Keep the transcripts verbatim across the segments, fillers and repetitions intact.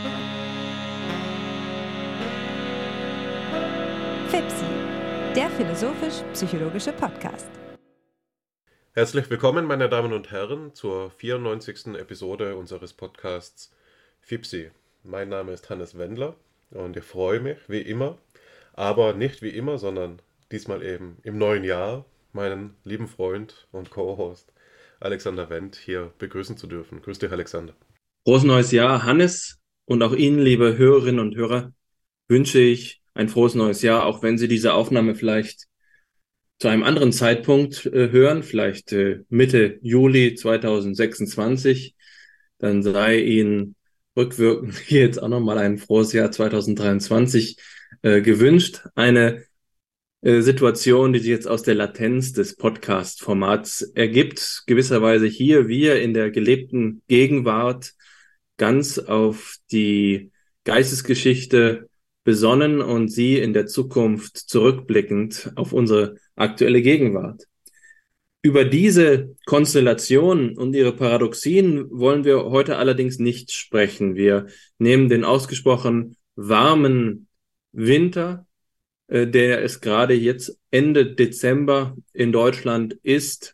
FIPSI, der philosophisch-psychologische Podcast. Herzlich willkommen, meine Damen und Herren, zur vierundneunzigsten Episode unseres Podcasts FIPSI. Mein Name ist Hannes Wendler und ich freue mich, wie immer, aber nicht wie immer, sondern diesmal eben im neuen Jahr, meinen lieben Freund und Co-Host Alexander Wendt hier begrüßen zu dürfen. Grüß dich, Alexander. Frohes neues Jahr, Hannes, und auch Ihnen, liebe Hörerinnen und Hörer, wünsche ich ein frohes neues Jahr, auch wenn Sie diese Aufnahme vielleicht zu einem anderen Zeitpunkt äh, hören, vielleicht äh, Mitte Juli zweitausendsechsundzwanzig, dann sei Ihnen rückwirkend jetzt auch nochmal ein frohes Jahr zweitausenddreiundzwanzig äh, gewünscht. Eine äh, Situation, die sich jetzt aus der Latenz des Podcast-Formats ergibt, gewisserweise hier wir in der gelebten Gegenwart ganz auf die Geistesgeschichte besonnen und Sie in der Zukunft zurückblickend auf unsere aktuelle Gegenwart. Über diese Konstellation und ihre Paradoxien wollen wir heute allerdings nicht sprechen. Wir nehmen den ausgesprochen warmen Winter, äh, der es gerade jetzt Ende Dezember in Deutschland ist,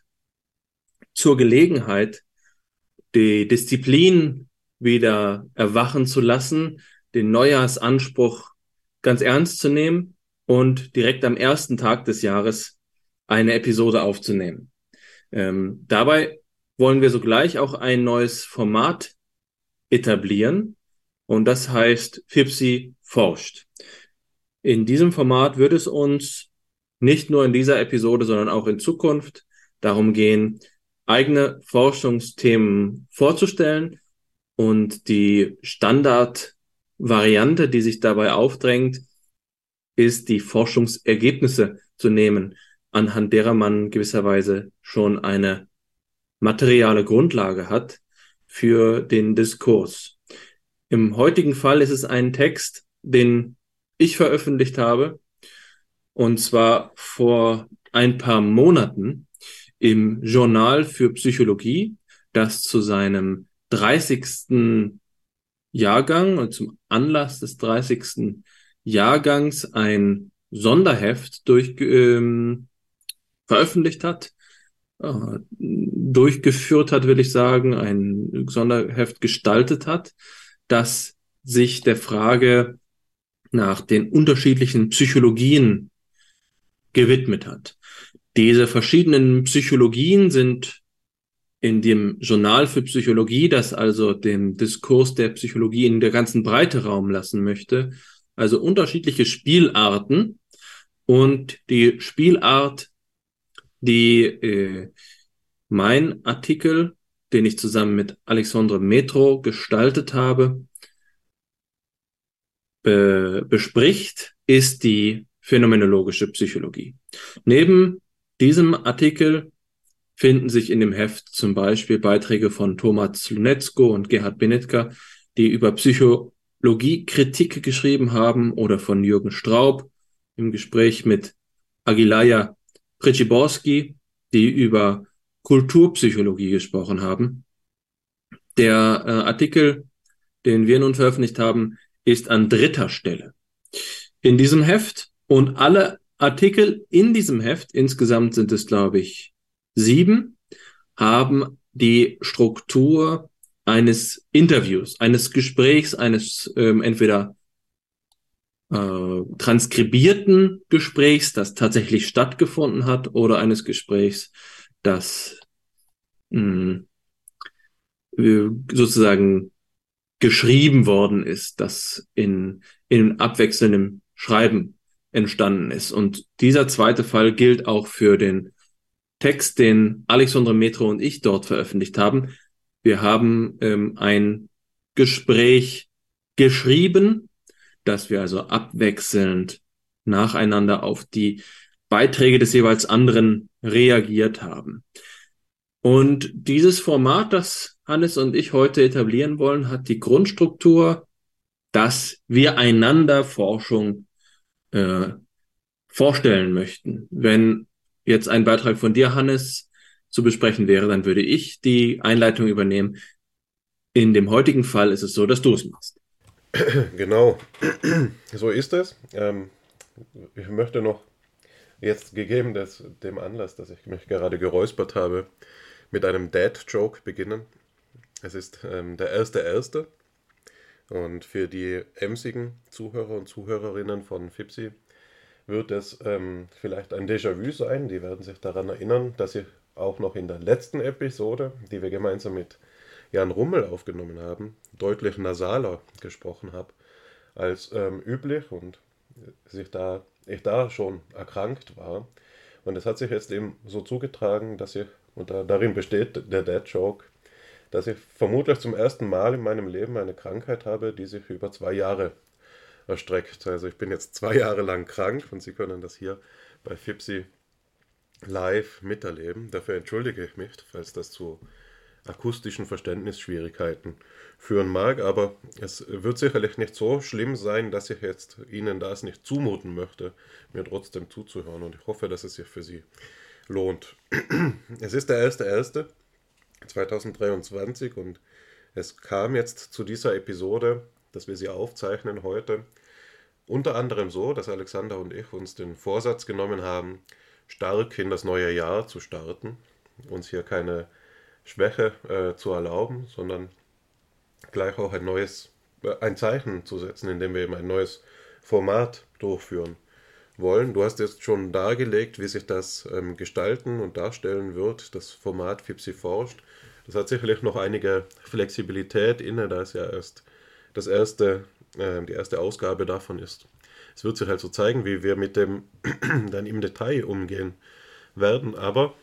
zur Gelegenheit, die Disziplin wieder erwachen zu lassen, den Neujahrsanspruch ganz ernst zu nehmen und direkt am ersten Tag des Jahres eine Episode aufzunehmen. Ähm, dabei wollen wir sogleich auch ein neues Format etablieren und das heißt FIPSI forscht. In diesem Format wird es uns nicht nur in dieser Episode, sondern auch in Zukunft darum gehen, eigene Forschungsthemen vorzustellen und die Standardvariante, die sich dabei aufdrängt, ist, die Forschungsergebnisse zu nehmen, anhand derer man gewisserweise schon eine materiale Grundlage hat für den Diskurs. Im heutigen Fall ist es ein Text, den ich veröffentlicht habe, und zwar vor ein paar Monaten im Journal für Psychologie, das zu seinem dreißigsten Jahrgang und zum Anlass des dreißigsten Jahrgangs ein Sonderheft durch, ähm, veröffentlicht hat, äh, durchgeführt hat, will ich sagen, ein Sonderheft gestaltet hat, das sich der Frage nach den unterschiedlichen Psychologien gewidmet hat. Diese verschiedenen Psychologien sind in dem Journal für Psychologie, das also dem Diskurs der Psychologie in der ganzen Breite Raum lassen möchte, also unterschiedliche Spielarten, und die Spielart, die äh, mein Artikel, den ich zusammen mit Alexandre Metro gestaltet habe, be- bespricht, ist die phänomenologische Psychologie. Neben diesem Artikel finden sich in dem Heft zum Beispiel Beiträge von Thomas Lunezko und Gerhard Benetka, die über Psychologiekritik geschrieben haben, oder von Jürgen Straub im Gespräch mit Agilaya Przyborski, die über Kulturpsychologie gesprochen haben. Der äh, Artikel, den wir nun veröffentlicht haben, ist an dritter Stelle in diesem Heft, und alle Artikel in diesem Heft, insgesamt sind es, glaube ich, sieben, haben die Struktur eines Interviews, eines Gesprächs, eines ähm, entweder äh, transkribierten Gesprächs, das tatsächlich stattgefunden hat, oder eines Gesprächs, das mh, sozusagen geschrieben worden ist, das in, in abwechselndem Schreiben entstanden ist. Und dieser zweite Fall gilt auch für den Text, den Alexandre Metro und ich dort veröffentlicht haben. Wir haben ähm, ein Gespräch geschrieben, dass wir also abwechselnd nacheinander auf die Beiträge des jeweils anderen reagiert haben. Und dieses Format, das Hannes und ich heute etablieren wollen, hat die Grundstruktur, dass wir einander Forschung äh, vorstellen möchten. Wenn jetzt ein Beitrag von dir, Hannes, zu besprechen wäre, dann würde ich die Einleitung übernehmen. In dem heutigen Fall ist es so, dass du es machst. Genau, so ist es. Ähm, ich möchte noch jetzt gegeben des, dem Anlass, dass ich mich gerade geräuspert habe, mit einem Dad-Joke beginnen. Es ist ähm, der erste erste und für die emsigen Zuhörer und Zuhörerinnen von Fipsi wird es ähm, vielleicht ein Déjà-vu sein. Die werden sich daran erinnern, dass ich auch noch in der letzten Episode, die wir gemeinsam mit Jan Rummel aufgenommen haben, deutlich nasaler gesprochen habe als ähm, üblich und sich da, ich da schon erkrankt war. Und es hat sich jetzt eben so zugetragen, dass ich, und da, darin besteht der Dad-Joke, dass ich vermutlich zum ersten Mal in meinem Leben eine Krankheit habe, die sich über zwei Jahre erstreckt. Also ich bin jetzt zwei Jahre lang krank und Sie können das hier bei Fipsi live miterleben. Dafür entschuldige ich mich, falls das zu akustischen Verständnisschwierigkeiten führen mag, aber es wird sicherlich nicht so schlimm sein, dass ich jetzt Ihnen das nicht zumuten möchte, mir trotzdem zuzuhören, und ich hoffe, dass es sich für Sie lohnt. Es ist der erste erste zweitausenddreiundzwanzig und es kam jetzt zu dieser Episode, dass wir sie aufzeichnen heute, unter anderem so, dass Alexander und ich uns den Vorsatz genommen haben, stark in das neue Jahr zu starten, uns hier keine Schwäche äh, zu erlauben, sondern gleich auch ein neues, äh, ein Zeichen zu setzen, indem wir eben ein neues Format durchführen wollen. Du hast jetzt schon dargelegt, wie sich das ähm, gestalten und darstellen wird, das Format Fipsi forscht. Das hat sicherlich noch einige Flexibilität inne, da es ja erst das erste, äh, die erste Ausgabe davon ist. Es wird sich halt so zeigen, wie wir mit dem dann im Detail umgehen werden, aber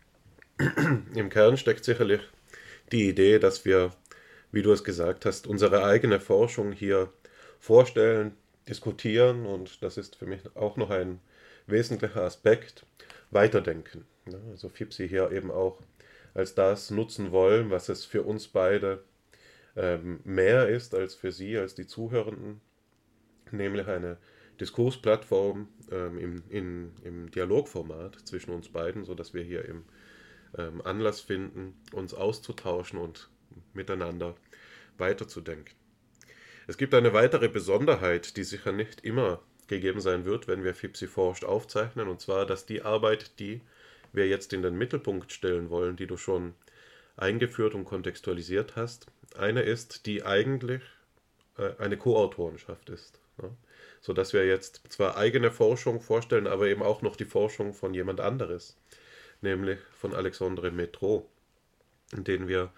im Kern steckt sicherlich die Idee, dass wir, wie du es gesagt hast, unsere eigene Forschung hier vorstellen, diskutieren, und das ist für mich auch noch ein wesentlicher Aspekt, weiterdenken. Also Fipsi hier eben auch als das nutzen wollen, was es für uns beide ähm, mehr ist als für Sie, als die Zuhörenden, nämlich eine Diskursplattform ähm, im, in, im Dialogformat zwischen uns beiden, sodass wir hier im ähm, Anlass finden, uns auszutauschen und miteinander weiterzudenken. Es gibt eine weitere Besonderheit, die sicher nicht immer gegeben sein wird, wenn wir Fipsi forscht aufzeichnen, und zwar, dass die Arbeit, die wir jetzt in den Mittelpunkt stellen wollen, die du schon eingeführt und kontextualisiert hast, eine ist, die eigentlich äh, eine Co-Autorenschaft ist. Ja? Sodass wir jetzt zwar eigene Forschung vorstellen, aber eben auch noch die Forschung von jemand anderes, nämlich von Alexandre Métraux, den wir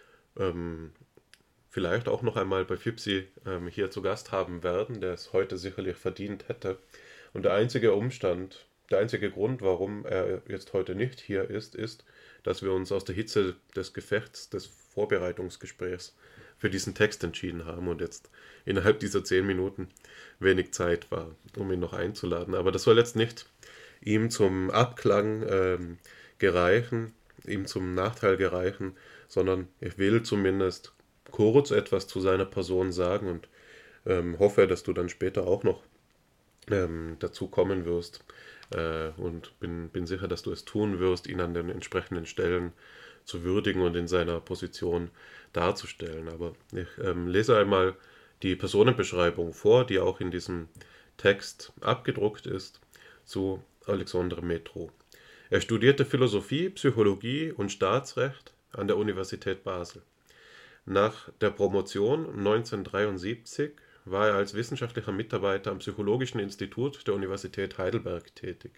ähm, vielleicht auch noch einmal bei Fipsi ähm, hier zu Gast haben werden, der es heute sicherlich verdient hätte. Und der einzige Umstand, der einzige Grund, warum er jetzt heute nicht hier ist, ist, dass wir uns aus der Hitze des Gefechts, des Vorbereitungsgesprächs für diesen Text entschieden haben und jetzt innerhalb dieser zehn Minuten wenig Zeit war, um ihn noch einzuladen. Aber das soll jetzt nicht ihm zum Abklang ähm, gereichen, ihm zum Nachteil gereichen, sondern ich will zumindest kurz etwas zu seiner Person sagen und ähm, hoffe, dass du dann später auch noch ähm, dazu kommen wirst äh, und bin, bin sicher, dass du es tun wirst, ihn an den entsprechenden Stellen zu würdigen und in seiner Position darzustellen. Aber ich ähm, lese einmal die Personenbeschreibung vor, die auch in diesem Text abgedruckt ist, zu Alexandre Métraux. Er studierte Philosophie, Psychologie und Staatsrecht an der Universität Basel. Nach der Promotion neunzehnhundertdreiundsiebzig war er als wissenschaftlicher Mitarbeiter am Psychologischen Institut der Universität Heidelberg tätig.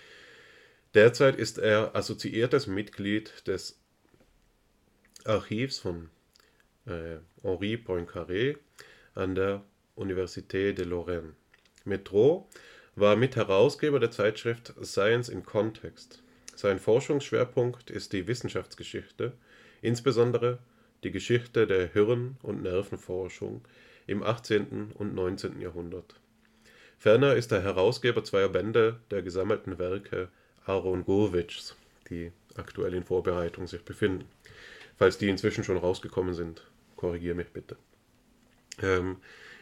Derzeit ist er assoziiertes Mitglied des Archivs von äh, Henri Poincaré an der Université de Lorraine. Métraux war Mitherausgeber der Zeitschrift Science in Context. Sein Forschungsschwerpunkt ist die Wissenschaftsgeschichte, insbesondere die Geschichte der Hirn- und Nervenforschung im achtzehnten und neunzehnten Jahrhundert. Ferner ist er Herausgeber zweier Bände der gesammelten Werke Aaron Gurwitschs, die aktuell in Vorbereitung sich befinden. Falls die inzwischen schon rausgekommen sind, korrigiere mich bitte. Ähm,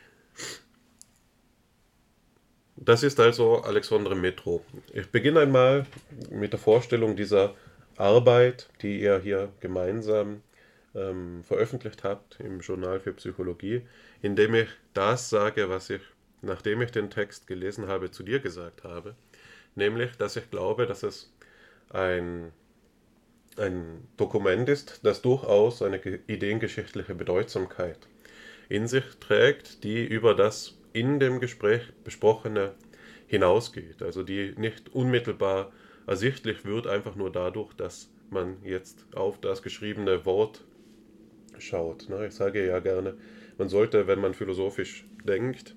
das ist also Alexandre Métraux. Ich beginne einmal mit der Vorstellung dieser Arbeit, die er hier gemeinsam ähm, veröffentlicht habt im Journal für Psychologie, in dem ich das sage, was ich, nachdem ich den Text gelesen habe, zu dir gesagt habe. Nämlich, dass ich glaube, dass es ein, ein Dokument ist, das durchaus eine ideengeschichtliche Bedeutsamkeit in sich trägt, die über das in dem Gespräch besprochene hinausgeht. Also die nicht unmittelbar ersichtlich wird, einfach nur dadurch, dass man jetzt auf das geschriebene Wort schaut. Ich sage ja gerne, man sollte, wenn man philosophisch denkt,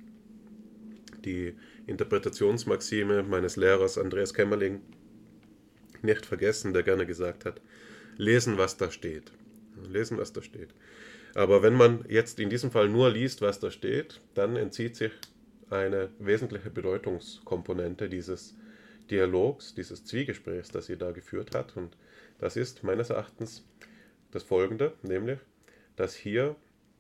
die Interpretationsmaxime meines Lehrers Andreas Kämmerling nicht vergessen, der gerne gesagt hat, lesen, was da steht. Lesen, was da steht. Aber wenn man jetzt in diesem Fall nur liest, was da steht, dann entzieht sich eine wesentliche Bedeutungskomponente dieses Dialogs, dieses Zwiegesprächs, das sie da geführt hat. Und das ist meines Erachtens das Folgende, nämlich, dass hier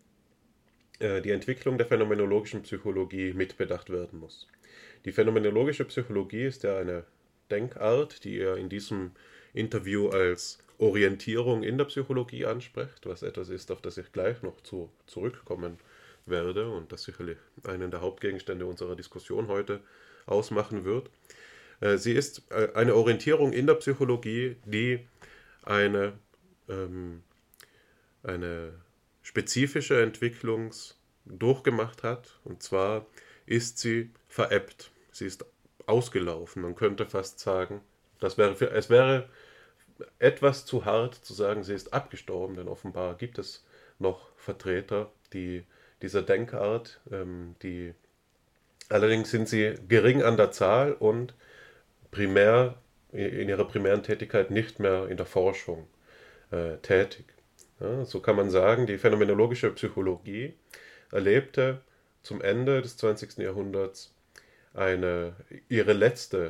äh, die Entwicklung der phänomenologischen Psychologie mitbedacht werden muss. Die phänomenologische Psychologie ist ja eine Denkart, die er in diesem Interview als Orientierung in der Psychologie anspricht, was etwas ist, auf das ich gleich noch zu, zurückkommen werde und das sicherlich einen der Hauptgegenstände unserer Diskussion heute ausmachen wird. Äh, sie ist äh, eine Orientierung in der Psychologie, die eine, ähm, eine spezifische Entwicklung durchgemacht hat, und zwar ist sie verebbt. Sie ist ausgelaufen. Man könnte fast sagen, das wäre für, es wäre etwas zu hart zu sagen, sie ist abgestorben, denn offenbar gibt es noch Vertreter die, dieser Denkart, ähm, die allerdings sind sie gering an der Zahl und primär in ihrer primären Tätigkeit nicht mehr in der Forschung äh, tätig. Ja, so kann man sagen, die phänomenologische Psychologie erlebte zum Ende des zwanzigsten Jahrhunderts eine, ihre letzte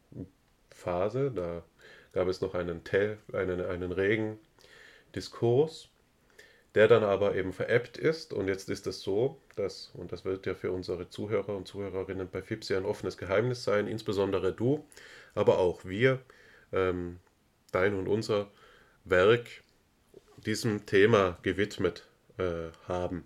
Phase. Da gab es noch einen, einen, einen regen Diskurs, der dann aber eben verebbt ist. Und jetzt ist es so, dass, und das wird ja für unsere Zuhörer und Zuhörerinnen bei FIPSI ein offenes Geheimnis sein, insbesondere du, aber auch wir, ähm, dein und unser Werk diesem Thema gewidmet äh, haben.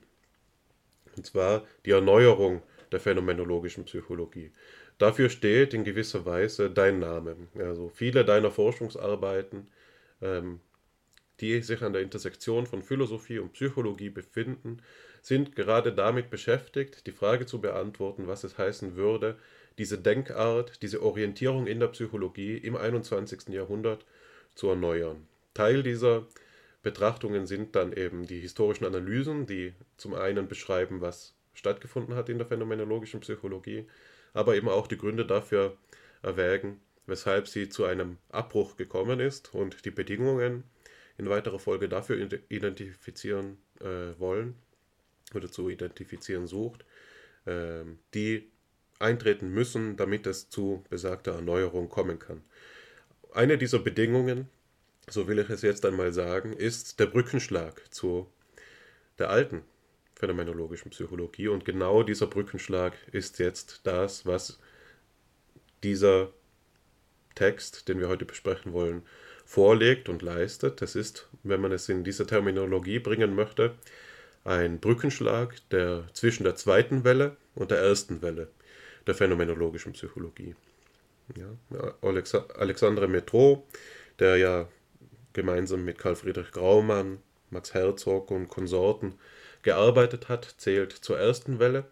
Und zwar die Erneuerung der phänomenologischen Psychologie. Dafür steht in gewisser Weise dein Name. Also viele deiner Forschungsarbeiten, ähm, die sich an der Intersektion von Philosophie und Psychologie befinden, sind gerade damit beschäftigt, die Frage zu beantworten, was es heißen würde, diese Denkart, diese Orientierung in der Psychologie im einundzwanzigsten Jahrhundert zu erneuern. Teil dieser Betrachtungen sind dann eben die historischen Analysen, die zum einen beschreiben, was stattgefunden hat in der phänomenologischen Psychologie, aber eben auch die Gründe dafür erwägen, weshalb sie zu einem Abbruch gekommen ist und die Bedingungen in weiterer Folge dafür identifizieren äh, wollen oder zu identifizieren sucht, äh, die eintreten müssen, damit es zu besagter Erneuerung kommen kann. Eine dieser Bedingungen, so will ich es jetzt einmal sagen, ist der Brückenschlag zu der alten phänomenologischen Psychologie. Und genau dieser Brückenschlag ist jetzt das, was dieser Text, den wir heute besprechen wollen, vorlegt und leistet. Das ist, wenn man es in diese Terminologie bringen möchte, ein Brückenschlag der, zwischen der zweiten Welle und der ersten Welle der phänomenologischen Psychologie. Ja, Alexandre Métraux, der ja gemeinsam mit Karl Friedrich Graumann, Max Herzog und Konsorten gearbeitet hat, zählt zur ersten Welle,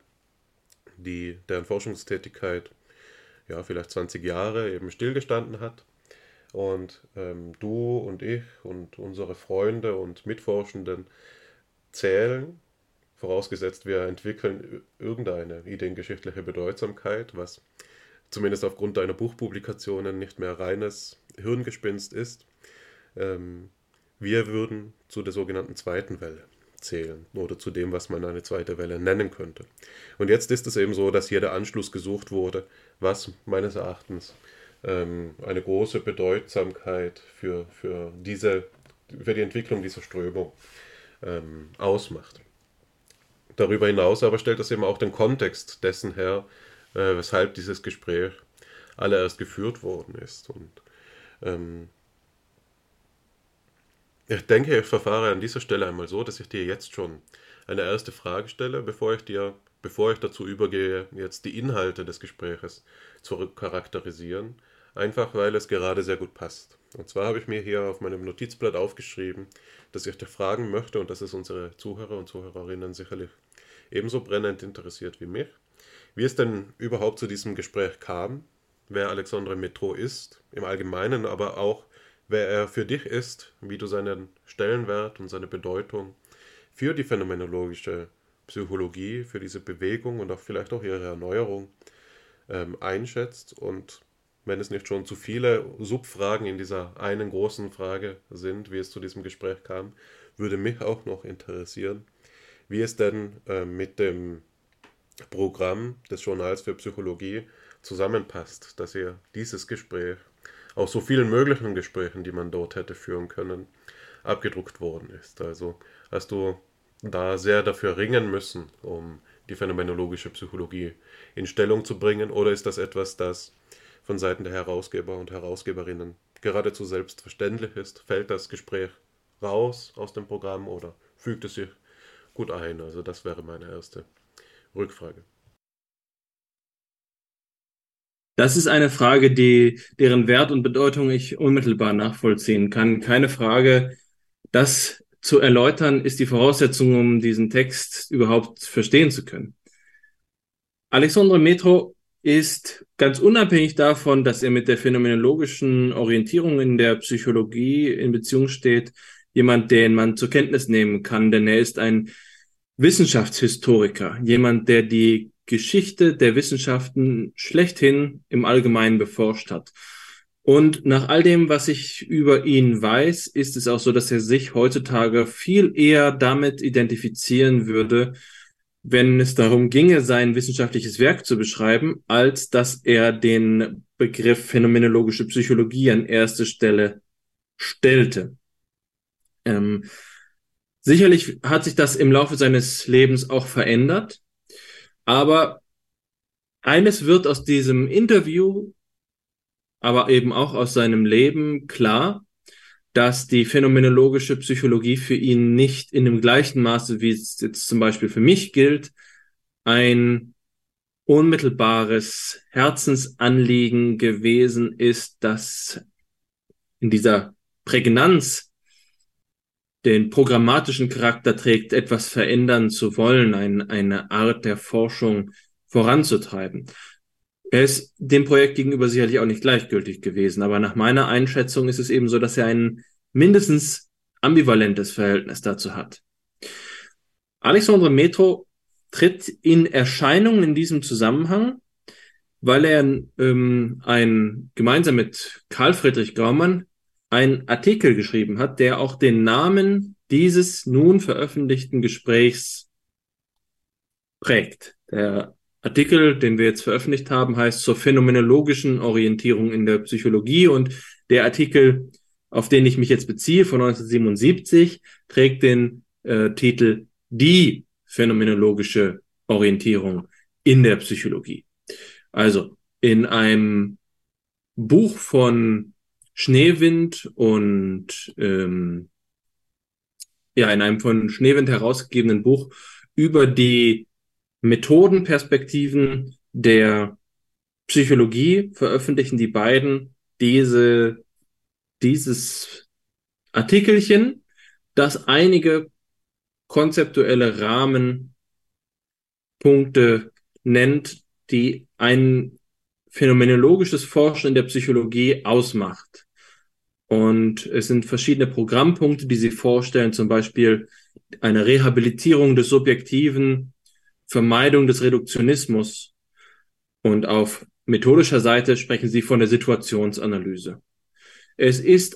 die, deren Forschungstätigkeit ja, vielleicht zwanzig Jahre eben stillgestanden hat. Und ähm, du und ich und unsere Freunde und Mitforschenden zählen, vorausgesetzt wir entwickeln irgendeine ideengeschichtliche Bedeutsamkeit, was zumindest aufgrund deiner Buchpublikationen nicht mehr reines Hirngespinst ist. Ähm, wir würden zu der sogenannten zweiten Welle zählen oder zu dem, was man eine zweite Welle nennen könnte. Und jetzt ist es eben so, dass hier der Anschluss gesucht wurde, was meines Erachtens ähm, eine große Bedeutsamkeit für, für, diese, für die Entwicklung dieser Strömung ähm, ausmacht. Darüber hinaus aber stellt das eben auch den Kontext dessen her, äh, weshalb dieses Gespräch allererst geführt worden ist. Und ähm, Ich denke, ich verfahre an dieser Stelle einmal so, dass ich dir jetzt schon eine erste Frage stelle, bevor ich dir, bevor ich dazu übergehe, jetzt die Inhalte des Gespräches zu charakterisieren, einfach weil es gerade sehr gut passt. Und zwar habe ich mir hier auf meinem Notizblatt aufgeschrieben, dass ich dir fragen möchte, und das ist unsere Zuhörer und Zuhörerinnen sicherlich ebenso brennend interessiert wie mich, wie es denn überhaupt zu diesem Gespräch kam, wer Alexandre Métraux ist, im Allgemeinen, aber auch wer er für dich ist, wie du seinen Stellenwert und seine Bedeutung für die phänomenologische Psychologie, für diese Bewegung und auch vielleicht auch ihre Erneuerung ähm, einschätzt. Und wenn es nicht schon zu viele Subfragen in dieser einen großen Frage sind, wie es zu diesem Gespräch kam, würde mich auch noch interessieren, wie es denn äh, mit dem Programm des Journals für Psychologie zusammenpasst, dass ihr dieses Gespräch aus so vielen möglichen Gesprächen, die man dort hätte führen können, abgedruckt worden ist. Also hast du da sehr dafür ringen müssen, um die phänomenologische Psychologie in Stellung zu bringen, oder ist das etwas, das von Seiten der Herausgeber und Herausgeberinnen geradezu selbstverständlich ist? Fällt das Gespräch raus aus dem Programm oder fügt es sich gut ein? Also das wäre meine erste Rückfrage. Das ist eine Frage, die, deren Wert und Bedeutung ich unmittelbar nachvollziehen kann. Keine Frage, das zu erläutern, ist die Voraussetzung, um diesen Text überhaupt verstehen zu können. Alexandre Métraux ist ganz unabhängig davon, dass er mit der phänomenologischen Orientierung in der Psychologie in Beziehung steht, jemand, den man zur Kenntnis nehmen kann, denn er ist ein Wissenschaftshistoriker, jemand, der die Geschichte der Wissenschaften schlechthin im Allgemeinen beforscht hat. Und nach all dem, was ich über ihn weiß, ist es auch so, dass er sich heutzutage viel eher damit identifizieren würde, wenn es darum ginge, sein wissenschaftliches Werk zu beschreiben, als dass er den Begriff phänomenologische Psychologie an erste Stelle stellte. Ähm, sicherlich hat sich das im Laufe seines Lebens auch verändert. Aber eines wird aus diesem Interview, aber eben auch aus seinem Leben klar, dass die phänomenologische Psychologie für ihn nicht in dem gleichen Maße, wie es jetzt zum Beispiel für mich gilt, ein unmittelbares Herzensanliegen gewesen ist, das in dieser Prägnanz den programmatischen Charakter trägt, etwas verändern zu wollen, ein, eine Art der Forschung voranzutreiben. Er ist dem Projekt gegenüber sicherlich auch nicht gleichgültig gewesen, aber nach meiner Einschätzung ist es eben so, dass er ein mindestens ambivalentes Verhältnis dazu hat. Alexandre Métraux tritt in Erscheinung in diesem Zusammenhang, weil er ähm, ein, gemeinsam mit Karl Friedrich Graumann einen Artikel geschrieben hat, der auch den Namen dieses nun veröffentlichten Gesprächs prägt. Der Artikel, den wir jetzt veröffentlicht haben, heißt zur phänomenologischen Orientierung in der Psychologie, und der Artikel, auf den ich mich jetzt beziehe, von neunzehnhundertsiebenundsiebzig, trägt den äh, Titel Die phänomenologische Orientierung in der Psychologie. Also in einem Buch von Schneewind und ähm, ja, in einem von Schneewind herausgegebenen Buch über die Methodenperspektiven der Psychologie veröffentlichen die beiden diese, dieses Artikelchen, das einige konzeptuelle Rahmenpunkte nennt, die ein phänomenologisches Forschen in der Psychologie ausmacht. Und es sind verschiedene Programmpunkte, die sie vorstellen, zum Beispiel eine Rehabilitierung des Subjektiven, Vermeidung des Reduktionismus, und auf methodischer Seite sprechen sie von der Situationsanalyse. Es ist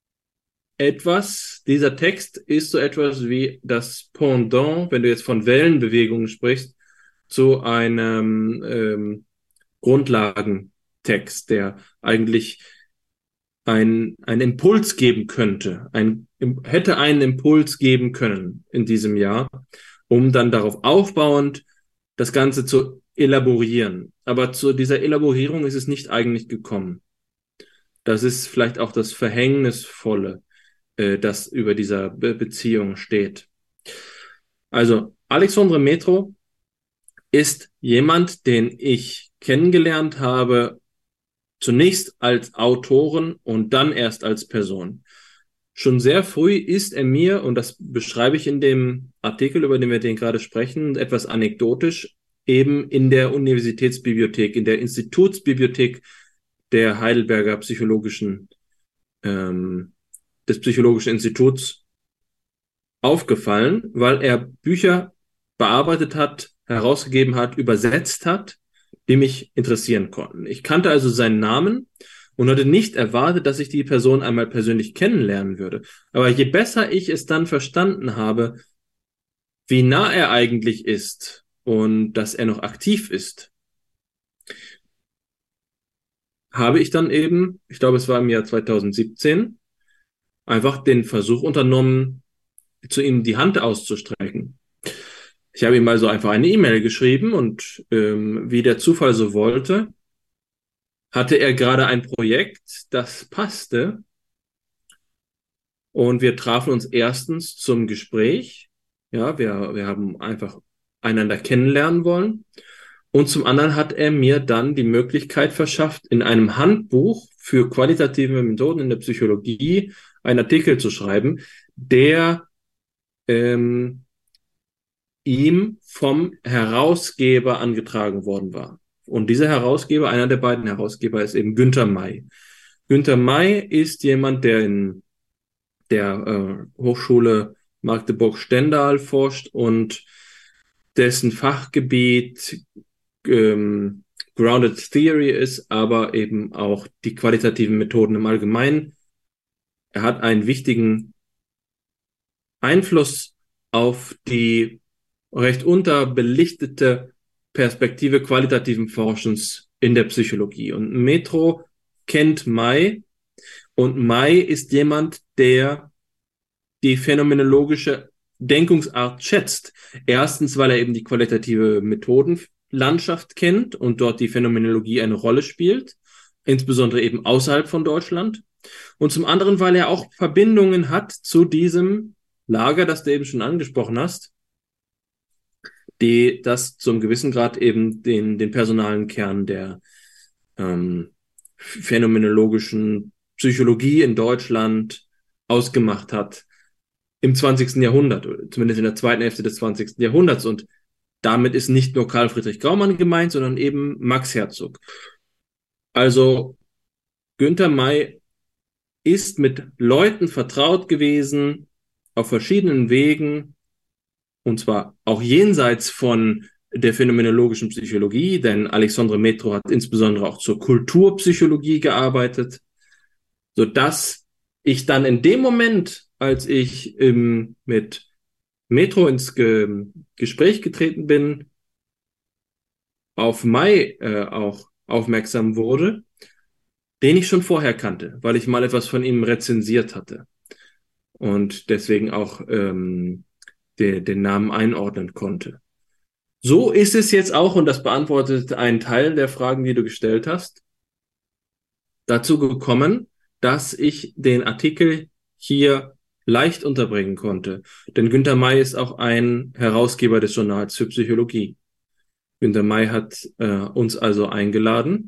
etwas, dieser Text ist so etwas wie das Pendant, wenn du jetzt von Wellenbewegungen sprichst, zu einem ähm, Grundlagentext, der eigentlich ein, einen Impuls geben könnte, ein, hätte einen Impuls geben können in diesem Jahr, um dann darauf aufbauend das Ganze zu elaborieren. Aber zu dieser Elaborierung ist es nicht eigentlich gekommen. Das ist vielleicht auch das Verhängnisvolle. äh, das über dieser Be- Beziehung steht. Also Alexandre Metro ist jemand, den ich kennengelernt habe, zunächst als Autoren und dann erst als Person. Schon sehr früh ist er mir, und das beschreibe ich in dem Artikel, über den wir den gerade sprechen, etwas anekdotisch, eben in der Universitätsbibliothek, in der Institutsbibliothek der Heidelberger Psychologischen, ähm, des Psychologischen Instituts aufgefallen, weil er Bücher bearbeitet hat, herausgegeben hat, übersetzt hat, die mich interessieren konnten. Ich kannte also seinen Namen und hatte nicht erwartet, dass ich die Person einmal persönlich kennenlernen würde. Aber je besser ich es dann verstanden habe, wie nah er eigentlich ist und dass er noch aktiv ist, habe ich dann eben, ich glaube, es war im Jahr zweitausendsiebzehn, einfach den Versuch unternommen, zu ihm die Hand auszustrecken. Ich habe ihm also einfach eine E-Mail geschrieben und ähm, wie der Zufall so wollte, hatte er gerade ein Projekt, das passte. Und wir trafen uns erstens zum Gespräch. Ja, wir, wir haben einfach einander kennenlernen wollen. Und zum anderen hat er mir dann die Möglichkeit verschafft, in einem Handbuch für qualitative Methoden in der Psychologie einen Artikel zu schreiben, der ähm, ihm vom Herausgeber angetragen worden war. Und dieser Herausgeber, einer der beiden Herausgeber, ist eben Günther May. Günther May ist jemand, der in der äh, Hochschule Magdeburg-Stendal forscht und dessen Fachgebiet ähm, Grounded Theory ist, aber eben auch die qualitativen Methoden im Allgemeinen. Er hat einen wichtigen Einfluss auf die recht unterbelichtete Perspektive qualitativen Forschens in der Psychologie. Und Metro kennt May und May ist jemand, der die phänomenologische Denkungsart schätzt. Erstens, weil er eben die qualitative Methodenlandschaft kennt und dort die Phänomenologie eine Rolle spielt, insbesondere eben außerhalb von Deutschland. Und zum anderen, weil er auch Verbindungen hat zu diesem Lager, das du eben schon angesprochen hast, die das zum gewissen Grad eben den, den personalen Kern der ähm, phänomenologischen Psychologie in Deutschland ausgemacht hat im zwanzigsten Jahrhundert, zumindest in der zweiten Hälfte des zwanzigsten Jahrhunderts. Und damit ist nicht nur Karl Friedrich Graumann gemeint, sondern eben Max Herzog. Also Günther May ist mit Leuten vertraut gewesen auf verschiedenen Wegen, und zwar auch jenseits von der phänomenologischen Psychologie, denn Alexandre Metro hat insbesondere auch zur Kulturpsychologie gearbeitet, sodass ich dann in dem Moment, als ich ähm, mit Metro ins Ge- Gespräch getreten bin, auf May äh, auch aufmerksam wurde, den ich schon vorher kannte, weil ich mal etwas von ihm rezensiert hatte und deswegen auch ähm, de- den Namen einordnen konnte. So ist es jetzt auch, und das beantwortet einen Teil der Fragen, die du gestellt hast, dazu gekommen, dass ich den Artikel hier leicht unterbringen konnte. Denn Günther May ist auch ein Herausgeber des Journals für Psychologie. Günther May hat äh, uns also eingeladen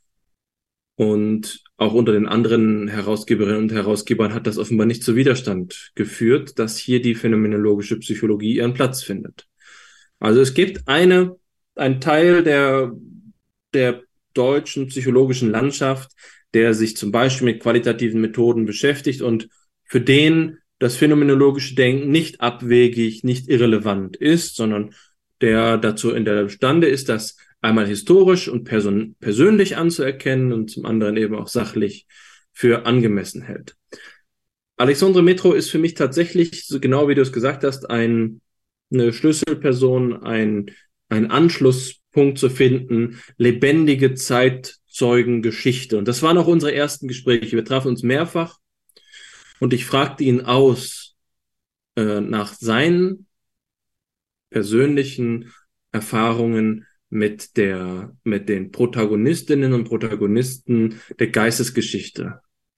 und auch unter den anderen Herausgeberinnen und Herausgebern hat das offenbar nicht zu Widerstand geführt, dass hier die phänomenologische Psychologie ihren Platz findet. Also es gibt eine, einen Teil der, der deutschen psychologischen Landschaft, der sich zum Beispiel mit qualitativen Methoden beschäftigt und für den das phänomenologische Denken nicht abwegig, nicht irrelevant ist, sondern der dazu in der Stande ist, das einmal historisch und person persönlich anzuerkennen und zum anderen eben auch sachlich für angemessen hält. Alexandre Metro ist für mich tatsächlich, so genau wie du es gesagt hast, ein, eine Schlüsselperson, ein, ein Anschlusspunkt zu finden, lebendige Zeitzeugengeschichte. Und das waren auch unsere ersten Gespräche. Wir trafen uns mehrfach und ich fragte ihn aus äh, nach seinen persönlichen Erfahrungen mit der, mit den Protagonistinnen und Protagonisten der Geistesgeschichte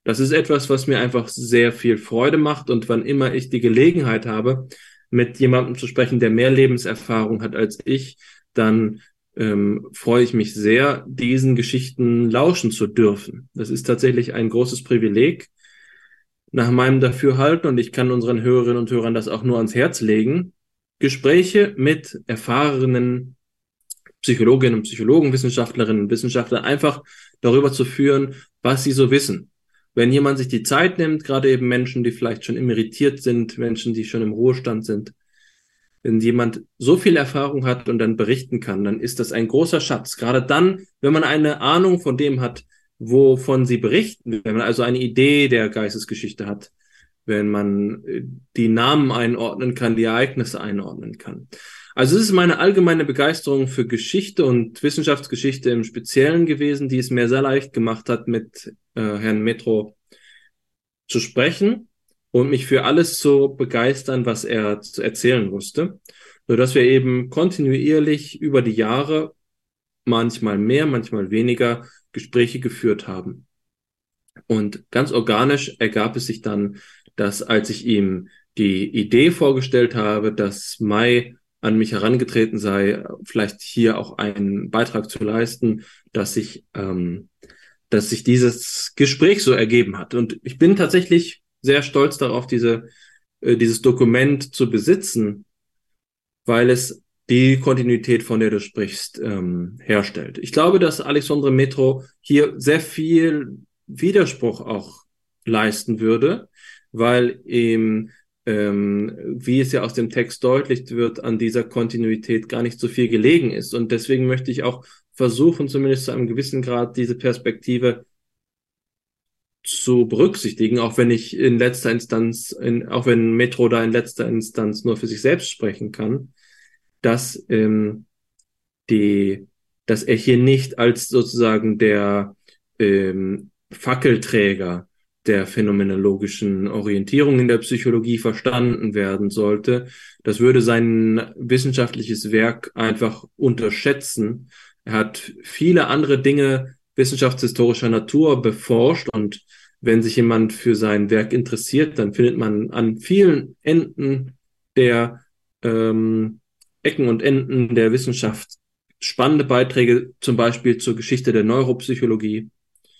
Das ist etwas, was mir einfach sehr viel Freude macht, und wann immer ich die Gelegenheit habe, mit jemandem zu sprechen, der mehr Lebenserfahrung hat als ich, dann ähm, freue ich mich sehr, diesen Geschichten lauschen zu dürfen. Das ist tatsächlich ein großes Privileg nach meinem Dafürhalten, und ich kann unseren Hörerinnen und Hörern das auch nur ans Herz legen. Gespräche mit erfahrenen Psychologinnen und Psychologen, Wissenschaftlerinnen und Wissenschaftlern einfach darüber zu führen, was sie so wissen. Wenn jemand sich die Zeit nimmt, gerade eben Menschen, die vielleicht schon emeritiert sind, Menschen, die schon im Ruhestand sind, wenn jemand so viel Erfahrung hat und dann berichten kann, dann ist das ein großer Schatz. Gerade dann, wenn man eine Ahnung von dem hat, wovon sie berichten, wenn man also eine Idee der Geistesgeschichte hat, wenn man die Namen einordnen kann, die Ereignisse einordnen kann. Also es ist meine allgemeine Begeisterung für Geschichte und Wissenschaftsgeschichte im Speziellen gewesen, die es mir sehr leicht gemacht hat, mit äh, Herrn Metro zu sprechen und mich für alles zu begeistern, was er zu erzählen wusste, sodass wir eben kontinuierlich über die Jahre, manchmal mehr, manchmal weniger, Gespräche geführt haben. Und ganz organisch ergab es sich dann, dass, als ich ihm die Idee vorgestellt habe, dass Mai an mich herangetreten sei, vielleicht hier auch einen Beitrag zu leisten, dass sich, ähm, dass sich dieses Gespräch so ergeben hat. Und ich bin tatsächlich sehr stolz darauf, diese, äh, dieses Dokument zu besitzen, weil es die Kontinuität, von der du sprichst, ähm, herstellt. Ich glaube, dass Alexandre Metro hier sehr viel Widerspruch auch leisten würde, weil ihm, ähm, wie es ja aus dem Text deutlich wird, an dieser Kontinuität gar nicht so viel gelegen ist. Und deswegen möchte ich auch versuchen, zumindest zu einem gewissen Grad, diese Perspektive zu berücksichtigen, auch wenn ich in letzter Instanz, in, auch wenn Metro da in letzter Instanz nur für sich selbst sprechen kann, dass ähm, die, dass er hier nicht als sozusagen der ähm, Fackelträger der phänomenologischen Orientierung in der Psychologie verstanden werden sollte. Das würde sein wissenschaftliches Werk einfach unterschätzen. Er hat viele andere Dinge wissenschaftshistorischer Natur beforscht, und wenn sich jemand für sein Werk interessiert, dann findet man an vielen Enden der ähm, Ecken und Enden der Wissenschaft spannende Beiträge, zum Beispiel zur Geschichte der Neuropsychologie,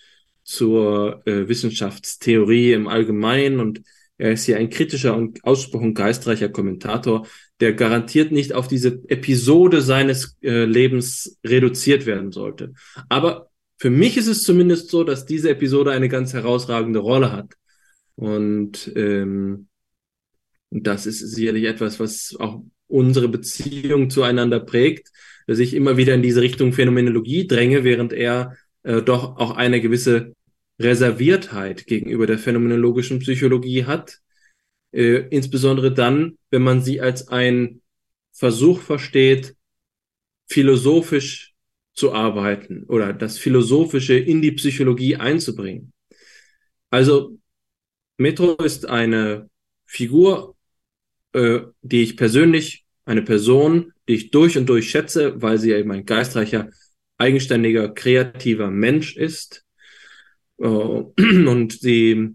zur äh, Wissenschaftstheorie im Allgemeinen, und er ist hier ein kritischer und ausgesprochen geistreicher Kommentator, der garantiert nicht auf diese Episode seines äh, Lebens reduziert werden sollte. Aber für mich ist es zumindest so, dass diese Episode eine ganz herausragende Rolle hat. Und ähm, das ist sicherlich etwas, was auch unsere Beziehung zueinander prägt, dass ich immer wieder in diese Richtung Phänomenologie dränge, während er äh, doch auch eine gewisse Reserviertheit gegenüber der phänomenologischen Psychologie hat, äh, insbesondere dann, wenn man sie als ein Versuch versteht, philosophisch zu arbeiten oder das Philosophische in die Psychologie einzubringen. Also Metro ist eine Figur, äh, die ich persönlich, eine Person, die ich durch und durch schätze, weil sie eben ein geistreicher, eigenständiger, kreativer Mensch ist, äh, und sie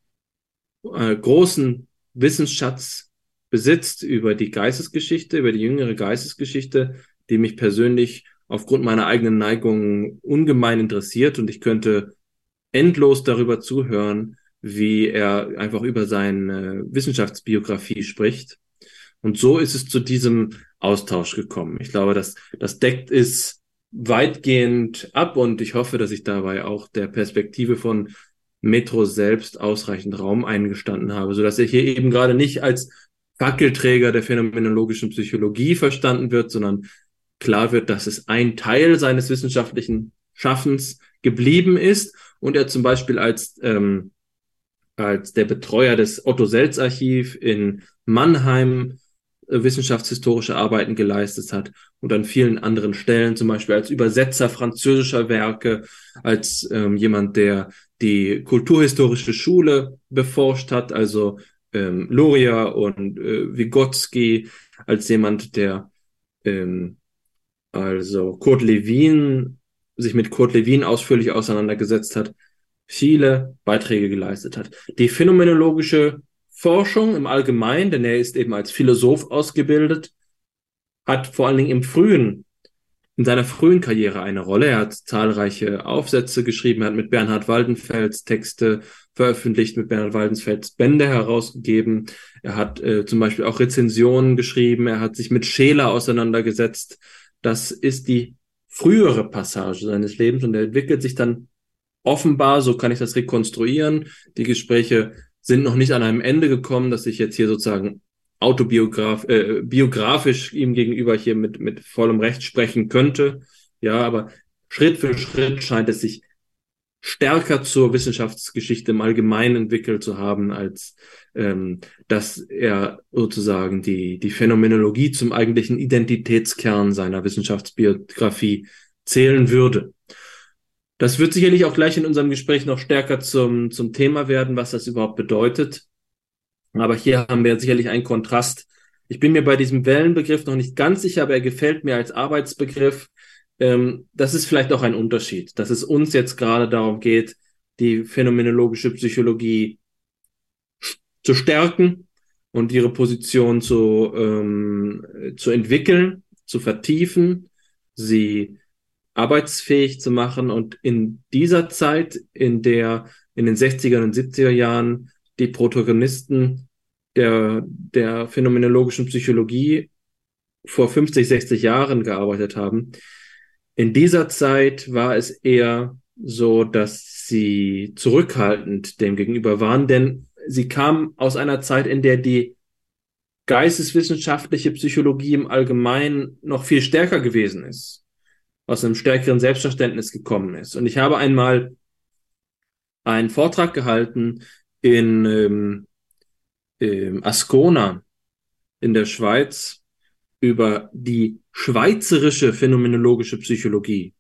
äh, großen Wissensschatz besitzt über die Geistesgeschichte, über die jüngere Geistesgeschichte, die mich persönlich aufgrund meiner eigenen Neigungen ungemein interessiert, und ich könnte endlos darüber zuhören, wie er einfach über seine Wissenschaftsbiografie spricht. Und so ist es zu diesem Austausch gekommen. Ich glaube, dass das deckt es weitgehend ab, und ich hoffe, dass ich dabei auch der Perspektive von Metro selbst ausreichend Raum eingestanden habe, sodass er hier eben gerade nicht als Fackelträger der phänomenologischen Psychologie verstanden wird, sondern klar wird, dass es ein Teil seines wissenschaftlichen Schaffens geblieben ist und er zum Beispiel als, ähm, als der Betreuer des Otto-Selz-Archiv in Mannheim äh, wissenschaftshistorische Arbeiten geleistet hat und an vielen anderen Stellen, zum Beispiel als Übersetzer französischer Werke, als ähm, jemand, der die kulturhistorische Schule beforscht hat, also ähm, Luria und äh, Vygotsky, als jemand, der ähm, also Kurt Lewin, sich mit Kurt Lewin ausführlich auseinandergesetzt hat. viele Beiträge geleistet hat. Die phänomenologische Forschung im Allgemeinen, denn er ist eben als Philosoph ausgebildet, hat vor allen Dingen im frühen, in seiner frühen Karriere eine Rolle. Er hat zahlreiche Aufsätze geschrieben, er hat mit Bernhard Waldenfels Texte veröffentlicht, mit Bernhard Waldenfels Bände herausgegeben. Er hat äh, zum Beispiel auch Rezensionen geschrieben, er hat sich mit Scheler auseinandergesetzt. Das ist die frühere Passage seines Lebens und er entwickelt sich dann offenbar, so kann ich das rekonstruieren. Die Gespräche sind noch nicht an einem Ende gekommen, dass ich jetzt hier sozusagen autobiograf äh, biografisch ihm gegenüber hier mit mit vollem Recht sprechen könnte. Ja, aber Schritt für Schritt scheint es sich stärker zur Wissenschaftsgeschichte im Allgemeinen entwickelt zu haben, als ähm, dass er sozusagen die die Phänomenologie zum eigentlichen Identitätskern seiner Wissenschaftsbiografie zählen würde. Das wird sicherlich auch gleich in unserem Gespräch noch stärker zum zum Thema werden, was das überhaupt bedeutet. Aber hier haben wir sicherlich einen Kontrast. Ich bin mir bei diesem Wellenbegriff noch nicht ganz sicher, aber er gefällt mir als Arbeitsbegriff. Ähm, das ist vielleicht auch ein Unterschied, dass es uns jetzt gerade darum geht, die phänomenologische Psychologie zu stärken und ihre Position zu, ähm, zu entwickeln, zu vertiefen, sie arbeitsfähig zu machen. Und in dieser Zeit, in der in den sechziger und siebziger Jahren die Protagonisten der, der phänomenologischen Psychologie vor fünfzig, sechzig Jahren gearbeitet haben. In dieser Zeit war es eher so, dass sie zurückhaltend dem gegenüber waren, denn sie kamen aus einer Zeit, in der die geisteswissenschaftliche Psychologie im Allgemeinen noch viel stärker gewesen ist, aus einem stärkeren Selbstverständnis gekommen ist. Und ich habe einmal einen Vortrag gehalten in ähm, ähm, Ascona in der Schweiz über die schweizerische phänomenologische Psychologie.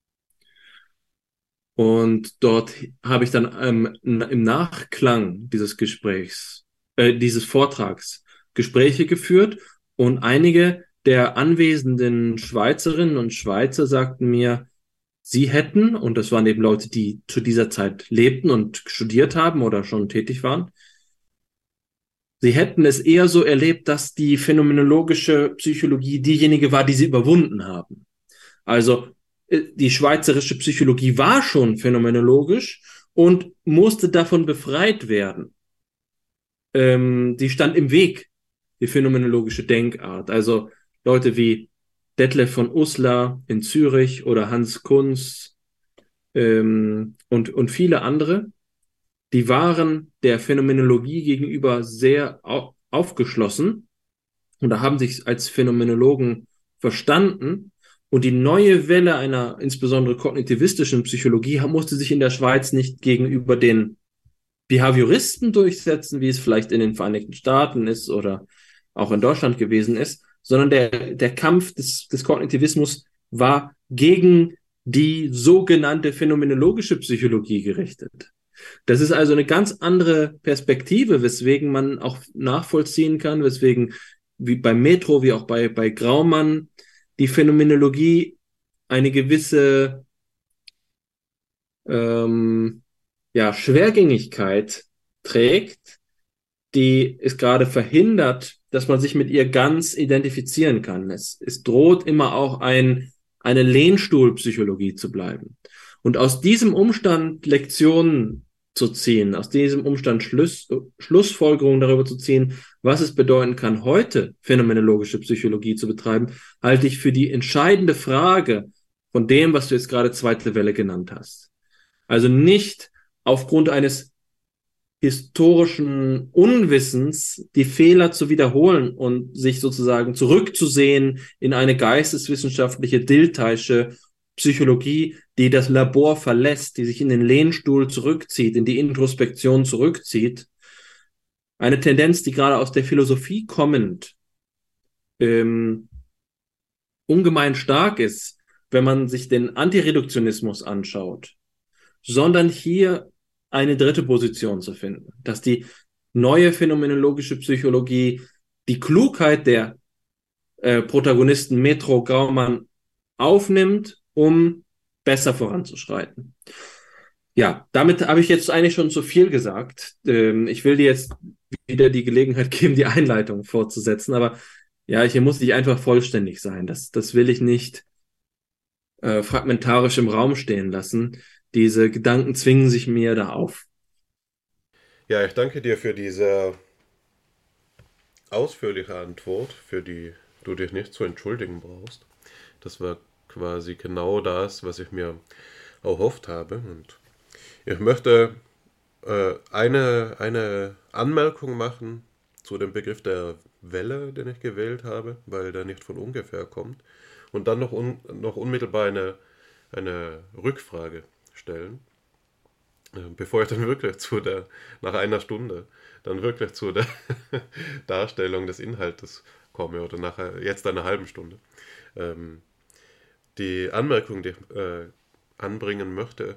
Und dort habe ich dann ähm, im Nachklang dieses Gesprächs, äh, dieses Vortrags Gespräche geführt und einige der anwesenden Schweizerinnen und Schweizer sagten mir, sie hätten, und das waren eben Leute, die zu dieser Zeit lebten und studiert haben oder schon tätig waren, sie hätten es eher so erlebt, dass die phänomenologische Psychologie diejenige war, die sie überwunden haben. Also die schweizerische Psychologie war schon phänomenologisch und musste davon befreit werden. Ähm, die stand im Weg, die phänomenologische Denkart. Also Leute wie Detlef von Uslar in Zürich oder Hans Kunz ähm, und, und viele andere, die waren der Phänomenologie gegenüber sehr au- aufgeschlossen und da haben sich als Phänomenologen verstanden. Und die neue Welle einer insbesondere kognitivistischen Psychologie musste sich in der Schweiz nicht gegenüber den Behavioristen durchsetzen, wie es vielleicht in den Vereinigten Staaten ist oder auch in Deutschland gewesen ist, sondern der, der Kampf des, des Kognitivismus war gegen die sogenannte phänomenologische Psychologie gerichtet. Das ist also eine ganz andere Perspektive, weswegen man auch nachvollziehen kann, weswegen wie bei Metro, wie auch bei, bei Graumann, die Phänomenologie eine gewisse ähm, ja, Schwergängigkeit trägt, die es gerade verhindert, dass man sich mit ihr ganz identifizieren kann. Es, es droht immer auch ein, eine Lehnstuhlpsychologie zu bleiben. Und aus diesem Umstand Lektionen zu ziehen, aus diesem Umstand Schluss, Schlussfolgerungen darüber zu ziehen, was es bedeuten kann, heute phänomenologische Psychologie zu betreiben, halte ich für die entscheidende Frage von dem, was du jetzt gerade zweite Welle genannt hast. Also nicht aufgrund eines historischen Unwissens die Fehler zu wiederholen und sich sozusagen zurückzusehen in eine geisteswissenschaftliche, dilthaische Psychologie, die das Labor verlässt, die sich in den Lehnstuhl zurückzieht, in die Introspektion zurückzieht. Eine Tendenz, die gerade aus der Philosophie kommend ähm, ungemein stark ist, wenn man sich den Antireduktionismus anschaut, sondern hier eine dritte Position zu finden, dass die neue phänomenologische Psychologie die Klugheit der äh, Protagonisten Metro, Graumann aufnimmt, um besser voranzuschreiten. Ja, damit habe ich jetzt eigentlich schon zu viel gesagt. Ähm, ich will dir jetzt wieder die Gelegenheit geben, die Einleitung fortzusetzen, aber ja, hier muss ich einfach vollständig sein. Das, das will ich nicht äh, fragmentarisch im Raum stehen lassen. Diese Gedanken zwingen sich mir da auf. Ja, ich danke dir für diese ausführliche Antwort, für die du dich nicht zu entschuldigen brauchst. Das war quasi genau das, was ich mir erhofft habe. Und ich möchte äh, eine, eine Anmerkung machen zu dem Begriff der Welle, den ich gewählt habe, weil der nicht von ungefähr kommt. Und dann noch, un, noch unmittelbar eine, eine Rückfrage stellen, äh, bevor ich dann wirklich zu der, nach einer Stunde, dann wirklich zu der Darstellung des Inhaltes komme oder nach jetzt einer halben Stunde. Ähm, die Anmerkung, die ich äh, anbringen möchte,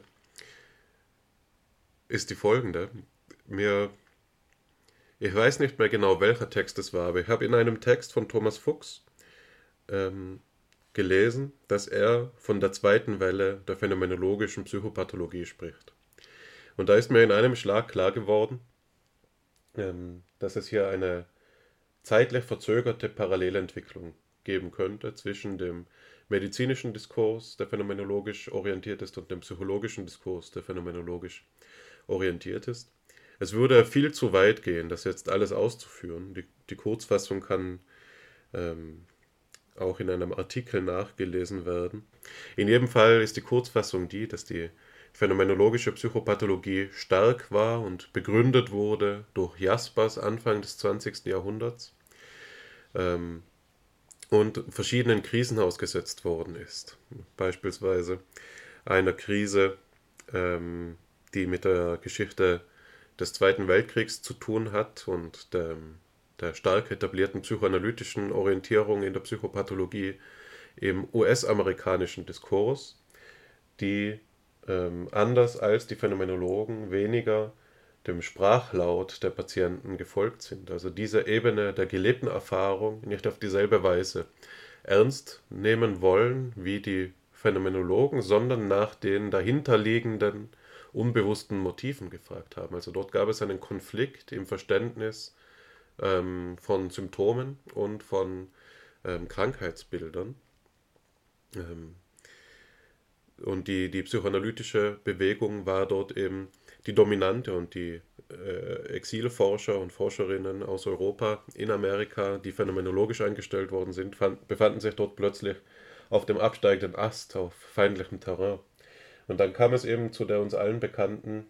ist die folgende. Mir, ich weiß nicht mehr genau, welcher Text es war, aber ich habe in einem Text von Thomas Fuchs ähm, gelesen, dass er von der zweiten Welle der phänomenologischen Psychopathologie spricht. Und da ist mir in einem Schlag klar geworden, ähm, dass es hier eine zeitlich verzögerte Parallelentwicklung geben könnte zwischen dem medizinischen Diskurs, der phänomenologisch orientiert ist, und dem psychologischen Diskurs, der phänomenologisch orientiert ist. Es würde viel zu weit gehen, das jetzt alles auszuführen. Die, die Kurzfassung kann ähm, auch in einem Artikel nachgelesen werden. In jedem Fall ist die Kurzfassung die, dass die phänomenologische Psychopathologie stark war und begründet wurde durch Jaspers Anfang des zwanzigsten Jahrhunderts ähm, und verschiedenen Krisen ausgesetzt worden ist. Beispielsweise einer Krise, ähm, die mit der Geschichte des Zweiten Weltkriegs zu tun hat und der, der stark etablierten psychoanalytischen Orientierung in der Psychopathologie im U S-amerikanischen Diskurs, die ähm, anders als die Phänomenologen weniger dem Sprachlaut der Patienten gefolgt sind. Also diese Ebene der gelebten Erfahrung nicht auf dieselbe Weise ernst nehmen wollen wie die Phänomenologen, sondern nach den dahinterliegenden unbewussten Motiven gefragt haben. Also dort gab es einen Konflikt im Verständnis ähm, von Symptomen und von ähm, Krankheitsbildern. Ähm, und die, die psychoanalytische Bewegung war dort eben die dominante, und die äh, Exilforscher und Forscherinnen aus Europa in Amerika, die phänomenologisch eingestellt worden sind, fand, befanden sich dort plötzlich auf dem absteigenden Ast, auf feindlichem Terrain. Und dann kam es eben zu der uns allen bekannten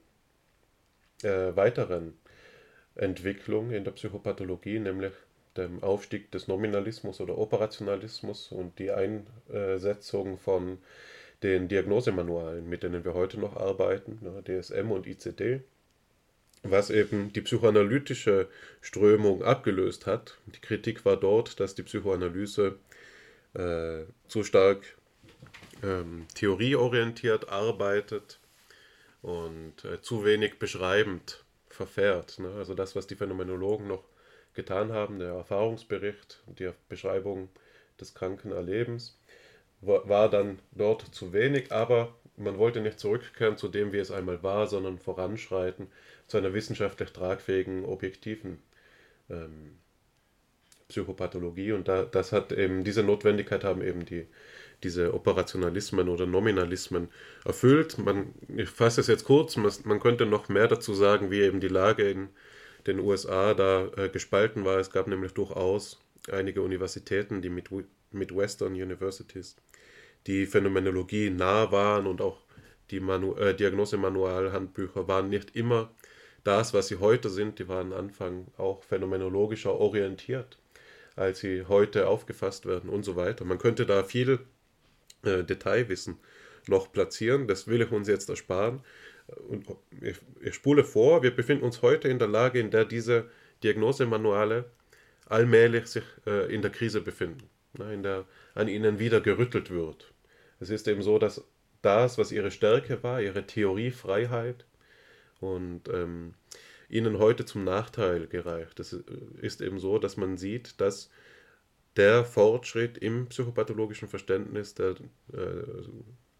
äh, weiteren Entwicklung in der Psychopathologie, nämlich dem Aufstieg des Nominalismus oder Operationalismus und die Einsetzung von den Diagnosemanualen, mit denen wir heute noch arbeiten, ne, D S M und I C D, was eben die psychoanalytische Strömung abgelöst hat. Die Kritik war dort, dass die Psychoanalyse äh, zu stark ähm, theorieorientiert arbeitet und äh, zu wenig beschreibend verfährt. Ne? Also das, was die Phänomenologen noch getan haben, der Erfahrungsbericht, die Beschreibung des kranken Erlebens, war, war dann dort zu wenig, aber man wollte nicht zurückkehren zu dem, wie es einmal war, sondern voranschreiten zu einer wissenschaftlich tragfähigen, objektiven ähm, Psychopathologie. Und da, das hat eben, diese Notwendigkeit haben eben die, diese Operationalismen oder Nominalismen erfüllt. Man, ich fasse es jetzt kurz, man, man könnte noch mehr dazu sagen, wie eben die Lage in den U S A da äh, gespalten war. Es gab nämlich durchaus einige Universitäten, die mit, mit Western Universities, die Phänomenologie nah waren, und auch die Manu äh, Diagnosemanualhandbücher waren nicht immer das, was sie heute sind. Die waren am Anfang auch phänomenologischer orientiert, als sie heute aufgefasst werden und so weiter. Man könnte da viel äh, Detailwissen noch platzieren, das will ich uns jetzt ersparen. Und ich, ich spule vor, wir befinden uns heute in der Lage, in der diese Diagnosemanuale allmählich sich äh, in der Krise befinden, ne, in der an ihnen wieder gerüttelt wird. Es ist eben so, dass das, was ihre Stärke war, ihre Theoriefreiheit, und ähm, ihnen heute zum Nachteil gereicht. Es ist eben so, dass man sieht, dass der Fortschritt im psychopathologischen Verständnis der, äh,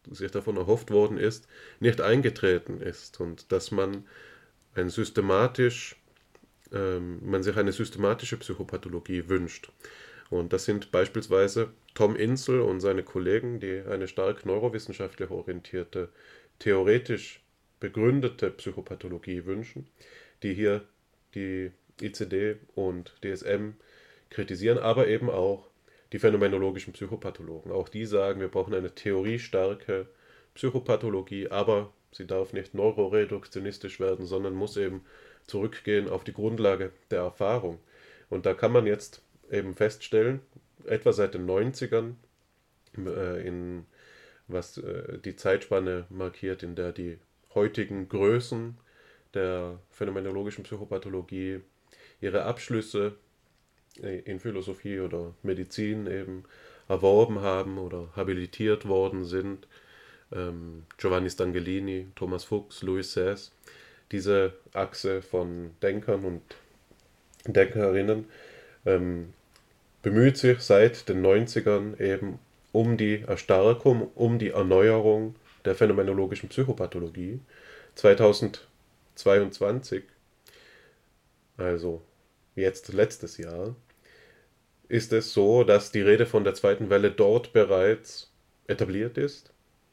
sich davon erhofft worden ist, nicht eingetreten ist und dass man ein systematisch, ähm, man sich eine systematische Psychopathologie wünscht. Und das sind beispielsweise Tom Insel und seine Kollegen, die eine stark neurowissenschaftlich orientierte, theoretisch begründete Psychopathologie wünschen, die hier die I C D und D S M kritisieren, aber eben auch die phänomenologischen Psychopathologen. Auch die sagen, wir brauchen eine theoriestarke Psychopathologie, aber sie darf nicht neuroreduktionistisch werden, sondern muss eben zurückgehen auf die Grundlage der Erfahrung. Und da kann man jetzt eben feststellen, etwa seit den neunzigern, äh, in, was äh, die Zeitspanne markiert, in der die heutigen Größen der phänomenologischen Psychopathologie ihre Abschlüsse in Philosophie oder Medizin eben erworben haben oder habilitiert worden sind. Ähm, Giovanni Stangelini, Thomas Fuchs, Louis Seiss, diese Achse von Denkern und Denkerinnen ähm, bemüht sich seit den neunzigern eben um die Erstarkung, um die Erneuerung der phänomenologischen Psychopathologie. zweitausendzweiundzwanzig, also jetzt letztes Jahr, ist es so, dass die Rede von der zweiten Welle dort bereits etabliert ist,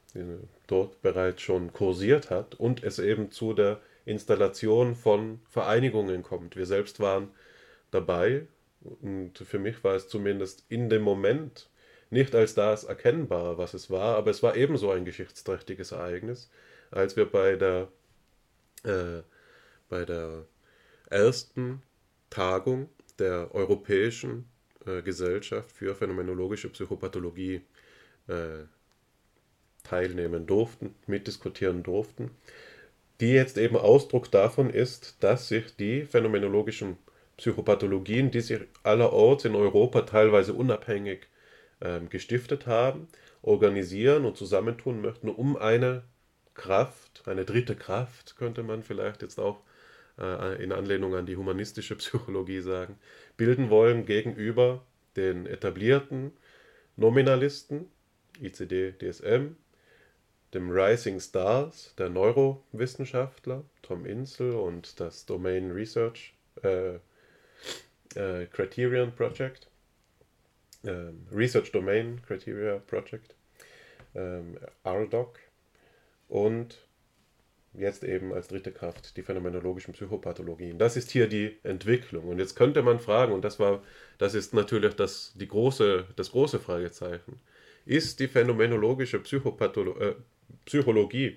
dort bereits schon kursiert hat und es eben zu der Installation von Vereinigungen kommt. Wir selbst waren dabei und für mich war es zumindest in dem Moment nicht als das erkennbar, was es war, aber es war ebenso ein geschichtsträchtiges Ereignis, als wir bei der, äh, bei der ersten Tagung der Europäischen äh, Gesellschaft für phänomenologische Psychopathologie äh, teilnehmen durften, mitdiskutieren durften, die jetzt eben Ausdruck davon ist, dass sich die phänomenologischen Psychopathologien, die sich allerorts in Europa teilweise unabhängig äh, gestiftet haben, organisieren und zusammentun möchten, um eine Kraft, eine dritte Kraft, könnte man vielleicht jetzt auch in Anlehnung an die humanistische Psychologie sagen, bilden wollen gegenüber den etablierten Nominalisten, I C D, D S M, dem Rising Stars der Neurowissenschaftler, Tom Insel und das Domain Research äh, äh, Criterion Project, äh, Research Domain Criteria Project, äh, R D O C und jetzt eben als dritte Kraft die phänomenologischen Psychopathologien. Das ist hier die Entwicklung. Und jetzt könnte man fragen, und das war, das ist natürlich das, die große, das große Fragezeichen, ist die phänomenologische Psychopatholo- äh, Psychologie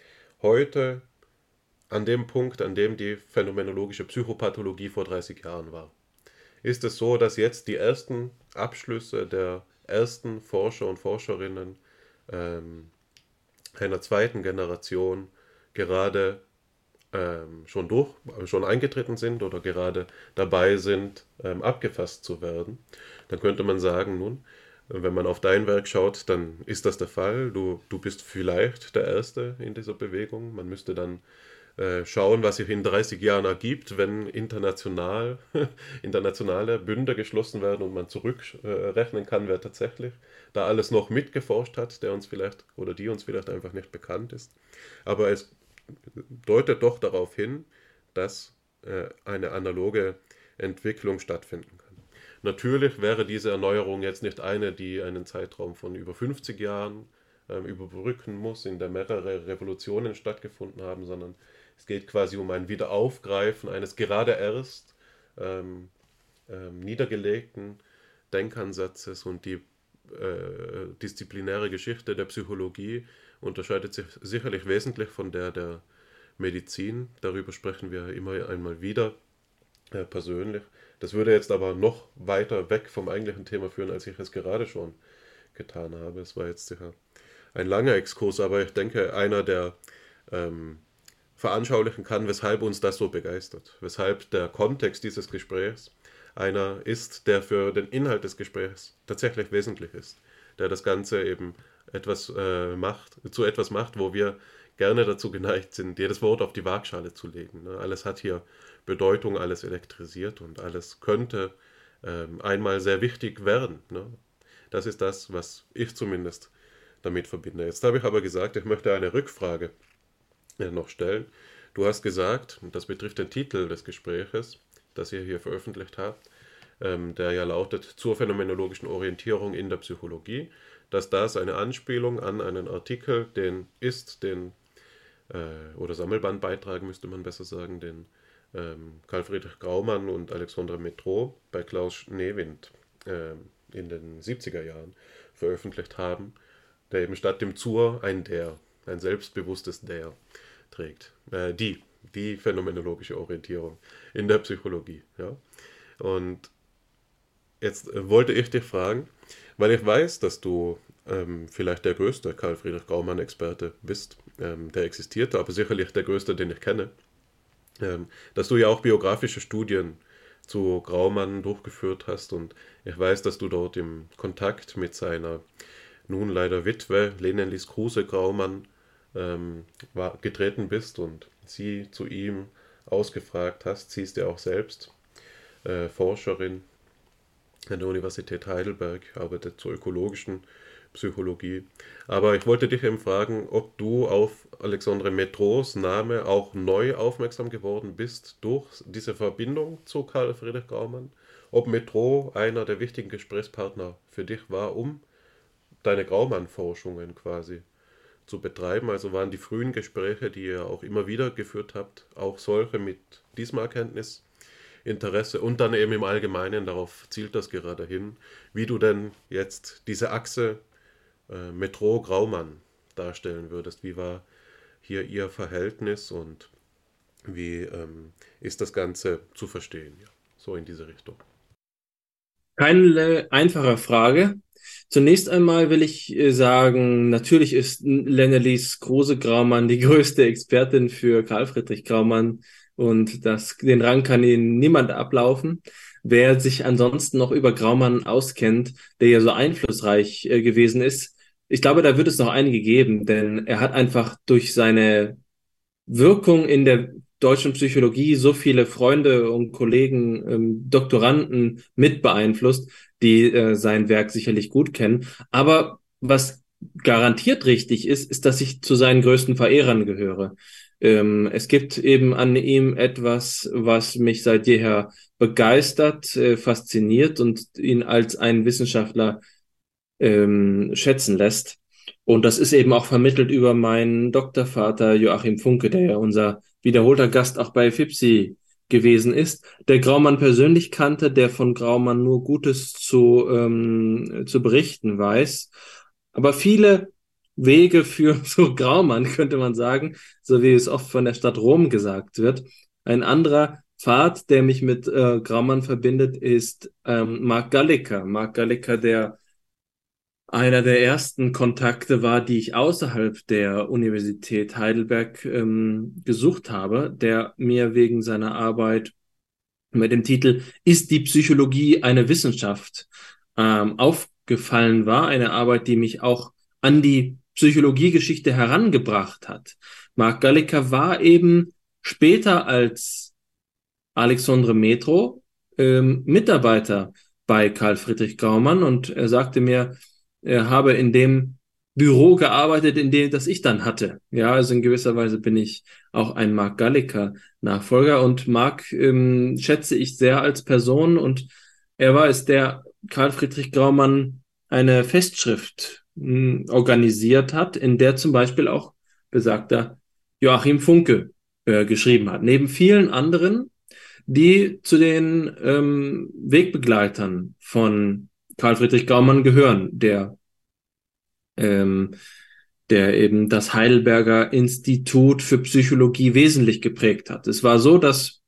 heute an dem Punkt, an dem die phänomenologische Psychopathologie vor dreißig Jahren war? Ist es so, dass jetzt die ersten Abschlüsse der ersten Forscher und Forscherinnen ähm, einer zweiten Generation gerade ähm, schon durch, schon eingetreten sind oder gerade dabei sind, ähm, abgefasst zu werden, dann könnte man sagen, nun, wenn man auf dein Werk schaut, dann ist das der Fall. Du, du bist vielleicht der Erste in dieser Bewegung. Man müsste dann äh, schauen, was sich in dreißig Jahren ergibt, wenn international, internationale Bünde geschlossen werden und man zurückrechnen äh, kann, wer tatsächlich da alles noch mitgeforscht hat, der uns vielleicht oder die uns vielleicht einfach nicht bekannt ist. Aber es deutet doch darauf hin, dass äh, eine analoge Entwicklung stattfinden kann. Natürlich wäre diese Erneuerung jetzt nicht eine, die einen Zeitraum von über fünfzig Jahren ähm, überbrücken muss, in der mehrere Revolutionen stattgefunden haben, sondern es geht quasi um ein Wiederaufgreifen eines gerade erst ähm, ähm, niedergelegten Denkansatzes, und die äh, disziplinäre Geschichte der Psychologie unterscheidet sich sicherlich wesentlich von der der Medizin. Darüber sprechen wir immer einmal wieder äh, persönlich. Das würde jetzt aber noch weiter weg vom eigentlichen Thema führen, als ich es gerade schon getan habe. Es war jetzt sicher ein langer Exkurs, aber ich denke, einer, der ähm, veranschaulichen kann, weshalb uns das so begeistert, weshalb der Kontext dieses Gesprächs einer ist, der für den Inhalt des Gesprächs tatsächlich wesentlich ist, der das Ganze eben etwas äh, macht, zu etwas macht, wo wir gerne dazu geneigt sind, jedes Wort auf die Waagschale zu legen. Ne? Alles hat hier Bedeutung, alles elektrisiert und alles könnte ähm, einmal sehr wichtig werden. Ne? Das ist das, was ich zumindest damit verbinde. Jetzt habe ich aber gesagt, ich möchte eine Rückfrage äh, noch stellen. Du hast gesagt, und das betrifft den Titel des Gespräches, das ihr hier veröffentlicht habt, ähm, der ja lautet zur phänomenologischen Orientierung in der Psychologie, dass das eine Anspielung an einen Artikel, den ist, den äh, oder Sammelbandbeitrag müsste man besser sagen, den ähm, Karl Friedrich Graumann und Alexandre Métraux bei Klaus Schneewind äh, in den siebziger Jahren veröffentlicht haben, der eben statt dem Zur ein Der, ein selbstbewusstes Der trägt. Äh, die, die phänomenologische Orientierung in der Psychologie. Ja? Und jetzt äh, wollte ich dich fragen, weil ich weiß, dass du ähm, vielleicht der größte Karl Friedrich Graumann-Experte bist, ähm, der existierte, aber sicherlich der größte, den ich kenne, ähm, dass du ja auch biografische Studien zu Graumann durchgeführt hast und ich weiß, dass du dort im Kontakt mit seiner nun leider Witwe Lenelies Kruse Graumann ähm, war, getreten bist und sie zu ihm ausgefragt hast. Sie ist ja auch selbst äh, Forscherin an der Universität Heidelberg, arbeitet zur ökologischen Psychologie. Aber ich wollte dich eben fragen, ob du auf Alexandre Métraux Name auch neu aufmerksam geworden bist durch diese Verbindung zu Karl Friedrich Graumann, ob Métraux einer der wichtigen Gesprächspartner für dich war, um deine Graumann-Forschungen quasi zu betreiben. Also waren die frühen Gespräche, die ihr auch immer wieder geführt habt, auch solche mit diesem Erkenntnis Interesse und dann eben im Allgemeinen, darauf zielt das gerade hin, wie du denn jetzt diese Achse äh, Métraux-Graumann darstellen würdest. Wie war hier ihr Verhältnis und wie ähm, ist das Ganze zu verstehen? Ja, so in diese Richtung. Keine einfache Frage. Zunächst einmal will ich sagen, natürlich ist Lenelies Kruse Graumann die größte Expertin für Karl Friedrich Graumann und das, den Rang kann ihnen niemand ablaufen. Wer sich ansonsten noch über Graumann auskennt, der ja so einflussreich äh, gewesen ist, ich glaube, da wird es noch einige geben, denn er hat einfach durch seine Wirkung in der deutschen Psychologie so viele Freunde und Kollegen, ähm, Doktoranden mit beeinflusst, die äh, sein Werk sicherlich gut kennen. Aber was garantiert richtig ist, ist, dass ich zu seinen größten Verehrern gehöre. Ähm, es gibt eben an ihm etwas, was mich seit jeher begeistert, äh, fasziniert und ihn als einen Wissenschaftler ähm, schätzen lässt. Und das ist eben auch vermittelt über meinen Doktorvater Joachim Funke, der ja unser wiederholter Gast auch bei FIPSI gewesen ist, der Graumann persönlich kannte, der von Graumann nur Gutes zu, ähm, zu berichten weiß. Aber viele Wege für so Graumann, könnte man sagen, so wie es oft von der Stadt Rom gesagt wird. Ein anderer Pfad, der mich mit äh, Graumann verbindet, ist ähm, Marc Galliker. Marc Galliker, der einer der ersten Kontakte war, die ich außerhalb der Universität Heidelberg ähm, gesucht habe, der mir wegen seiner Arbeit mit dem Titel Ist die Psychologie eine Wissenschaft ähm, aufgefallen war. Eine Arbeit, die mich auch an die Psychologiegeschichte herangebracht hat. Marc Galliker war eben später als Alexandre Métraux ähm, Mitarbeiter bei Karl Friedrich Graumann und er sagte mir, er habe in dem Büro gearbeitet, in dem das ich dann hatte. Ja, also in gewisser Weise bin ich auch ein Marc Galliker Nachfolger und Marc ähm, schätze ich sehr als Person und er war es, der Karl Friedrich Graumann eine Festschrift mh, organisiert hat, in der zum Beispiel auch besagter Joachim Funke äh, geschrieben hat. Neben vielen anderen, die zu den ähm, Wegbegleitern von Karl Friedrich Graumann gehören, der, ähm, der eben das Heidelberger Institut für Psychologie wesentlich geprägt hat. Es war so, dass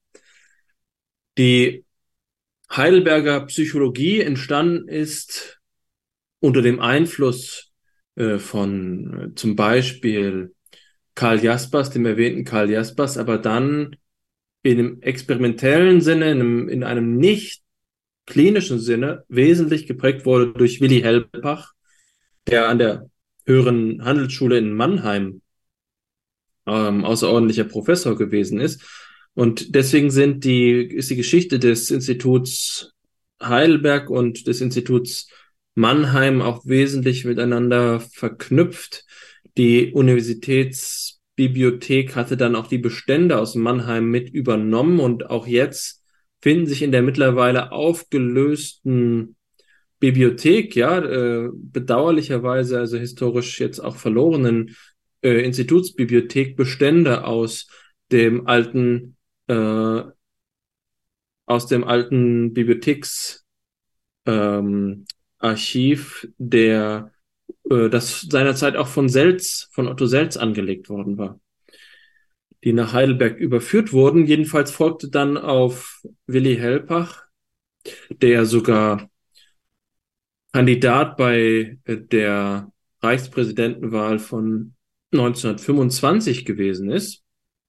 die Heidelberger Psychologie entstanden ist unter dem Einfluss äh, von äh, zum Beispiel Karl Jaspers, dem erwähnten Karl Jaspers, aber dann in einem experimentellen Sinne, in einem, in einem nicht klinischen Sinne wesentlich geprägt wurde durch Willi Hellbach, der an der Höheren Handelsschule in Mannheim ähm, außerordentlicher Professor gewesen ist. Und deswegen sind die, ist die Geschichte des Instituts Heidelberg und des Instituts Mannheim auch wesentlich miteinander verknüpft. Die Universitätsbibliothek hatte dann auch die Bestände aus Mannheim mit übernommen und auch jetzt finden sich in der mittlerweile aufgelösten Bibliothek, ja, äh, bedauerlicherweise, also historisch jetzt auch verlorenen äh, Institutsbibliothek Bestände aus dem alten, äh, aus dem alten Bibliotheks ähm, Archiv, der äh, das seinerzeit auch von Selz, von Otto Selz angelegt worden war, die nach Heidelberg überführt wurden. Jedenfalls folgte dann auf Willi Helpach, der sogar Kandidat bei äh, der Reichspräsidentenwahl von neunzehnhundertfünfundzwanzig gewesen ist,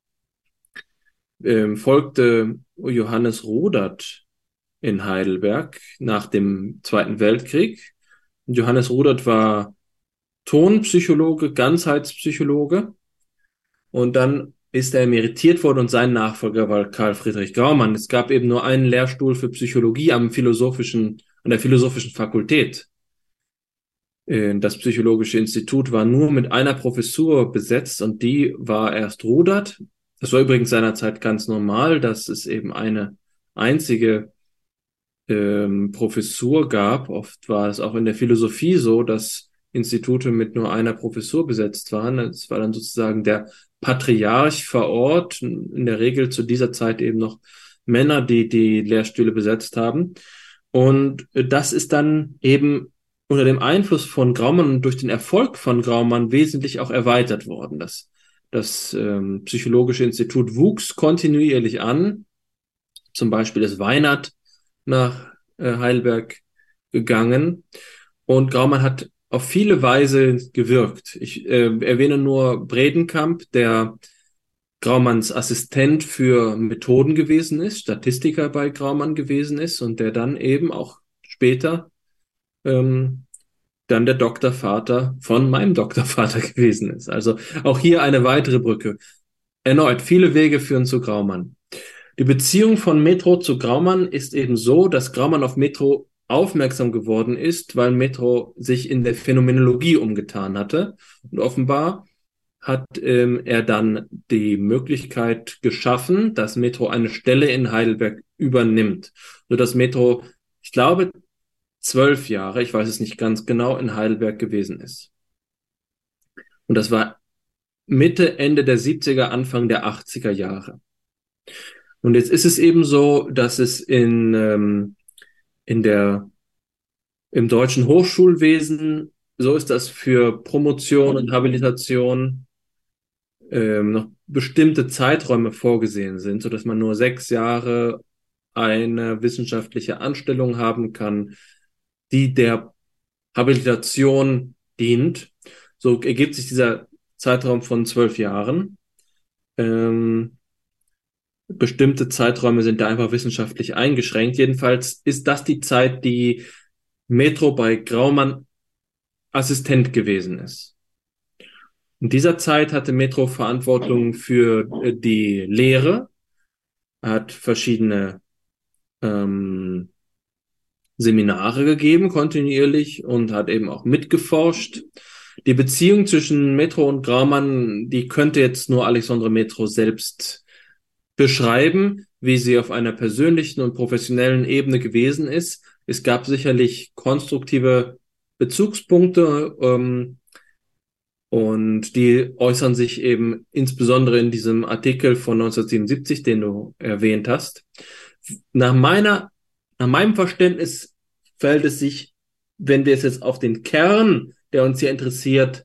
ähm, folgte Johannes Rudert in Heidelberg nach dem Zweiten Weltkrieg. Johannes Rudert war Tonpsychologe, Ganzheitspsychologe und dann ist er emeritiert worden und sein Nachfolger war Karl Friedrich Graumann. Es gab eben nur einen Lehrstuhl für Psychologie am philosophischen, an der philosophischen Fakultät. Das Psychologische Institut war nur mit einer Professur besetzt und die war erst Rudert. Das war übrigens seinerzeit ganz normal, dass es eben eine einzige ähm, Professur gab. Oft war es auch in der Philosophie so, dass Institute mit nur einer Professur besetzt waren. Es war dann sozusagen der Patriarch vor Ort, in der Regel zu dieser Zeit eben noch Männer, die die Lehrstühle besetzt haben. Und das ist dann eben unter dem Einfluss von Graumann und durch den Erfolg von Graumann wesentlich auch erweitert worden. Das, das ähm, Psychologische Institut wuchs kontinuierlich an. Zum Beispiel ist Weinert nach äh, Heidelberg gegangen und Graumann hat auf viele Weise gewirkt. Ich äh, erwähne nur Bredenkamp, der Graumanns Assistent für Methoden gewesen ist, Statistiker bei Graumann gewesen ist und der dann eben auch später ähm, dann der Doktorvater von meinem Doktorvater gewesen ist. Also auch hier eine weitere Brücke. Erneut, viele Wege führen zu Graumann. Die Beziehung von Metro zu Graumann ist eben so, dass Graumann auf Metro aufmerksam geworden ist, weil Metro sich in der Phänomenologie umgetan hatte. Und offenbar hat ähm, er dann die Möglichkeit geschaffen, dass Metro eine Stelle in Heidelberg übernimmt. Sodass Metro, ich glaube, zwölf Jahre, ich weiß es nicht ganz genau, in Heidelberg gewesen ist. Und das war Mitte, Ende der siebziger, Anfang der achtziger Jahre. Und jetzt ist es eben so, dass es in, ähm, in der, im deutschen Hochschulwesen, so ist das für Promotion und Habilitation, ähm, noch bestimmte Zeiträume vorgesehen sind, so dass man nur sechs Jahre eine wissenschaftliche Anstellung haben kann, die der Habilitation dient. So ergibt sich dieser Zeitraum von zwölf Jahren. Ähm, bestimmte Zeiträume sind da einfach wissenschaftlich eingeschränkt. Jedenfalls ist das die Zeit, die Metro bei Graumann Assistent gewesen ist. In dieser Zeit hatte Metro Verantwortung für äh, die Lehre, hat verschiedene ähm, Seminare gegeben, kontinuierlich, und hat eben auch mitgeforscht. Die Beziehung zwischen Metro und Graumann, die könnte jetzt nur Alexandre Metro selbst beschreiben, wie sie auf einer persönlichen und professionellen Ebene gewesen ist. Es gab sicherlich konstruktive Bezugspunkte, ähm, und die äußern sich eben insbesondere in diesem Artikel von neunzehnhundertsiebenundsiebzig, den du erwähnt hast. Nach meiner, nach meinem Verständnis fällt es sich, wenn wir es jetzt auf den Kern, der uns hier interessiert,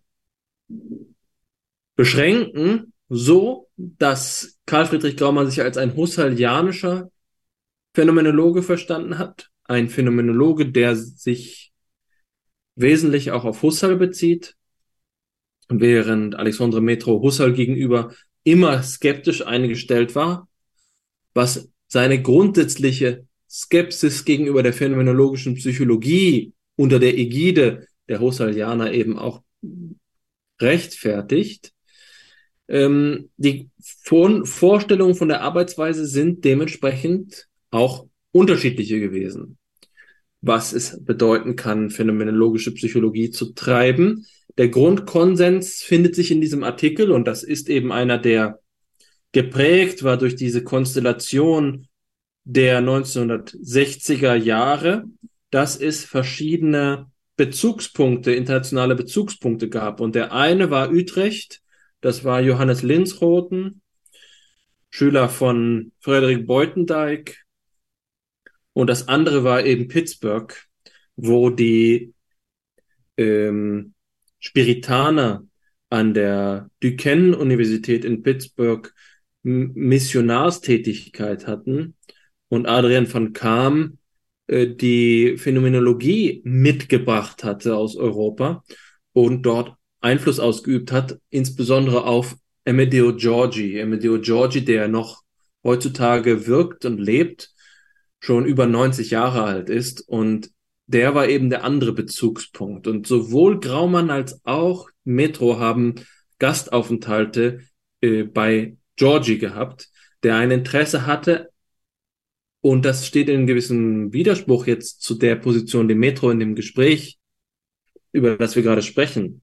beschränken, so, dass Karl Friedrich Graumann sich als ein husserlianischer Phänomenologe verstanden hat. Ein Phänomenologe, der sich wesentlich auch auf Husserl bezieht, während Alexandre Metro Husserl gegenüber immer skeptisch eingestellt war, was seine grundsätzliche Skepsis gegenüber der phänomenologischen Psychologie unter der Ägide der Husserlianer eben auch rechtfertigt. Ähm, die Vor- Vorstellungen von der Arbeitsweise sind dementsprechend auch unterschiedliche gewesen. was es bedeuten kann, phänomenologische Psychologie zu treiben. Der Grundkonsens findet sich in diesem Artikel, und das ist eben einer, der geprägt war durch diese Konstellation der neunzehnhundertsechziger Jahre, dass es verschiedene Bezugspunkte, internationale Bezugspunkte gab. Und der eine war Utrecht, das war Johannes Linsroten, Schüler von Frederik Buitendijk. Und das andere war eben Pittsburgh, wo die ähm, Spiritaner an der Duquesne-Universität in Pittsburgh M- Missionarstätigkeit hatten und Adrian van Kaam äh, die Phänomenologie mitgebracht hatte aus Europa und dort Einfluss ausgeübt hat, insbesondere auf Amedeo Giorgi. Amedeo Giorgi, der noch heutzutage wirkt und lebt, schon über neunzig Jahre alt ist, und der war eben der andere Bezugspunkt. Und sowohl Graumann als auch Metro haben Gastaufenthalte äh, bei Giorgi gehabt, der ein Interesse hatte, und das steht in einem gewissen Widerspruch jetzt zu der Position, die Metro in dem Gespräch, über das wir gerade sprechen,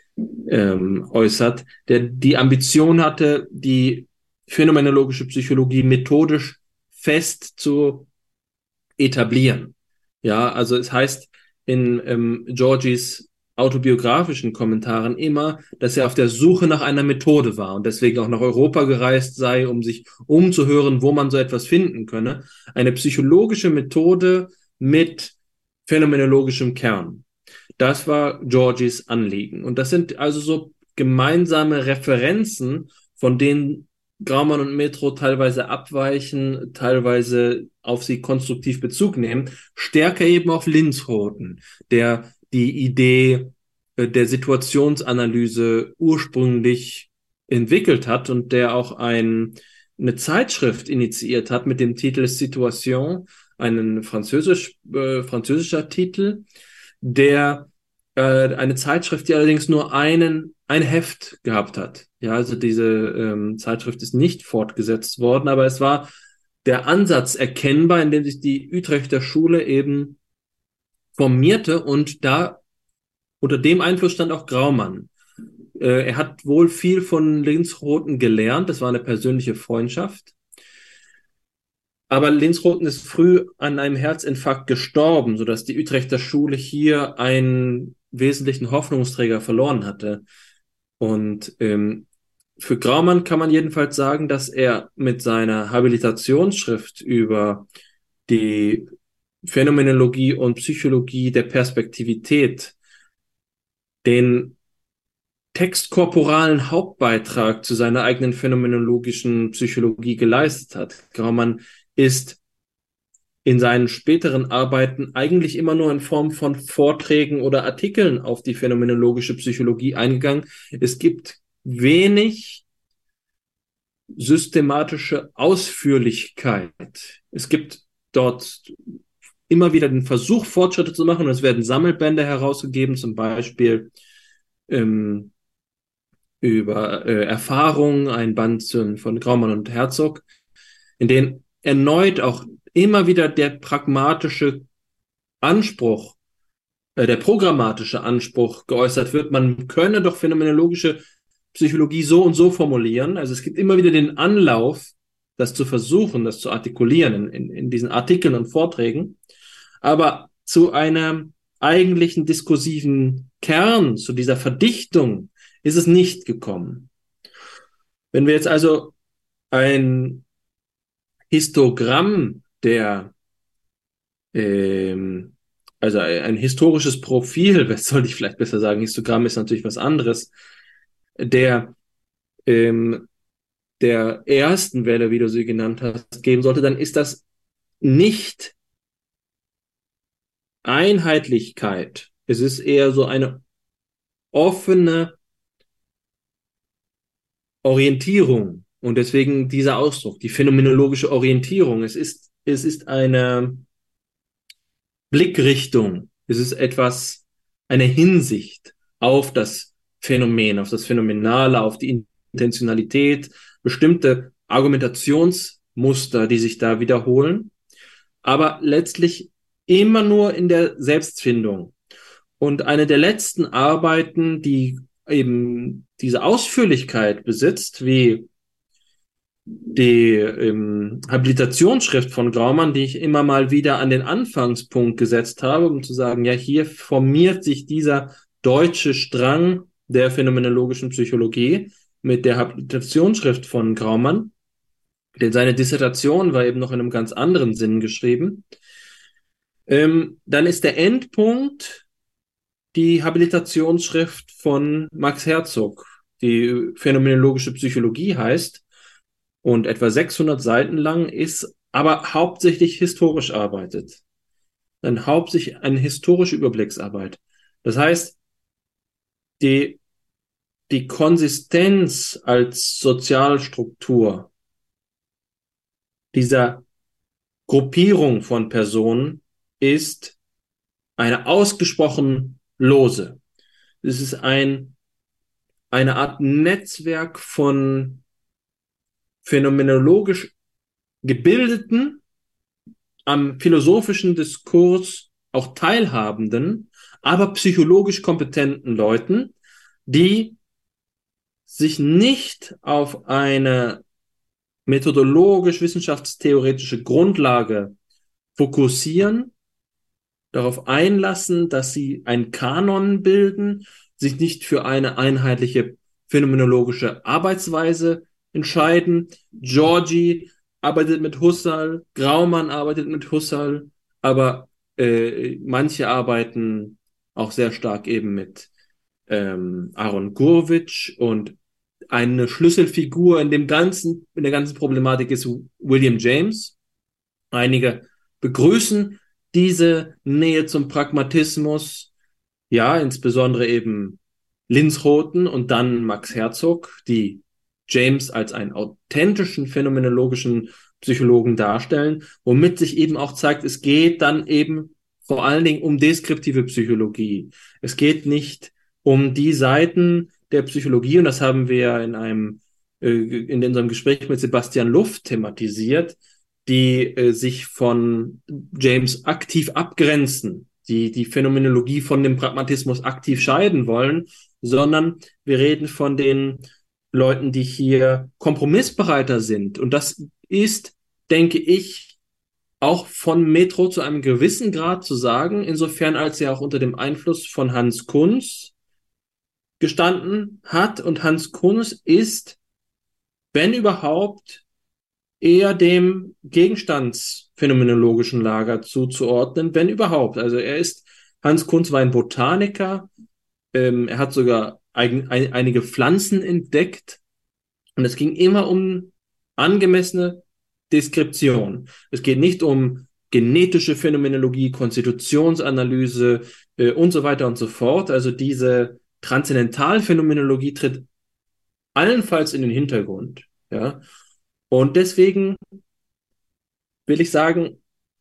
ähm, äußert, der die Ambition hatte, die phänomenologische Psychologie methodisch fest zu etablieren. Ja, also es heißt in ähm, Giorgis autobiografischen Kommentaren immer, dass er auf der Suche nach einer Methode war und deswegen auch nach Europa gereist sei, um sich umzuhören, wo man so etwas finden könne. Eine psychologische Methode mit phänomenologischem Kern. Das war Giorgis Anliegen. Und das sind also so gemeinsame Referenzen, von denen Graumann und Metro teilweise abweichen, teilweise auf sie konstruktiv Bezug nehmen, stärker eben auf Linsroten, der die Idee der Situationsanalyse ursprünglich entwickelt hat und der auch ein, eine Zeitschrift initiiert hat mit dem Titel Situation, einen französisch, äh, französischer Titel, der äh, eine Zeitschrift, die allerdings nur einen ein Heft gehabt hat. Ja, also diese ähm, Zeitschrift ist nicht fortgesetzt worden, aber es war der Ansatz erkennbar, in dem sich die Utrechter Schule eben formierte, und da unter dem Einfluss stand auch Graumann. Äh, er hat wohl viel von Linsroten gelernt, das war eine persönliche Freundschaft. Aber Linsroten ist früh an einem Herzinfarkt gestorben, sodass die Utrechter Schule hier einen wesentlichen Hoffnungsträger verloren hatte. Und ähm, für Graumann kann man jedenfalls sagen, dass er mit seiner Habilitationsschrift über die Phänomenologie und Psychologie der Perspektivität den textkorporalen Hauptbeitrag zu seiner eigenen phänomenologischen Psychologie geleistet hat. Graumann ist in seinen späteren Arbeiten eigentlich immer nur in Form von Vorträgen oder Artikeln auf die phänomenologische Psychologie eingegangen. Es gibt wenig systematische Ausführlichkeit. Es gibt dort immer wieder den Versuch, Fortschritte zu machen, und es werden Sammelbände herausgegeben, zum Beispiel ähm, über äh, Erfahrungen, ein Band von Graumann und Herzog, in denen erneut auch immer wieder der pragmatische Anspruch, äh, der programmatische Anspruch geäußert wird, man könne doch phänomenologische Psychologie so und so formulieren. Also es gibt immer wieder den Anlauf, das zu versuchen, das zu artikulieren in, in, in diesen Artikeln und Vorträgen. Aber zu einem eigentlichen diskursiven Kern, zu dieser Verdichtung, ist es nicht gekommen. Wenn wir jetzt also ein Histogramm der, ähm, also ein historisches Profil, was soll ich vielleicht besser sagen, Histogramm ist natürlich was anderes, der, ähm, der ersten Welle, wie du sie genannt hast, geben sollte, dann ist das nicht Einheitlichkeit. Es ist eher so eine offene Orientierung. Und deswegen dieser Ausdruck, die phänomenologische Orientierung. Es ist, es ist eine Blickrichtung. Es ist etwas, eine Hinsicht auf das Phänomen, auf das Phänomenale, auf die Intentionalität, bestimmte Argumentationsmuster, die sich da wiederholen. Aber letztlich immer nur in der Selbstfindung. Und eine der letzten Arbeiten, die eben diese Ausführlichkeit besitzt, wie die ähm, Habilitationsschrift von Graumann, die ich immer mal wieder an den Anfangspunkt gesetzt habe, um zu sagen, ja, hier formiert sich dieser deutsche Strang der phänomenologischen Psychologie mit der Habilitationsschrift von Graumann. Denn seine Dissertation war eben noch in einem ganz anderen Sinn geschrieben. Ähm, dann ist der Endpunkt die Habilitationsschrift von Max Herzog, die phänomenologische Psychologie heißt und etwa sechshundert Seiten lang ist, aber hauptsächlich historisch arbeitet. Dann hauptsächlich eine historische Überblicksarbeit. Das heißt, die, die Konsistenz als Sozialstruktur dieser Gruppierung von Personen ist eine ausgesprochen lose. Es ist ein, eine Art Netzwerk von phänomenologisch gebildeten, am philosophischen Diskurs auch teilhabenden, aber psychologisch kompetenten Leuten, die sich nicht auf eine methodologisch-wissenschaftstheoretische Grundlage fokussieren, darauf einlassen, dass sie einen Kanon bilden, sich nicht für eine einheitliche phänomenologische Arbeitsweise entscheiden. Georgi arbeitet mit Husserl, Graumann arbeitet mit Husserl, aber äh, manche arbeiten auch sehr stark eben mit ähm, Aaron Gurwitsch, und eine Schlüsselfigur in dem ganzen, in der ganzen Problematik ist William James. Einige begrüßen diese Nähe zum Pragmatismus, ja, insbesondere eben Linzroten und dann Max Herzog, die James als einen authentischen phänomenologischen Psychologen darstellen, womit sich eben auch zeigt, es geht dann eben vor allen Dingen um deskriptive Psychologie. Es geht nicht um die Seiten der Psychologie, und das haben wir in einem äh, in unserem Gespräch mit Sebastian Luft thematisiert, die äh, sich von James aktiv abgrenzen, die die Phänomenologie von dem Pragmatismus aktiv scheiden wollen, sondern wir reden von den Leuten, die hier kompromissbereiter sind. Und das ist, denke ich, auch von Metro zu einem gewissen Grad zu sagen, insofern als er auch unter dem Einfluss von Hans Kunz gestanden hat. Und Hans Kunz ist, wenn überhaupt, eher dem gegenstandsphänomenologischen Lager zuzuordnen, wenn überhaupt. Also er ist, Hans Kunz war ein Botaniker, ähm, er hat sogar ein, ein, einige Pflanzen entdeckt, und es ging immer um angemessene Deskription. Es geht nicht um genetische Phänomenologie, Konstitutionsanalyse äh, und so weiter und so fort. Also diese Transzendentalphänomenologie tritt allenfalls in den Hintergrund. Ja? Und deswegen will ich sagen,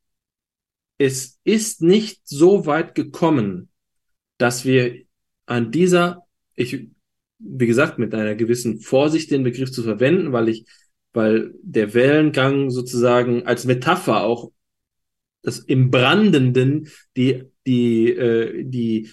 es ist nicht so weit gekommen, dass wir an dieser, ich, wie gesagt, mit einer gewissen Vorsicht den Begriff zu verwenden, weil ich, weil der Wellengang sozusagen als Metapher auch das im Brandenden, die, die, äh, die,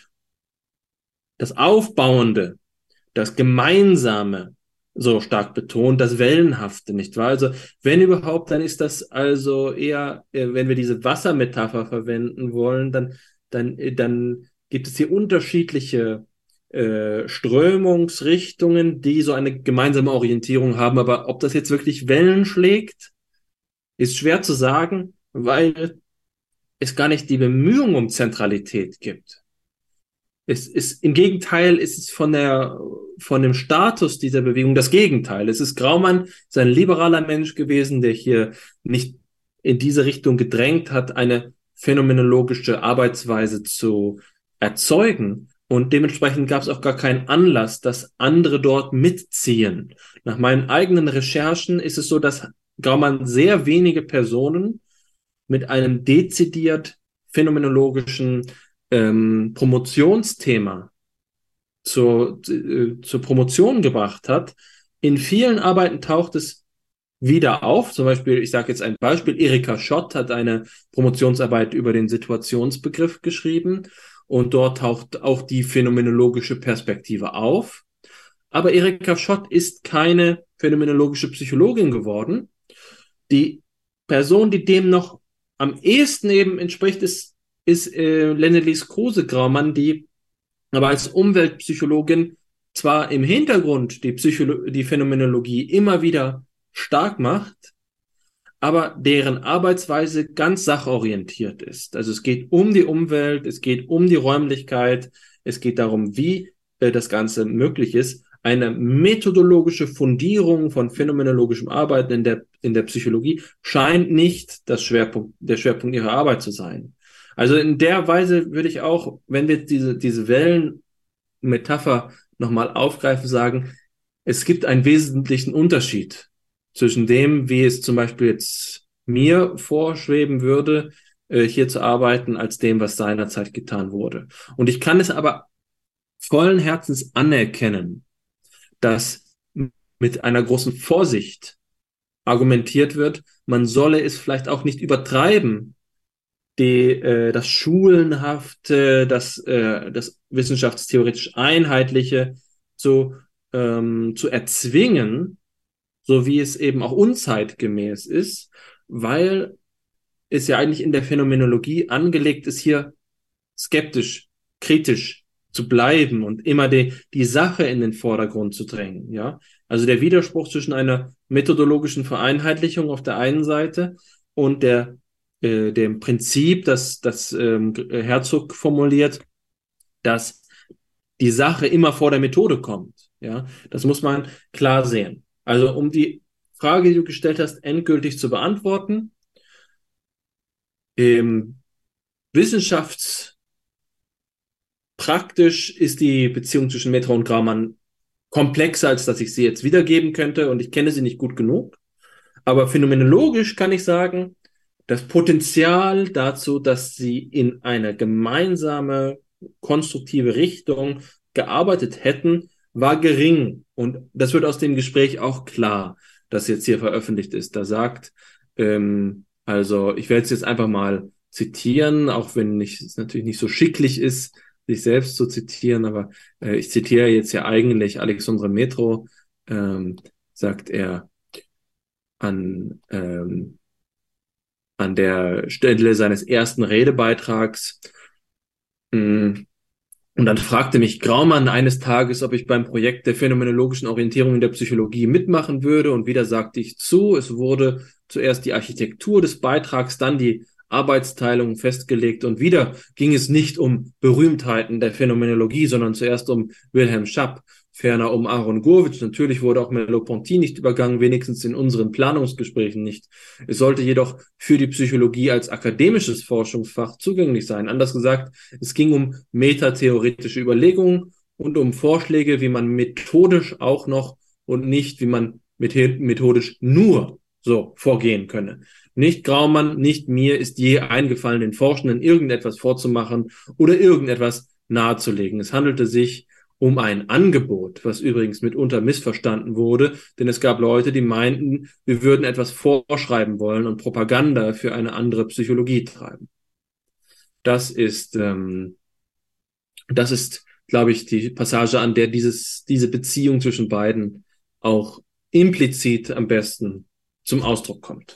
das Aufbauende, das Gemeinsame so stark betont, das Wellenhafte, nicht wahr? Also wenn überhaupt, dann ist das also eher, äh, wenn wir diese Wassermetapher verwenden wollen, dann, dann, äh, dann gibt es hier unterschiedliche äh, Strömungsrichtungen, die so eine gemeinsame Orientierung haben. Aber ob das jetzt wirklich Wellen schlägt, ist schwer zu sagen, weil es gar nicht die Bemühung um Zentralität gibt. Es ist, im Gegenteil, ist es von der, von dem Status dieser Bewegung das Gegenteil. Es ist Graumann, ist ein liberaler Mensch gewesen, der hier nicht in diese Richtung gedrängt hat, eine phänomenologische Arbeitsweise zu erzeugen. Und dementsprechend gab es auch gar keinen Anlass, dass andere dort mitziehen. Nach meinen eigenen Recherchen ist es so, dass Graumann sehr wenige Personen mit einem dezidiert phänomenologischen ähm, Promotionsthema zur, äh, zur Promotion gebracht hat. In vielen Arbeiten taucht es wieder auf. Zum Beispiel, ich sage jetzt ein Beispiel, Erika Schott hat eine Promotionsarbeit über den Situationsbegriff geschrieben und dort taucht auch die phänomenologische Perspektive auf. Aber Erika Schott ist keine phänomenologische Psychologin geworden. Die Person, die dem noch am ehesten eben entspricht, ist, ist äh, Lennelis Kruse-Graumann, die aber als Umweltpsychologin zwar im Hintergrund die, Psycholo- die Phänomenologie immer wieder stark macht, aber deren Arbeitsweise ganz sachorientiert ist. Also es geht um die Umwelt, es geht um die Räumlichkeit, es geht darum, wie äh, das Ganze möglich ist. Eine methodologische Fundierung von phänomenologischem Arbeiten in der, in der Psychologie scheint nicht das Schwerpunkt, der Schwerpunkt ihrer Arbeit zu sein. Also in der Weise würde ich auch, wenn wir diese, diese Wellenmetapher nochmal aufgreifen, sagen, es gibt einen wesentlichen Unterschied zwischen dem, wie es zum Beispiel jetzt mir vorschweben würde, äh, hier zu arbeiten, als dem, was seinerzeit getan wurde. Und ich kann es aber vollen Herzens anerkennen, dass mit einer großen Vorsicht argumentiert wird, man solle es vielleicht auch nicht übertreiben, die, äh, das Schulenhafte, das, äh, das wissenschaftstheoretisch Einheitliche zu, ähm, zu erzwingen, so wie es eben auch unzeitgemäß ist, weil es ja eigentlich in der Phänomenologie angelegt ist, hier skeptisch, kritisch zu bleiben und immer die, die Sache in den Vordergrund zu drängen, ja. Also der Widerspruch zwischen einer methodologischen Vereinheitlichung auf der einen Seite und der, äh, dem Prinzip, das, das ähm, Herzog formuliert, dass die Sache immer vor der Methode kommt, ja. Das muss man klar sehen. Also um die Frage, die du gestellt hast, endgültig zu beantworten, ähm, Wissenschafts Praktisch ist die Beziehung zwischen Metra und Graumann komplexer, als dass ich sie jetzt wiedergeben könnte und ich kenne sie nicht gut genug. Aber phänomenologisch kann ich sagen, das Potenzial dazu, dass sie in eine gemeinsame, konstruktive Richtung gearbeitet hätten, war gering. Und das wird aus dem Gespräch auch klar, das jetzt hier veröffentlicht ist. Da sagt, ähm, also ich werde es jetzt einfach mal zitieren, auch wenn ich, es natürlich nicht so schicklich ist, sich selbst zu zitieren, aber äh, ich zitiere jetzt ja eigentlich Alexandre Metro, ähm, sagt er an, ähm, an der Stelle seines ersten Redebeitrags. mh, Und dann fragte mich Graumann eines Tages, ob ich beim Projekt der phänomenologischen Orientierung in der Psychologie mitmachen würde. Und wieder sagte ich zu. Es wurde zuerst die Architektur des Beitrags, dann die Arbeitsteilung festgelegt. Und wieder ging es nicht um Berühmtheiten der Phänomenologie, sondern zuerst um Wilhelm Schapp, ferner um Aaron Gurwitsch. Natürlich wurde auch Merleau-Ponty nicht übergangen, wenigstens in unseren Planungsgesprächen nicht. Es sollte jedoch für die Psychologie als akademisches Forschungsfach zugänglich sein. Anders gesagt, es ging um metatheoretische Überlegungen und um Vorschläge, wie man methodisch auch noch und nicht, wie man methodisch nur so vorgehen könne. Nicht Graumann, nicht mir ist je eingefallen, den Forschenden irgendetwas vorzumachen oder irgendetwas nahezulegen. Es handelte sich um ein Angebot, was übrigens mitunter missverstanden wurde, denn es gab Leute, die meinten, wir würden etwas vorschreiben wollen und Propaganda für eine andere Psychologie treiben. Das ist, ähm, das ist, glaube ich, die Passage, an der dieses, diese Beziehung zwischen beiden auch implizit am besten zum Ausdruck kommt.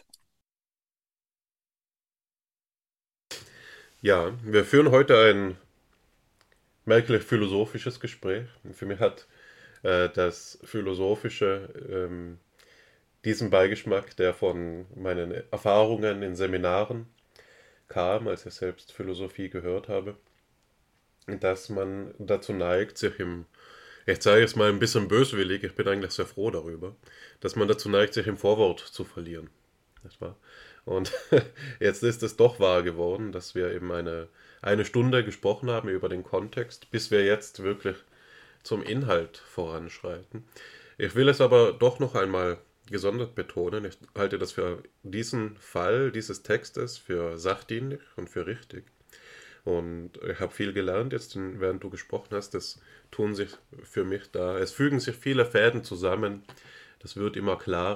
Ja, wir führen heute ein merklich philosophisches Gespräch. Für mich hat äh, das Philosophische ähm, diesen Beigeschmack, der von meinen Erfahrungen in Seminaren kam, als ich selbst Philosophie gehört habe, dass man dazu neigt, sich im, ich sage es mal ein bisschen böswillig, ich bin eigentlich sehr froh darüber, dass man dazu neigt, sich im Vorwort zu verlieren. Nicht wahr? Und jetzt ist es doch wahr geworden, dass wir eben eine, eine Stunde gesprochen haben über den Kontext, bis wir jetzt wirklich zum Inhalt voranschreiten. Ich will es aber doch noch einmal gesondert betonen. Ich halte das für diesen Fall dieses Textes für sachdienlich und für richtig. Und ich habe viel gelernt jetzt, während du gesprochen hast. Es tun sich für mich da, es fügen sich viele Fäden zusammen. Das wird immer klarer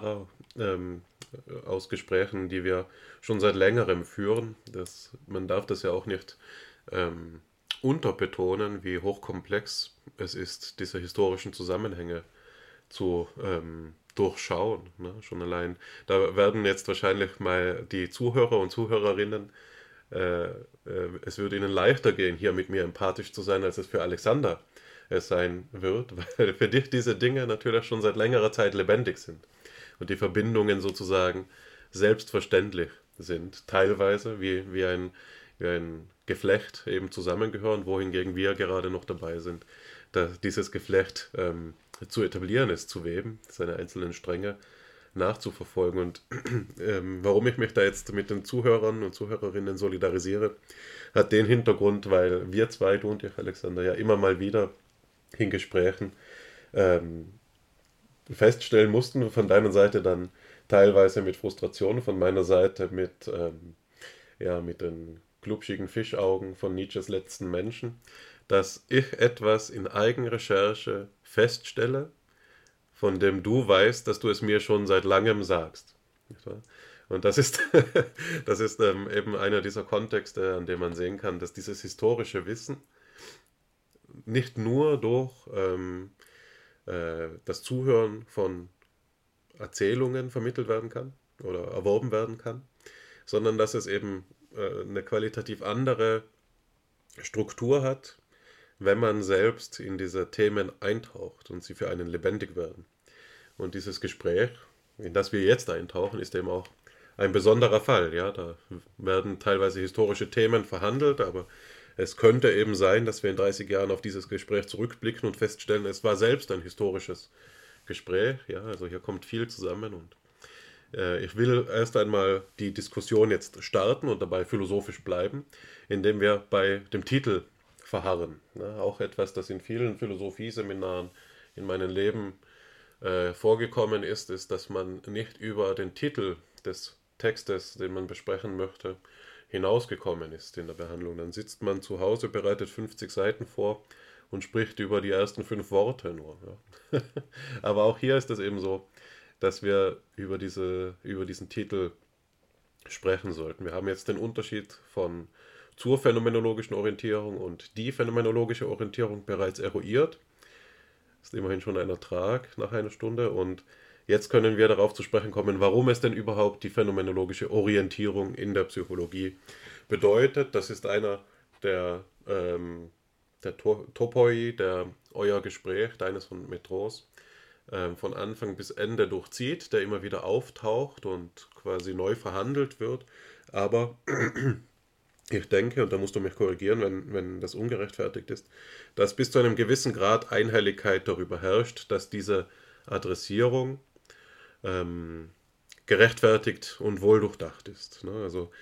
ähm, aus Gesprächen, die wir schon seit längerem führen. Das, man darf das ja auch nicht ähm, unterbetonen, wie hochkomplex es ist, diese historischen Zusammenhänge zu ähm, durchschauen. Ne? Schon allein, da werden jetzt wahrscheinlich mal die Zuhörer und Zuhörerinnen, äh, äh, es wird ihnen leichter gehen, hier mit mir empathisch zu sein, als es für Alexander es sein wird, weil für dich diese Dinge natürlich schon seit längerer Zeit lebendig sind und die Verbindungen sozusagen selbstverständlich sind, teilweise wie, wie, ein, wie ein Geflecht eben zusammengehören, wohingegen wir gerade noch dabei sind, da dieses Geflecht ähm, zu etablieren ist, zu weben, seine einzelnen Stränge nachzuverfolgen. Und ähm, warum ich mich da jetzt mit den Zuhörern und Zuhörerinnen solidarisiere, hat den Hintergrund, weil wir zwei, du und ich, Alexander, ja immer mal wieder in Gesprächen ähm, feststellen mussten, von deiner Seite dann teilweise mit Frustration, von meiner Seite mit, ähm, ja, mit den glubschigen Fischaugen von Nietzsches letzten Menschen, dass ich etwas in Eigenrecherche feststelle, von dem du weißt, dass du es mir schon seit langem sagst. Und das ist, das ist ähm, eben einer dieser Kontexte, an dem man sehen kann, dass dieses historische Wissen nicht nur durch ähm, äh, das Zuhören von Erzählungen vermittelt werden kann oder erworben werden kann, sondern dass es eben äh, eine qualitativ andere Struktur hat, wenn man selbst in diese Themen eintaucht und sie für einen lebendig werden. Und dieses Gespräch, in das wir jetzt eintauchen, ist eben auch ein besonderer Fall. Ja, da werden teilweise historische Themen verhandelt, aber es könnte eben sein, dass wir in dreißig Jahren auf dieses Gespräch zurückblicken und feststellen, es war selbst ein historisches Gespräch. Ja, also hier kommt viel zusammen und äh, ich will erst einmal die Diskussion jetzt starten und dabei philosophisch bleiben, indem wir bei dem Titel verharren. Ne? Auch etwas, das in vielen Philosophieseminaren in meinem Leben äh, vorgekommen ist, ist, dass man nicht über den Titel des Textes, den man besprechen möchte, hinausgekommen ist in der Behandlung. Dann sitzt man zu Hause, bereitet fünfzig Seiten vor und spricht über die ersten fünf Worte nur. Ja. Aber auch hier ist es eben so, dass wir über, diese, über diesen Titel sprechen sollten. Wir haben jetzt den Unterschied von zur phänomenologischen Orientierung und die phänomenologische Orientierung bereits eruiert. Das ist immerhin schon ein Ertrag nach einer Stunde und jetzt können wir darauf zu sprechen kommen, warum es denn überhaupt die phänomenologische Orientierung in der Psychologie bedeutet. Das ist einer der, ähm, der Topoi, der euer Gespräch, deines von Metros, ähm, von Anfang bis Ende durchzieht, der immer wieder auftaucht und quasi neu verhandelt wird. Aber ich denke, und da musst du mich korrigieren, wenn, wenn das ungerechtfertigt ist, dass bis zu einem gewissen Grad Einhelligkeit darüber herrscht, dass diese Adressierung ähm, gerechtfertigt und wohldurchdacht ist. Ne? Also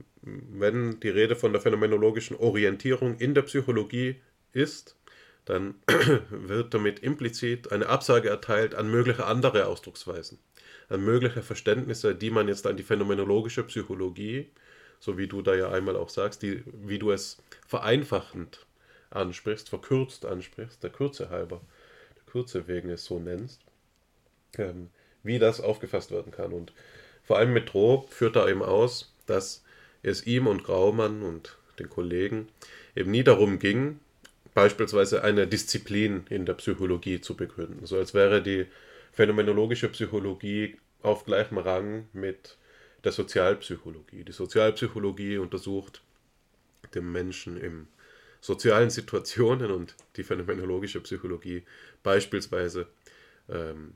wenn die Rede von der phänomenologischen Orientierung in der Psychologie ist, dann wird damit implizit eine Absage erteilt an mögliche andere Ausdrucksweisen, an mögliche Verständnisse, die man jetzt an die phänomenologische Psychologie, so wie du da ja einmal auch sagst, die, wie du es vereinfachend ansprichst, verkürzt ansprichst, der Kürze halber, der Kürze wegen es so nennst, ähm, wie das aufgefasst werden kann. Und vor allem Metro führt da eben aus, dass es ihm und Graumann und den Kollegen eben nie darum ging, beispielsweise eine Disziplin in der Psychologie zu begründen. So als wäre die phänomenologische Psychologie auf gleichem Rang mit der Sozialpsychologie. Die Sozialpsychologie untersucht den Menschen in sozialen Situationen und die phänomenologische Psychologie beispielsweise ähm,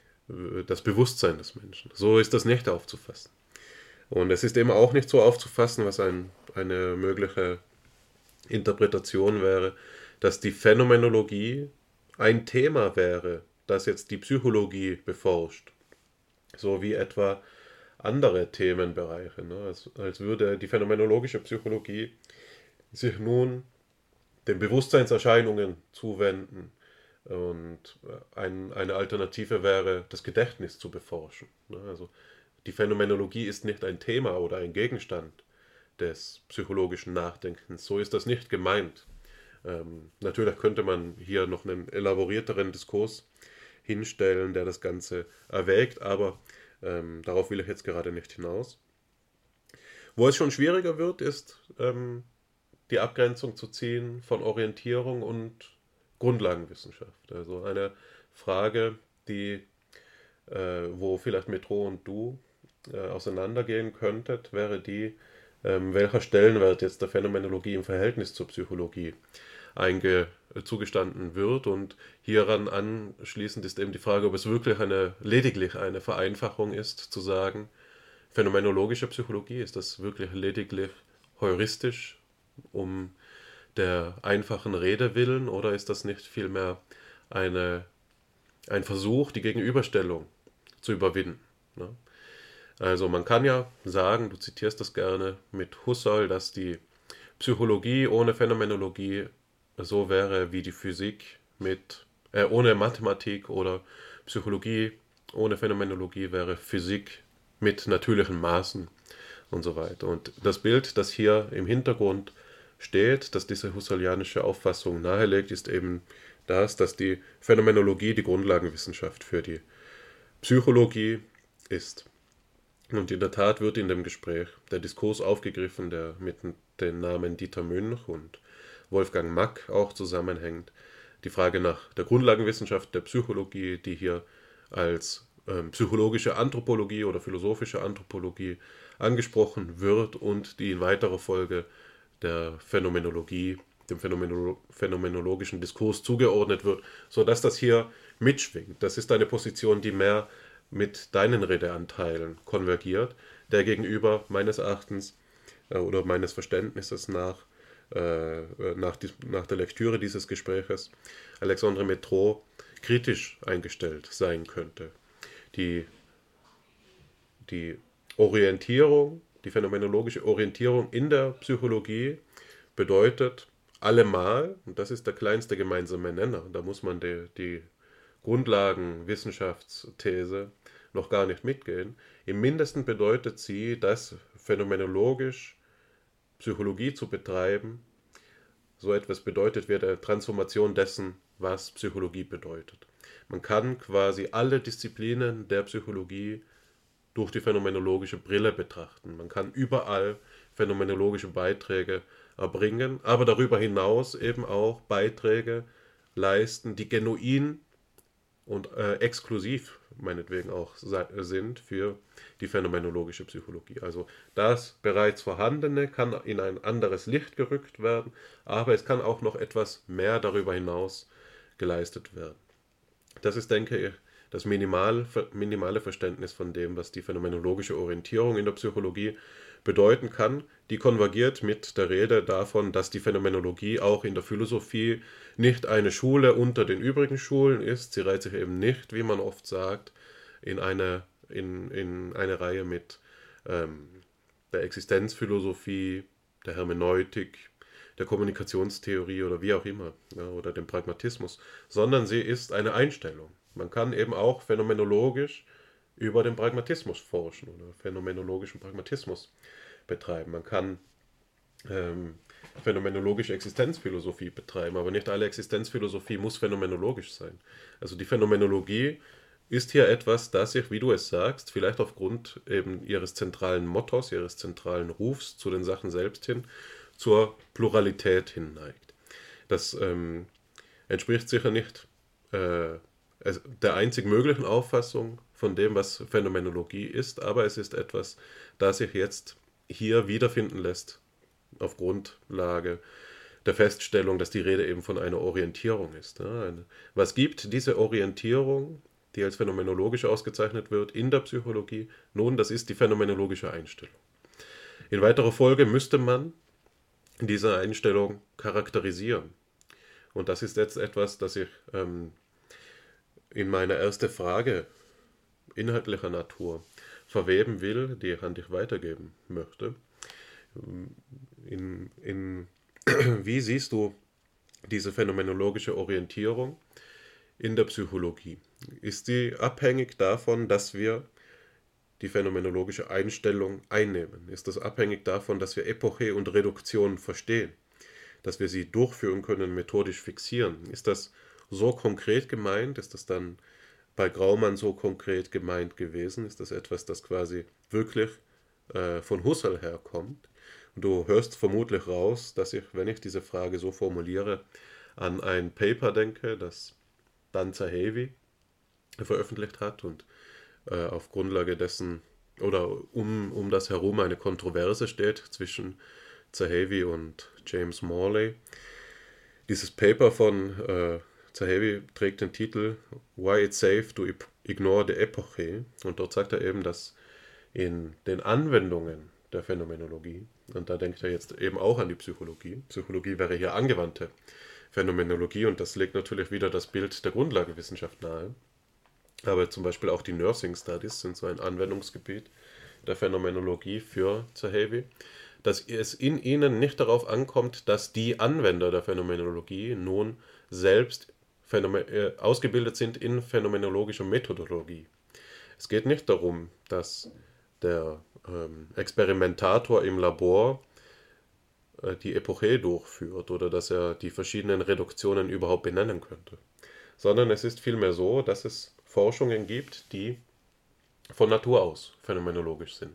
das Bewusstsein des Menschen. So ist das nicht aufzufassen. Und es ist eben auch nicht so aufzufassen, was ein, eine mögliche Interpretation wäre, dass die Phänomenologie ein Thema wäre, das jetzt die Psychologie beforscht. So wie etwa andere Themenbereiche. Ne? Als, als würde die phänomenologische Psychologie sich nun den Bewusstseinserscheinungen zuwenden und ein, eine Alternative wäre, das Gedächtnis zu beforschen. Ne? Also die Phänomenologie ist nicht ein Thema oder ein Gegenstand des psychologischen Nachdenkens. So ist das nicht gemeint. Ähm, natürlich könnte man hier noch einen elaborierteren Diskurs hinstellen, der das Ganze erwägt, aber Ähm, darauf will ich jetzt gerade nicht hinaus. Wo es schon schwieriger wird, ist ähm, die Abgrenzung zu ziehen von Orientierung und Grundlagenwissenschaft. Also eine Frage, die, äh, wo vielleicht Metro und du äh, auseinandergehen könntet, wäre die, ähm, welcher Stellenwert jetzt der Phänomenologie im Verhältnis zur Psychologie einge zugestanden wird. Und hieran anschließend ist eben die Frage, ob es wirklich eine, lediglich eine Vereinfachung ist, zu sagen, phänomenologische Psychologie, ist das wirklich lediglich heuristisch, um der einfachen Rede willen, oder ist das nicht vielmehr eine, ein Versuch, die Gegenüberstellung zu überwinden? Ne? Also man kann ja sagen, du zitierst das gerne mit Husserl, dass die Psychologie ohne Phänomenologie so wäre wie die Physik mit, äh, ohne Mathematik, oder Psychologie ohne Phänomenologie wäre Physik mit natürlichen Maßen und so weiter. Und das Bild, das hier im Hintergrund steht, das diese husserlianische Auffassung nahelegt, ist eben das, dass die Phänomenologie die Grundlagenwissenschaft für die Psychologie ist. Und in der Tat wird in dem Gespräch der Diskurs aufgegriffen, der mit den Namen Dieter Münch und Wolfgang Mack auch zusammenhängt. Die Frage nach der Grundlagenwissenschaft der Psychologie, die hier als ähm, psychologische Anthropologie oder philosophische Anthropologie angesprochen wird und die in weiterer Folge der Phänomenologie, dem Phänomenolo- phänomenologischen Diskurs zugeordnet wird, sodass das hier mitschwingt. Das ist eine Position, die mehr mit deinen Redeanteilen konvergiert, der gegenüber meines Erachtens äh, oder meines Verständnisses nach, äh, nach, die, nach der Lektüre dieses Gespräches Alexandre Metro kritisch eingestellt sein könnte. Die, die Orientierung, die phänomenologische Orientierung in der Psychologie bedeutet allemal, und das ist der kleinste gemeinsame Nenner, da muss man die, die Grundlagenwissenschaftsthese noch gar nicht mitgehen. Im Mindesten bedeutet sie, dass phänomenologisch Psychologie zu betreiben so etwas bedeutet wie der Transformation dessen, was Psychologie bedeutet. Man kann quasi alle Disziplinen der Psychologie durch die phänomenologische Brille betrachten. Man kann überall phänomenologische Beiträge erbringen, aber darüber hinaus eben auch Beiträge leisten, die genuin und äh, exklusiv meinetwegen auch sind für die phänomenologische Psychologie. Also das bereits Vorhandene kann in ein anderes Licht gerückt werden, aber es kann auch noch etwas mehr darüber hinaus geleistet werden. Das ist, denke ich, das minimal, minimale Verständnis von dem, was die phänomenologische Orientierung in der Psychologie bedeuten kann. Die konvergiert mit der Rede davon, dass die Phänomenologie auch in der Philosophie nicht eine Schule unter den übrigen Schulen ist. Sie reiht sich eben nicht, wie man oft sagt, in eine, in, in eine Reihe mit ähm, der Existenzphilosophie, der Hermeneutik, der Kommunikationstheorie oder wie auch immer, ja, oder dem Pragmatismus, sondern sie ist eine Einstellung. Man kann eben auch phänomenologisch über den Pragmatismus forschen oder phänomenologischen Pragmatismus betreiben. Man kann ähm, phänomenologische Existenzphilosophie betreiben, aber nicht alle Existenzphilosophie muss phänomenologisch sein. Also die Phänomenologie ist hier etwas, das sich, wie du es sagst, vielleicht aufgrund eben ihres zentralen Mottos, ihres zentralen Rufs zu den Sachen selbst hin, zur Pluralität hin neigt. Das ähm, entspricht sicher nicht äh, der einzig möglichen Auffassung von dem, was Phänomenologie ist, aber es ist etwas, das sich jetzt hier wiederfinden lässt auf Grundlage der Feststellung, dass die Rede eben von einer Orientierung ist. Was gibt diese Orientierung, die als phänomenologisch ausgezeichnet wird, in der Psychologie? Nun, das ist die phänomenologische Einstellung. In weiterer Folge müsste man diese Einstellung charakterisieren. Und das ist jetzt etwas, das ich ähm, in meine erste Frage inhaltlicher Natur verweben will, die ich an dich weitergeben möchte. In, in, wie siehst du diese phänomenologische Orientierung in der Psychologie? Ist sie abhängig davon, dass wir die phänomenologische Einstellung einnehmen? Ist das abhängig davon, dass wir Epoche und Reduktion verstehen? Dass wir sie durchführen können, methodisch fixieren? Ist das so konkret gemeint? Ist das dann bei Graumann so konkret gemeint gewesen? Ist das etwas, das quasi wirklich äh, von Husserl herkommt? Und du hörst vermutlich raus, dass ich, wenn ich diese Frage so formuliere, an ein Paper denke, das Dan Zahavi veröffentlicht hat und äh, auf Grundlage dessen oder um, um das herum eine Kontroverse steht zwischen Zahavi und James Morley. Dieses Paper von äh, Zahavi trägt den Titel Why It's Safe to Ignore the Epoche, und dort sagt er eben, dass in den Anwendungen der Phänomenologie, und da denkt er jetzt eben auch an die Psychologie, Psychologie wäre hier angewandte Phänomenologie, und das legt natürlich wieder das Bild der Grundlagewissenschaft nahe, aber zum Beispiel auch die Nursing Studies sind so ein Anwendungsgebiet der Phänomenologie für Zahavi, dass es in ihnen nicht darauf ankommt, dass die Anwender der Phänomenologie nun selbst Phänomen äh, ausgebildet sind in phänomenologischer Methodologie. Es geht nicht darum, dass der ähm, Experimentator im Labor äh, die Epoche durchführt oder dass er die verschiedenen Reduktionen überhaupt benennen könnte, sondern es ist vielmehr so, dass es Forschungen gibt, die von Natur aus phänomenologisch sind.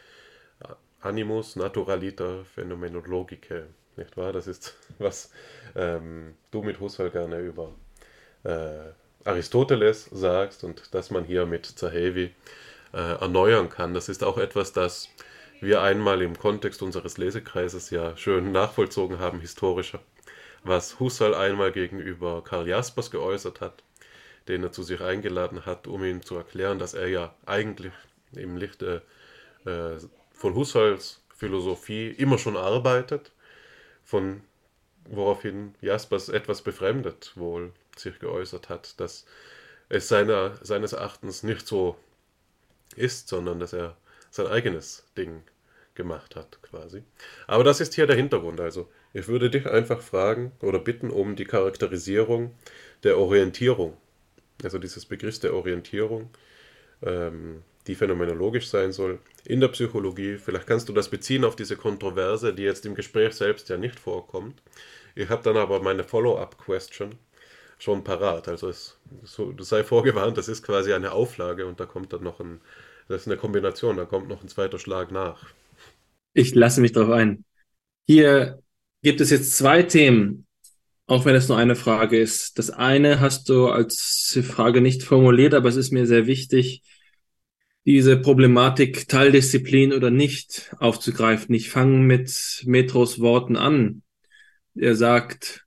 Animus naturaliter phänomenologica, nicht wahr? Das ist, was ähm, du mit Husserl gerne über äh, Aristoteles sagst und das man hier mit Zahavi äh, erneuern kann. Das ist auch etwas, das wir einmal im Kontext unseres Lesekreises ja schön nachvollzogen haben, historischer, was Husserl einmal gegenüber Karl Jaspers geäußert hat, den er zu sich eingeladen hat, um ihm zu erklären, dass er ja eigentlich im Lichte äh, von Husserls Philosophie immer schon arbeitet, von woraufhin Jaspers etwas befremdet wohl sich geäußert hat, dass es seiner, seines Erachtens nicht so ist, sondern dass er sein eigenes Ding gemacht hat, quasi. Aber das ist hier der Hintergrund. Also ich würde dich einfach fragen oder bitten um die Charakterisierung der Orientierung, also dieses Begriffs der Orientierung, ähm, die phänomenologisch sein soll, in der Psychologie. Vielleicht kannst du das beziehen auf diese Kontroverse, die jetzt im Gespräch selbst ja nicht vorkommt. Ich habe dann aber meine Follow-up-Question schon parat. Also es so, sei vorgewarnt, das ist quasi eine Auflage und da kommt dann noch ein, das ist eine Kombination, da kommt noch ein zweiter Schlag nach. Ich lasse mich darauf ein. Hier gibt es jetzt zwei Themen, auch wenn es nur eine Frage ist. Das eine hast du als Frage nicht formuliert, aber es ist mir sehr wichtig, diese Problematik Teildisziplin oder nicht aufzugreifen. Ich fange mit Metros Worten an. Er sagt,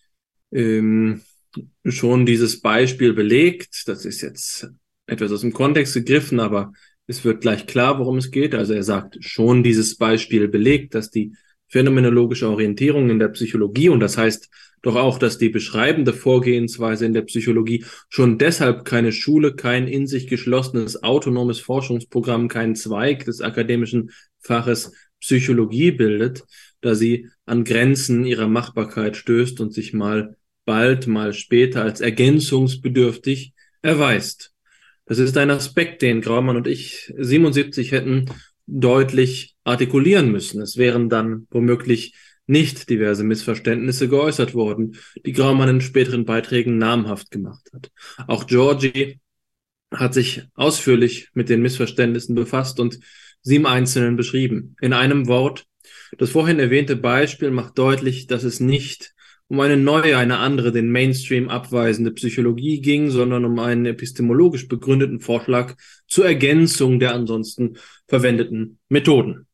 ähm, schon dieses Beispiel belegt, das ist jetzt etwas aus dem Kontext gegriffen, aber es wird gleich klar, worum es geht. Also er sagt, schon dieses Beispiel belegt, dass die phänomenologische Orientierung in der Psychologie, und das heißt doch auch, dass die beschreibende Vorgehensweise in der Psychologie schon deshalb keine Schule, kein in sich geschlossenes autonomes Forschungsprogramm, kein Zweig des akademischen Faches Psychologie bildet, da sie an Grenzen ihrer Machbarkeit stößt und sich mal bald, mal später als ergänzungsbedürftig erweist. Das ist ein Aspekt, den Graumann und ich siebenundsiebzig hätten deutlich artikulieren müssen. Es wären dann womöglich nicht diverse Missverständnisse geäußert worden, die Graumann in späteren Beiträgen namhaft gemacht hat. Auch Georgi hat sich ausführlich mit den Missverständnissen befasst und sie im Einzelnen beschrieben. In einem Wort, das vorhin erwähnte Beispiel macht deutlich, dass es nicht um eine neue, eine andere, den Mainstream abweisende Psychologie ging, sondern um einen epistemologisch begründeten Vorschlag zur Ergänzung der ansonsten verwendeten Methoden.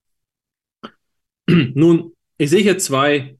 Nun, ich sehe hier zwei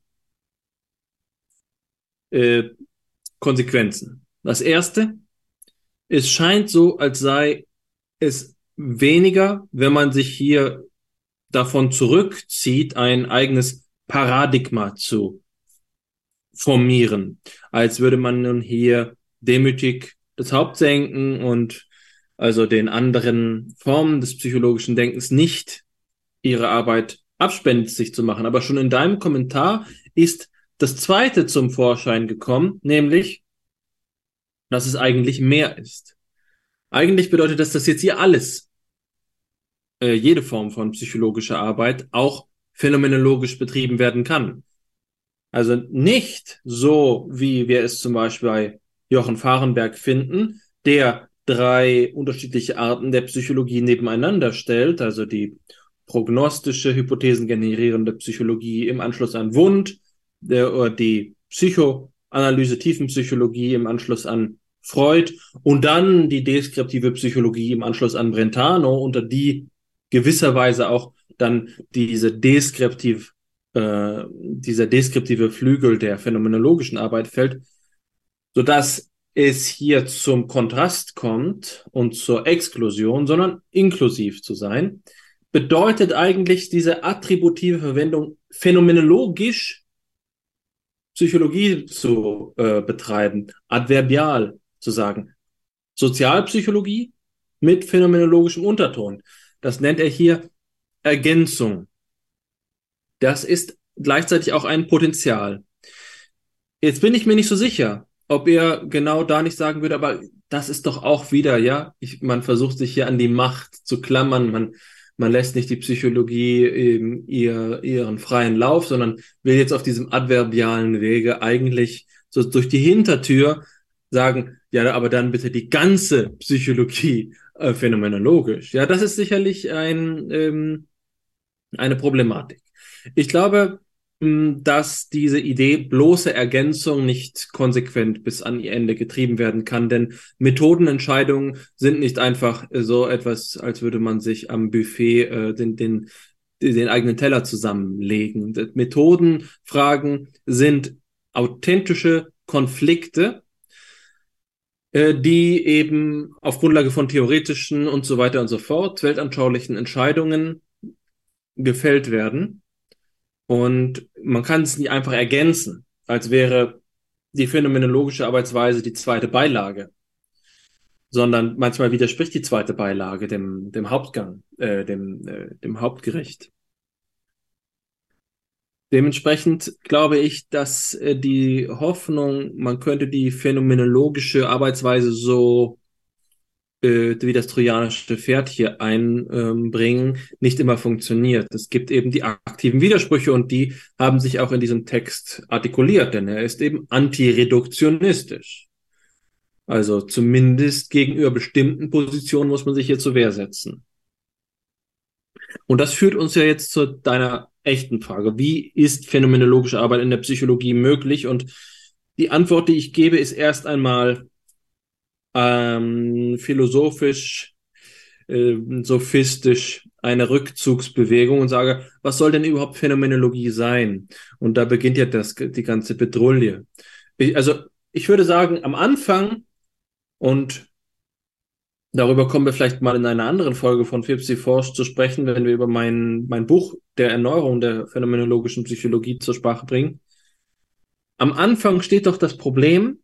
äh, Konsequenzen. Das erste, es scheint so, als sei es weniger, wenn man sich hier davon zurückzieht, ein eigenes Paradigma zu formieren, als würde man nun hier demütig das Haupt senken und also den anderen Formen des psychologischen Denkens nicht ihre Arbeit abspenstig zu machen. Aber schon in deinem Kommentar ist das Zweite zum Vorschein gekommen, nämlich, dass es eigentlich mehr ist. Eigentlich bedeutet das, dass jetzt hier alles, äh, jede Form von psychologischer Arbeit auch phänomenologisch betrieben werden kann. Also nicht so, wie wir es zum Beispiel bei Jochen Fahrenberg finden, der drei unterschiedliche Arten der Psychologie nebeneinander stellt, also die prognostische, hypothesengenerierende Psychologie im Anschluss an Wundt, der, oder die Psychoanalyse, Tiefenpsychologie im Anschluss an Freud und dann die deskriptive Psychologie im Anschluss an Brentano, unter die gewisserweise auch dann diese deskriptiv, äh, dieser deskriptive Flügel der phänomenologischen Arbeit fällt, sodass es hier zum Kontrast kommt und zur Exklusion, sondern inklusiv zu sein, bedeutet eigentlich diese attributive Verwendung phänomenologisch Psychologie zu äh, betreiben, adverbial zu sagen. Sozialpsychologie mit phänomenologischem Unterton. Das nennt er hier Ergänzung. Das ist gleichzeitig auch ein Potenzial. Jetzt bin ich mir nicht so sicher, ob er genau da nicht sagen würde, aber das ist doch auch wieder, ja, ich, man versucht sich hier an die Macht zu klammern, man, man lässt nicht die Psychologie eben ihr, ihren freien Lauf, sondern will jetzt auf diesem adverbialen Wege eigentlich so durch die Hintertür sagen, ja, aber dann bitte die ganze Psychologie äh, phänomenologisch. Ja, das ist sicherlich ein, ähm, eine Problematik. Ich glaube, dass diese Idee bloße Ergänzung nicht konsequent bis an ihr Ende getrieben werden kann, denn Methodenentscheidungen sind nicht einfach so etwas, als würde man sich am Buffet äh, den, den, den eigenen Teller zusammenlegen. Methodenfragen sind authentische Konflikte, äh, die eben auf Grundlage von theoretischen und so weiter und so fort, weltanschaulichen Entscheidungen gefällt werden. Und man kann es nicht einfach ergänzen, als wäre die phänomenologische Arbeitsweise die zweite Beilage, sondern manchmal widerspricht die zweite Beilage dem, dem Hauptgang, äh, dem, äh, dem Hauptgericht. Dementsprechend glaube ich, dass äh, die Hoffnung, man könnte die phänomenologische Arbeitsweise so wie das trojanische Pferd hier einbringen, nicht immer funktioniert. Es gibt eben die aktiven Widersprüche und die haben sich auch in diesem Text artikuliert, denn er ist eben antireduktionistisch. Also zumindest gegenüber bestimmten Positionen muss man sich hier zur Wehr setzen. Und das führt uns ja jetzt zu deiner echten Frage. Wie ist phänomenologische Arbeit in der Psychologie möglich? Und die Antwort, die ich gebe, ist erst einmal Ähm, philosophisch, äh, sophistisch eine Rückzugsbewegung und sage, was soll denn überhaupt Phänomenologie sein? Und da beginnt ja das, die ganze Petrouille. Ich, also ich würde sagen, am Anfang, und darüber kommen wir vielleicht mal in einer anderen Folge von Fipsi forscht zu sprechen, wenn wir über mein, mein Buch der Erneuerung der phänomenologischen Psychologie zur Sprache bringen. Am Anfang steht doch das Problem,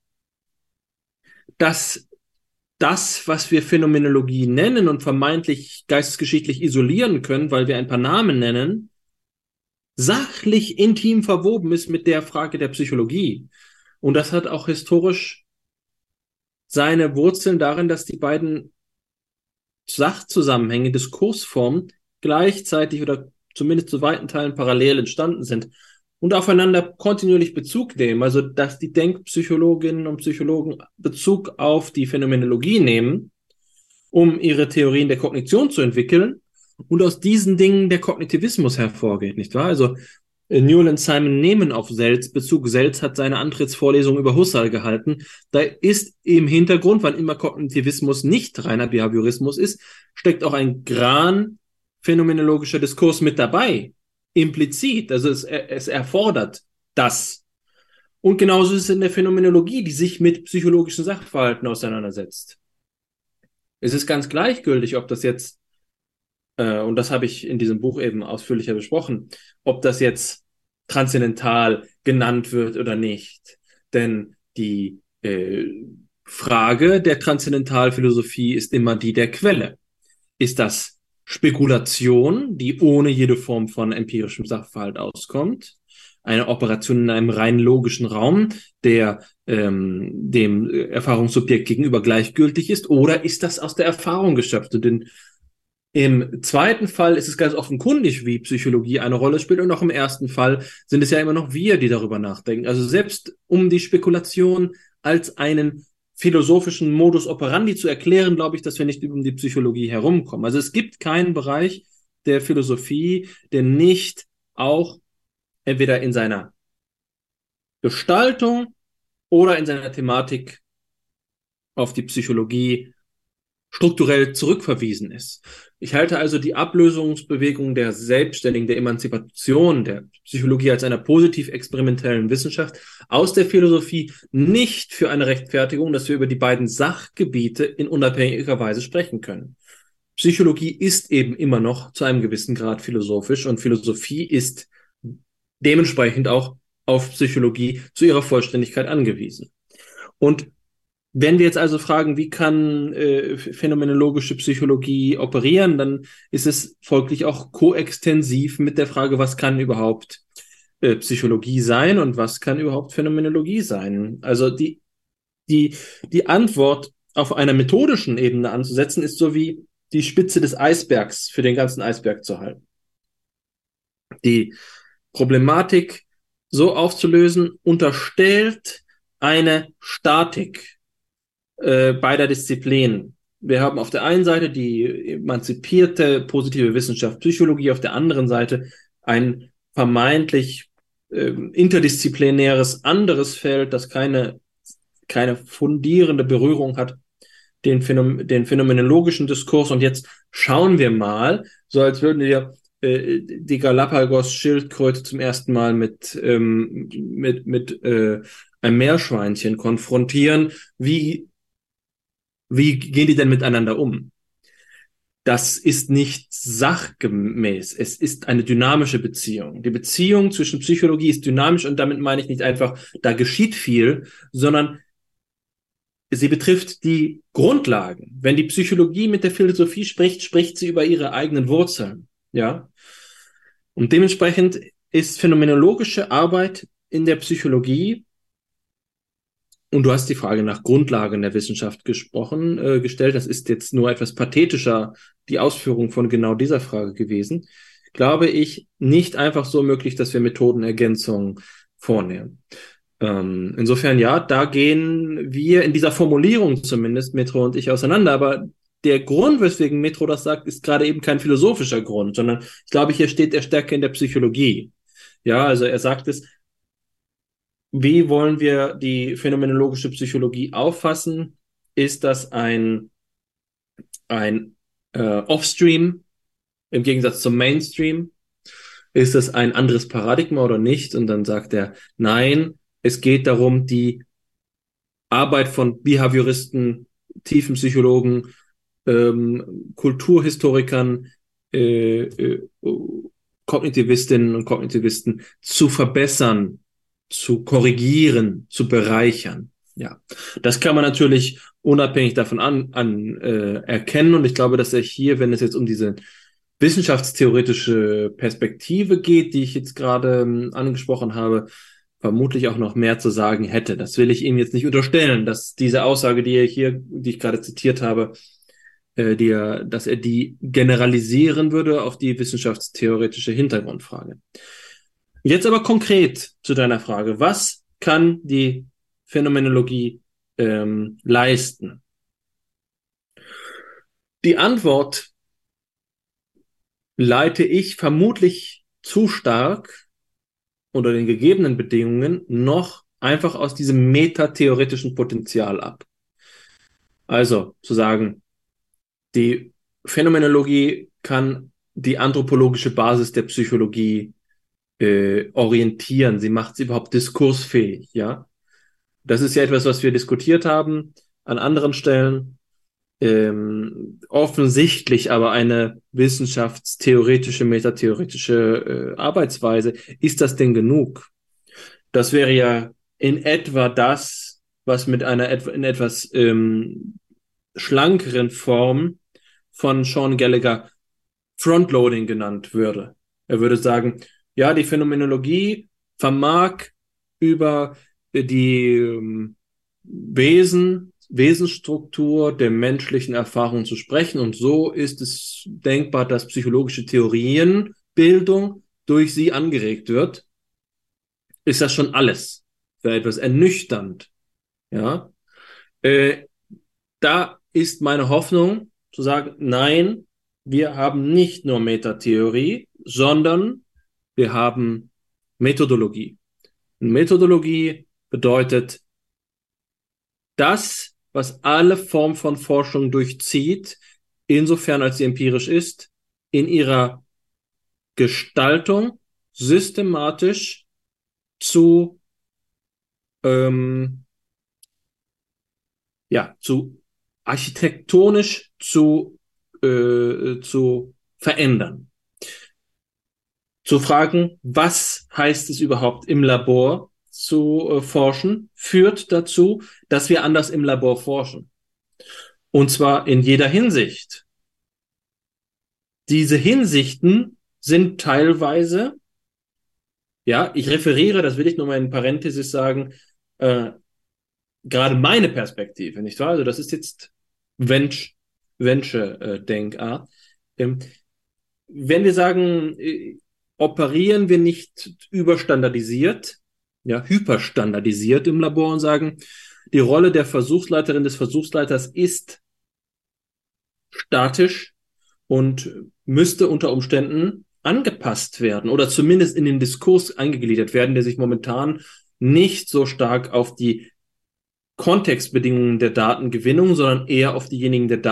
dass das, was wir Phänomenologie nennen und vermeintlich geistesgeschichtlich isolieren können, weil wir ein paar Namen nennen, sachlich intim verwoben ist mit der Frage der Psychologie. Und das hat auch historisch seine Wurzeln darin, dass die beiden Sachzusammenhänge, Diskursformen gleichzeitig oder zumindest zu weiten Teilen parallel entstanden sind und aufeinander kontinuierlich Bezug nehmen, also dass die Denkpsychologinnen und Psychologen Bezug auf die Phänomenologie nehmen, um ihre Theorien der Kognition zu entwickeln und aus diesen Dingen der Kognitivismus hervorgeht, nicht wahr? Also Newell und Simon nehmen auf Selz Bezug. Selz hat seine Antrittsvorlesung über Husserl gehalten. Da ist im Hintergrund, wann immer Kognitivismus nicht reiner Behaviorismus ist, steckt auch ein Gran phänomenologischer Diskurs mit dabei. Implizit, also es, es erfordert das. Und genauso ist es in der Phänomenologie, die sich mit psychologischen Sachverhalten auseinandersetzt. Es ist ganz gleichgültig, ob das jetzt, äh, und das habe ich in diesem Buch eben ausführlicher besprochen, ob das jetzt transzendental genannt wird oder nicht. Denn die äh, Frage der Transzendentalphilosophie ist immer die der Quelle. Ist das Spekulation, die ohne jede Form von empirischem Sachverhalt auskommt, eine Operation in einem rein logischen Raum, der ähm, dem Erfahrungssubjekt gegenüber gleichgültig ist, oder ist das aus der Erfahrung geschöpft? Und in, im zweiten Fall ist es ganz offenkundig, wie Psychologie eine Rolle spielt, und auch im ersten Fall sind es ja immer noch wir, die darüber nachdenken. Also selbst um die Spekulation als einen philosophischen Modus operandi zu erklären, glaube ich, dass wir nicht um die Psychologie herumkommen. Also es gibt keinen Bereich der Philosophie, der nicht auch entweder in seiner Gestaltung oder in seiner Thematik auf die Psychologie strukturell zurückverwiesen ist. Ich halte also die Ablösungsbewegung der Selbstständigen, der Emanzipation der Psychologie als einer positiv-experimentellen Wissenschaft aus der Philosophie nicht für eine Rechtfertigung, dass wir über die beiden Sachgebiete in unabhängiger Weise sprechen können. Psychologie ist eben immer noch zu einem gewissen Grad philosophisch und Philosophie ist dementsprechend auch auf Psychologie zu ihrer Vollständigkeit angewiesen. Und wenn wir jetzt also fragen, wie kann äh, phänomenologische Psychologie operieren, dann ist es folglich auch koextensiv mit der Frage, was kann überhaupt äh, Psychologie sein und was kann überhaupt Phänomenologie sein. Also die, die, die Antwort auf einer methodischen Ebene anzusetzen, ist so wie die Spitze des Eisbergs für den ganzen Eisberg zu halten. Die Problematik so aufzulösen, unterstellt eine Statik beider Disziplinen. Wir haben auf der einen Seite die emanzipierte positive Wissenschaft Psychologie, auf der anderen Seite ein vermeintlich äh, interdisziplinäres anderes Feld, das keine, keine fundierende Berührung hat, den, Phänom- den phänomenologischen Diskurs. Und jetzt schauen wir mal, so als würden wir äh, die Galapagos-Schildkröte zum ersten Mal mit, ähm, mit, mit äh, einem Meerschweinchen konfrontieren, wie Wie gehen die denn miteinander um? Das ist nicht sachgemäß. Es ist eine dynamische Beziehung. Die Beziehung zwischen Psychologie ist dynamisch und damit meine ich nicht einfach, da geschieht viel, sondern sie betrifft die Grundlagen. Wenn die Psychologie mit der Philosophie spricht, spricht sie über ihre eigenen Wurzeln. Ja? Und dementsprechend ist phänomenologische Arbeit in der Psychologie. Und du hast die Frage nach Grundlagen der Wissenschaft gesprochen, äh, gestellt. Das ist jetzt nur etwas pathetischer, die Ausführung von genau dieser Frage gewesen. Glaube ich, nicht einfach so möglich, dass wir Methodenergänzungen vornehmen. Ähm, insofern, ja, da gehen wir in dieser Formulierung zumindest, Metro und ich, auseinander. Aber der Grund, weswegen Metro das sagt, ist gerade eben kein philosophischer Grund, sondern ich glaube, hier steht er stärker in der Psychologie. Ja, also er sagt es, wie wollen wir die phänomenologische Psychologie auffassen? Ist das ein, ein äh, Offstream im Gegensatz zum Mainstream? Ist das ein anderes Paradigma oder nicht? Und dann sagt er, nein, es geht darum, die Arbeit von Behavioristen, Tiefenpsychologen, ähm, Kulturhistorikern, äh, äh, Kognitivistinnen und Kognitivisten zu verbessern, zu korrigieren, zu bereichern. Ja, das kann man natürlich unabhängig davon an, an äh, erkennen. Und ich glaube, dass er hier, wenn es jetzt um diese wissenschaftstheoretische Perspektive geht, die ich jetzt gerade ähm, angesprochen habe, vermutlich auch noch mehr zu sagen hätte. Das will ich ihm jetzt nicht unterstellen, dass diese Aussage, die er hier, die ich gerade zitiert habe, äh, die er, dass er die generalisieren würde auf die wissenschaftstheoretische Hintergrundfrage. Jetzt aber konkret zu deiner Frage. Was kann die Phänomenologie ähm, leisten? Die Antwort leite ich vermutlich zu stark unter den gegebenen Bedingungen noch einfach aus diesem metatheoretischen Potenzial ab. Also zu sagen, die Phänomenologie kann die anthropologische Basis der Psychologie Äh, orientieren, sie macht sie überhaupt diskursfähig, ja. Das ist ja etwas, was wir diskutiert haben an anderen Stellen. Ähm, offensichtlich aber eine wissenschaftstheoretische, metatheoretische äh, Arbeitsweise. Ist das denn genug? Das wäre ja in etwa das, was mit einer etwa, in etwas ähm, schlankeren Form von Sean Gallagher Frontloading genannt würde. Er würde sagen, ja, die Phänomenologie vermag über die ähm, Wesen, Wesensstruktur der menschlichen Erfahrung zu sprechen. Und so ist es denkbar, dass psychologische Theorienbildung durch sie angeregt wird. Ist das schon alles? Wäre etwas ernüchternd. Ja. Äh, da ist meine Hoffnung zu sagen, nein, wir haben nicht nur Metatheorie, sondern wir haben Methodologie. Und Methodologie bedeutet, das, was alle Formen von Forschung durchzieht, insofern als sie empirisch ist, in ihrer Gestaltung systematisch zu, ähm, ja, zu architektonisch zu, äh, zu verändern. Zu fragen, was heißt es überhaupt im Labor zu äh, forschen, führt dazu, dass wir anders im Labor forschen. Und zwar in jeder Hinsicht. Diese Hinsichten sind teilweise, ja, ich referiere, das will ich nur mal in Parenthesis sagen, äh, gerade meine Perspektive, nicht wahr? Also das ist jetzt Wensch, Wensche-Denkart. Ähm, wenn wir sagen, äh, operieren wir nicht überstandardisiert, ja, hyperstandardisiert im Labor und sagen, die Rolle der Versuchsleiterin des Versuchsleiters ist statisch und müsste unter Umständen angepasst werden oder zumindest in den Diskurs eingegliedert werden, der sich momentan nicht so stark auf die Kontextbedingungen der Datengewinnung, sondern eher auf diejenigen der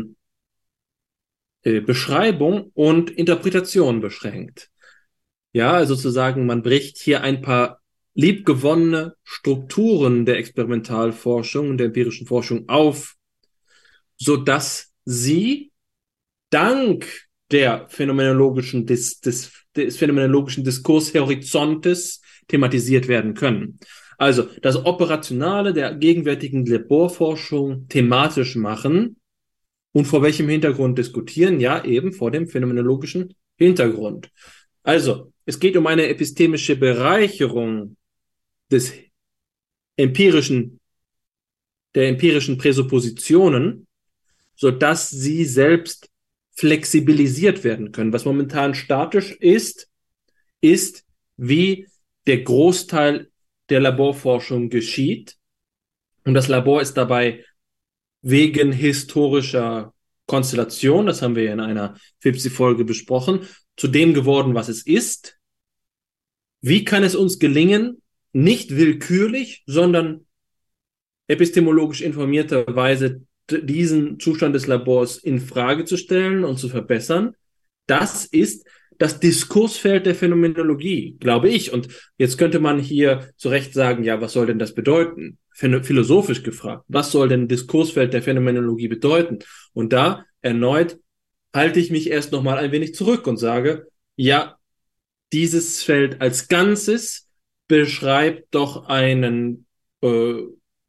Datenbeschreibung und Interpretation beschränkt. Ja, also zu sagen, man bricht hier ein paar liebgewonnene Strukturen der Experimentalforschung und der empirischen Forschung auf, sodass sie dank der phänomenologischen Dis, des, des phänomenologischen Diskurshorizontes thematisiert werden können. Also das Operationale der gegenwärtigen Laborforschung thematisch machen und vor welchem Hintergrund diskutieren? Ja, eben vor dem phänomenologischen Hintergrund. Also, es geht um eine epistemische Bereicherung des empirischen, der empirischen Präsuppositionen, sodass sie selbst flexibilisiert werden können. Was momentan statisch ist, ist, wie der Großteil der Laborforschung geschieht. Und das Labor ist dabei wegen historischer Konstellation, das haben wir ja in einer F I P S I-Folge besprochen, zu dem geworden, was es ist. Wie kann es uns gelingen, nicht willkürlich, sondern epistemologisch informierterweise diesen Zustand des Labors in Frage zu stellen und zu verbessern? Das ist das Diskursfeld der Phänomenologie, glaube ich. Und jetzt könnte man hier zu Recht sagen, ja, was soll denn das bedeuten? Philosophisch gefragt, was soll denn Diskursfeld der Phänomenologie bedeuten? Und da erneut halte ich mich erst nochmal ein wenig zurück und sage, ja, dieses Feld als Ganzes beschreibt doch einen äh,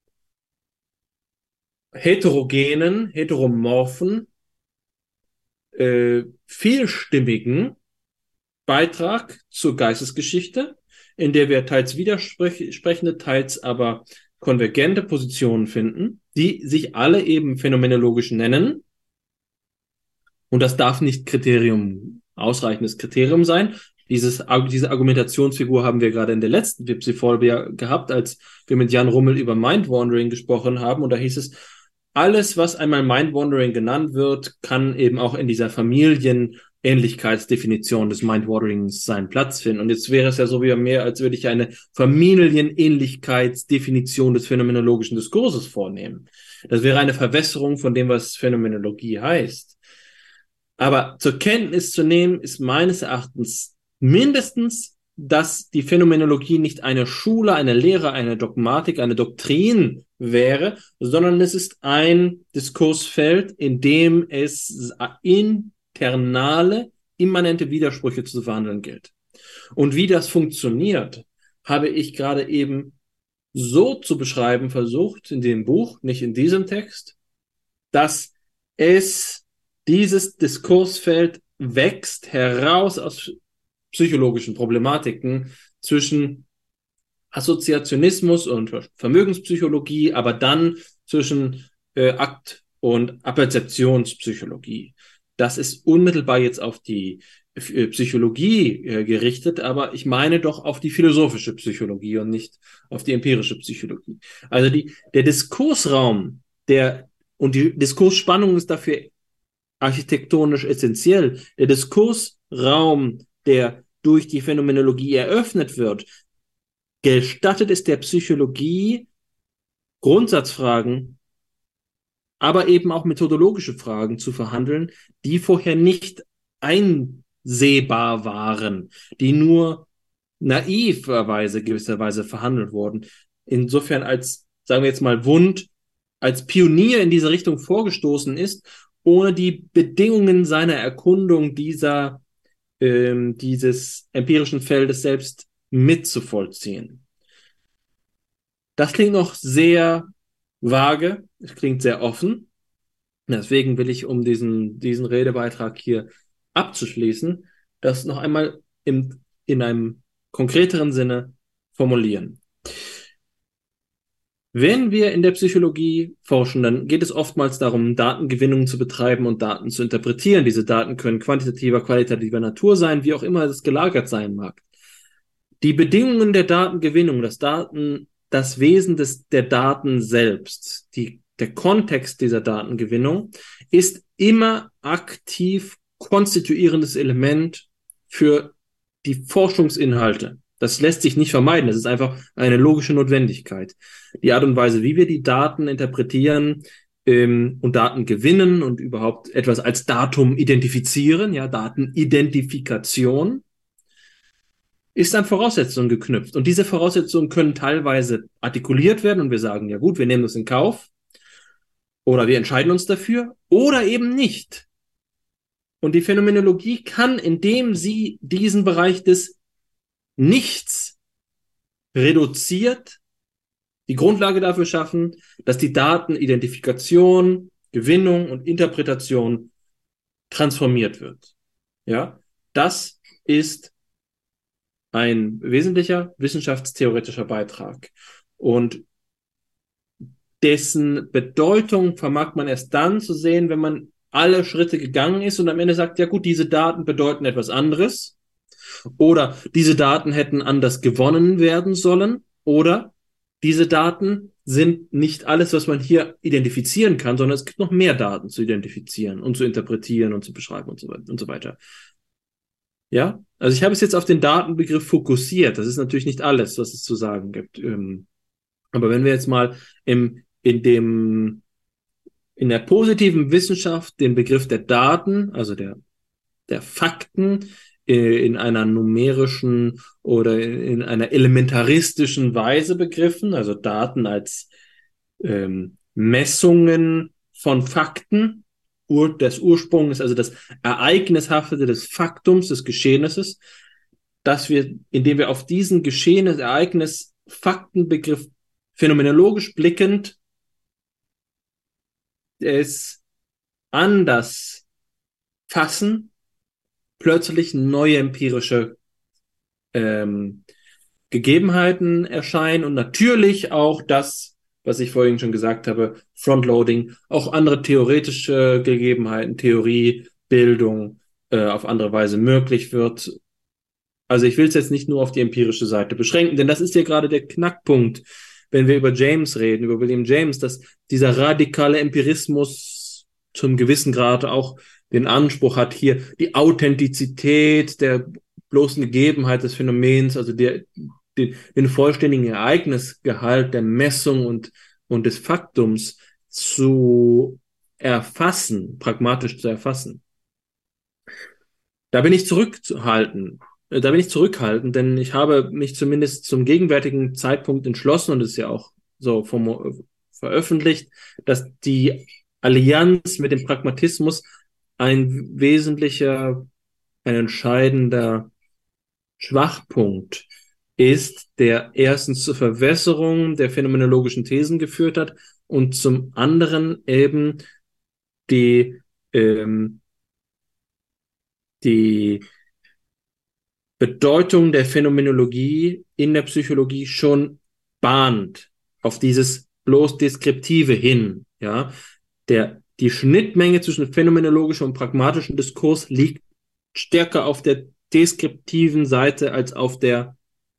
heterogenen, heteromorphen, äh, vielstimmigen Beitrag zur Geistesgeschichte, in der wir teils widersprechende, teils aber konvergente Positionen finden, die sich alle eben phänomenologisch nennen. Und das darf nicht Kriterium, ausreichendes Kriterium sein. Dieses, diese Argumentationsfigur haben wir gerade in der letzten F I P S I-Folge gehabt, als wir mit Jan Rummel über Mind-Wandering gesprochen haben. Und da hieß es, alles, was einmal Mind-Wandering genannt wird, kann eben auch in dieser Familienähnlichkeitsdefinition des Mind-Wanderings seinen Platz finden. Und jetzt wäre es ja so wie mehr, als würde ich eine Familienähnlichkeitsdefinition des phänomenologischen Diskurses vornehmen. Das wäre eine Verwässerung von dem, was Phänomenologie heißt. Aber zur Kenntnis zu nehmen ist meines Erachtens mindestens, dass die Phänomenologie nicht eine Schule, eine Lehre, eine Dogmatik, eine Doktrin wäre, sondern es ist ein Diskursfeld, in dem es internale, immanente Widersprüche zu verhandeln gilt. Und wie das funktioniert, habe ich gerade eben so zu beschreiben versucht in dem Buch, nicht in diesem Text, dass es dieses Diskursfeld wächst heraus aus psychologischen Problematiken zwischen Assoziationismus und Vermögenspsychologie, aber dann zwischen äh, Akt- und Apperzeptionspsychologie. Das ist unmittelbar jetzt auf die äh, Psychologie äh, gerichtet, aber ich meine doch auf die philosophische Psychologie und nicht auf die empirische Psychologie. Also die, der Diskursraum, der, und die Diskursspannung ist dafür architektonisch essentiell. Der Diskursraum, der durch die Phänomenologie eröffnet wird, gestattet es der Psychologie, Grundsatzfragen, aber eben auch methodologische Fragen zu verhandeln, die vorher nicht einsehbar waren, die nur naiverweise gewisserweise verhandelt wurden. Insofern als, sagen wir jetzt mal, Wundt als Pionier in diese Richtung vorgestoßen ist, ohne die Bedingungen seiner Erkundung dieser, ähm, dieses empirischen Feldes selbst mitzuvollziehen. Das klingt noch sehr vage, es klingt sehr offen. Deswegen will ich, um diesen, diesen Redebeitrag hier abzuschließen, das noch einmal im, in einem konkreteren Sinne formulieren. Wenn wir in der Psychologie forschen, dann geht es oftmals darum, Datengewinnung zu betreiben und Daten zu interpretieren. Diese Daten können quantitativer, qualitativer Natur sein, wie auch immer es gelagert sein mag. Die Bedingungen der Datengewinnung, das Daten, das Wesen des, der Daten selbst, die, der Kontext dieser Datengewinnung ist immer aktiv konstituierendes Element für die Forschungsinhalte. Das lässt sich nicht vermeiden. Das ist einfach eine logische Notwendigkeit. Die Art und Weise, wie wir die Daten interpretieren ähm, und Daten gewinnen und überhaupt etwas als Datum identifizieren, ja, Datenidentifikation, ist an Voraussetzungen geknüpft. Und diese Voraussetzungen können teilweise artikuliert werden und wir sagen, ja gut, wir nehmen das in Kauf oder wir entscheiden uns dafür oder eben nicht. Und die Phänomenologie kann, indem sie diesen Bereich des Nichts reduziert, die Grundlage dafür schaffen, dass die Datenidentifikation, Gewinnung und Interpretation transformiert wird. Ja, das ist ein wesentlicher wissenschaftstheoretischer Beitrag. Und dessen Bedeutung vermag man erst dann zu sehen, wenn man alle Schritte gegangen ist und am Ende sagt, ja gut, diese Daten bedeuten etwas anderes. Oder diese Daten hätten anders gewonnen werden sollen. Oder diese Daten sind nicht alles, was man hier identifizieren kann, sondern es gibt noch mehr Daten zu identifizieren und zu interpretieren und zu beschreiben und so, und so weiter. Ja, also ich habe es jetzt auf den Datenbegriff fokussiert. Das ist natürlich nicht alles, was es zu sagen gibt. Aber wenn wir jetzt mal im, in dem, in der positiven Wissenschaft den Begriff der Daten, also der, der Fakten, in einer numerischen oder in einer elementaristischen Weise begriffen, also Daten als ähm, Messungen von Fakten, Ur, des Ursprungs, also das Ereignishaftete des Faktums, des Geschehnisses, dass wir, indem wir auf diesen Geschehnis, Ereignis, Faktenbegriff phänomenologisch blickend es anders fassen, plötzlich neue empirische ähm, Gegebenheiten erscheinen und natürlich auch das, was ich vorhin schon gesagt habe, Frontloading, auch andere theoretische Gegebenheiten, Theorie, Bildung äh, auf andere Weise möglich wird. Also ich will es jetzt nicht nur auf die empirische Seite beschränken, denn das ist ja gerade der Knackpunkt, wenn wir über James reden, über William James, dass dieser radikale Empirismus zum gewissen Grad auch den Anspruch hat, hier die Authentizität der bloßen Gegebenheit des Phänomens, also der, den, den vollständigen Ereignisgehalt der Messung und, und des Faktums zu erfassen, pragmatisch zu erfassen. Da bin ich zurückzuhalten. Da bin ich zurückhaltend, denn ich habe mich zumindest zum gegenwärtigen Zeitpunkt entschlossen, und es ist ja auch so vom, veröffentlicht, dass die Allianz mit dem Pragmatismus ein wesentlicher, ein entscheidender Schwachpunkt ist, der erstens zur Verwässerung der phänomenologischen Thesen geführt hat und zum anderen eben die, ähm, die Bedeutung der Phänomenologie in der Psychologie schon bahnt auf dieses bloß Deskriptive hin, ja. Der, die Schnittmenge zwischen phänomenologischem und pragmatischem Diskurs liegt stärker auf der deskriptiven Seite als auf der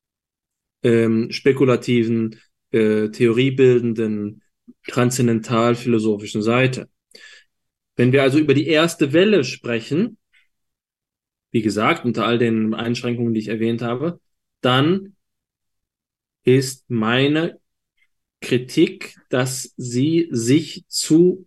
ähm, spekulativen, äh, theoriebildenden, transzendental-philosophischen Seite. Wenn wir also über die erste Welle sprechen, wie gesagt, unter all den Einschränkungen, die ich erwähnt habe, dann ist meine Kritik, dass sie sich zu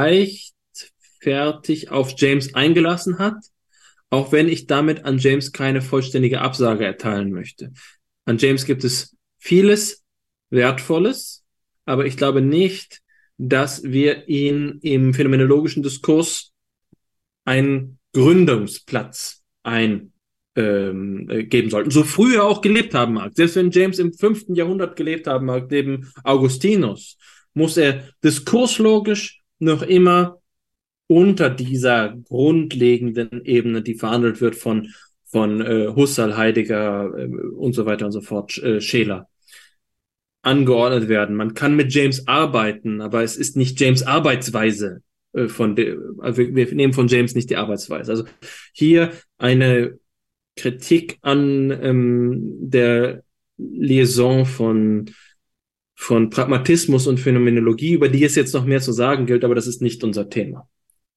leichtfertig auf James eingelassen hat, auch wenn ich damit an James keine vollständige Absage erteilen möchte. An James gibt es vieles Wertvolles, aber ich glaube nicht, dass wir ihn im phänomenologischen Diskurs einen Gründungsplatz ein ähm, äh, geben sollten. So früh er auch gelebt haben mag. Selbst wenn James im fünften Jahrhundert gelebt haben mag, neben Augustinus, muss er diskurslogisch noch immer unter dieser grundlegenden Ebene, die verhandelt wird von, von äh, Husserl, Heidegger äh, und so weiter und so fort, äh, Scheler, angeordnet werden. Man kann mit James arbeiten, aber es ist nicht James' Arbeitsweise. Äh, von de, also wir, wir nehmen von James nicht die Arbeitsweise. Also hier eine Kritik an ähm, der Liaison von, von Pragmatismus und Phänomenologie, über die es jetzt noch mehr zu sagen gilt, aber das ist nicht unser Thema.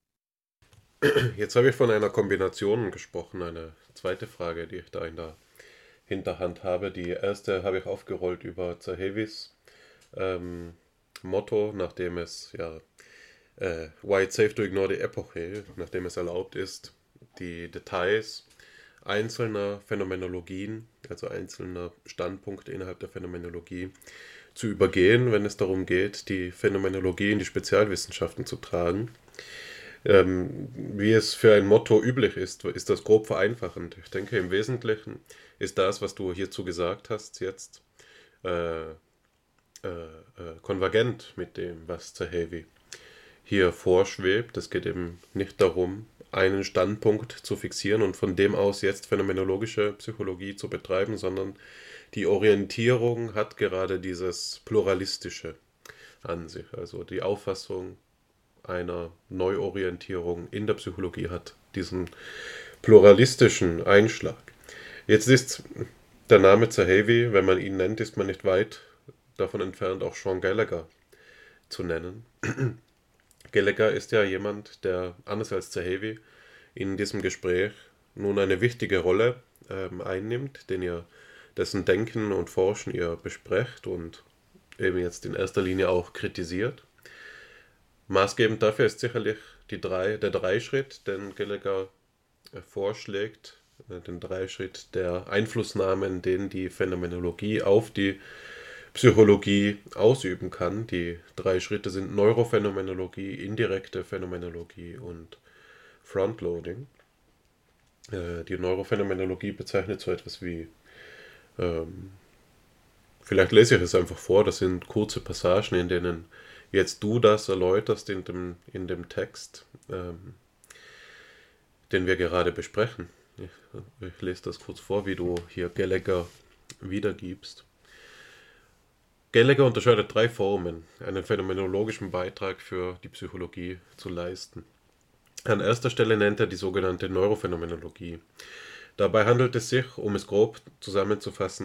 Jetzt habe ich von einer Kombination gesprochen, eine zweite Frage, die ich da in der Hinterhand habe. Die erste habe ich aufgerollt über Zahavis ähm, Motto, nachdem es ja äh, Why it's safe to ignore the epoche, nachdem es erlaubt ist, die Details einzelner Phänomenologien, also einzelner Standpunkte innerhalb der Phänomenologie, zu übergehen, wenn es darum geht, die Phänomenologie in die Spezialwissenschaften zu tragen. Ähm, wie es für ein Motto üblich ist, ist das grob vereinfachend. Ich denke, im Wesentlichen ist das, was du hierzu gesagt hast, jetzt äh, äh, äh, konvergent mit dem, was Zahavi hier vorschwebt. Es geht eben nicht darum, einen Standpunkt zu fixieren und von dem aus jetzt phänomenologische Psychologie zu betreiben, sondern die Orientierung hat gerade dieses Pluralistische an sich. Also die Auffassung einer Neuorientierung in der Psychologie hat diesen pluralistischen Einschlag. Jetzt ist der Name Zahavi, wenn man ihn nennt, ist man nicht weit davon entfernt, auch Sean Gallagher zu nennen. Gallagher ist ja jemand, der anders als Zahavi in diesem Gespräch nun eine wichtige Rolle ähm, einnimmt, den ihr, dessen Denken und Forschen ihr besprecht und eben jetzt in erster Linie auch kritisiert. Maßgebend dafür ist sicherlich die drei, der Dreischritt, den Gallagher vorschlägt, den Dreischritt der Einflussnahmen, den die Phänomenologie auf die Psychologie ausüben kann. Die drei Schritte sind Neurophänomenologie, indirekte Phänomenologie und Frontloading. Äh, die Neurophänomenologie bezeichnet so etwas wie, ähm, vielleicht lese ich es einfach vor, das sind kurze Passagen, in denen jetzt du das erläuterst in dem, in dem Text, ähm, den wir gerade besprechen. Ich, ich lese das kurz vor, wie du hier Gallagher wiedergibst. Gallagher unterscheidet drei Formen, einen phänomenologischen Beitrag für die Psychologie zu leisten. An erster Stelle nennt er die sogenannte Neurophänomenologie. Dabei handelt es sich, um es grob zusammenzufassen,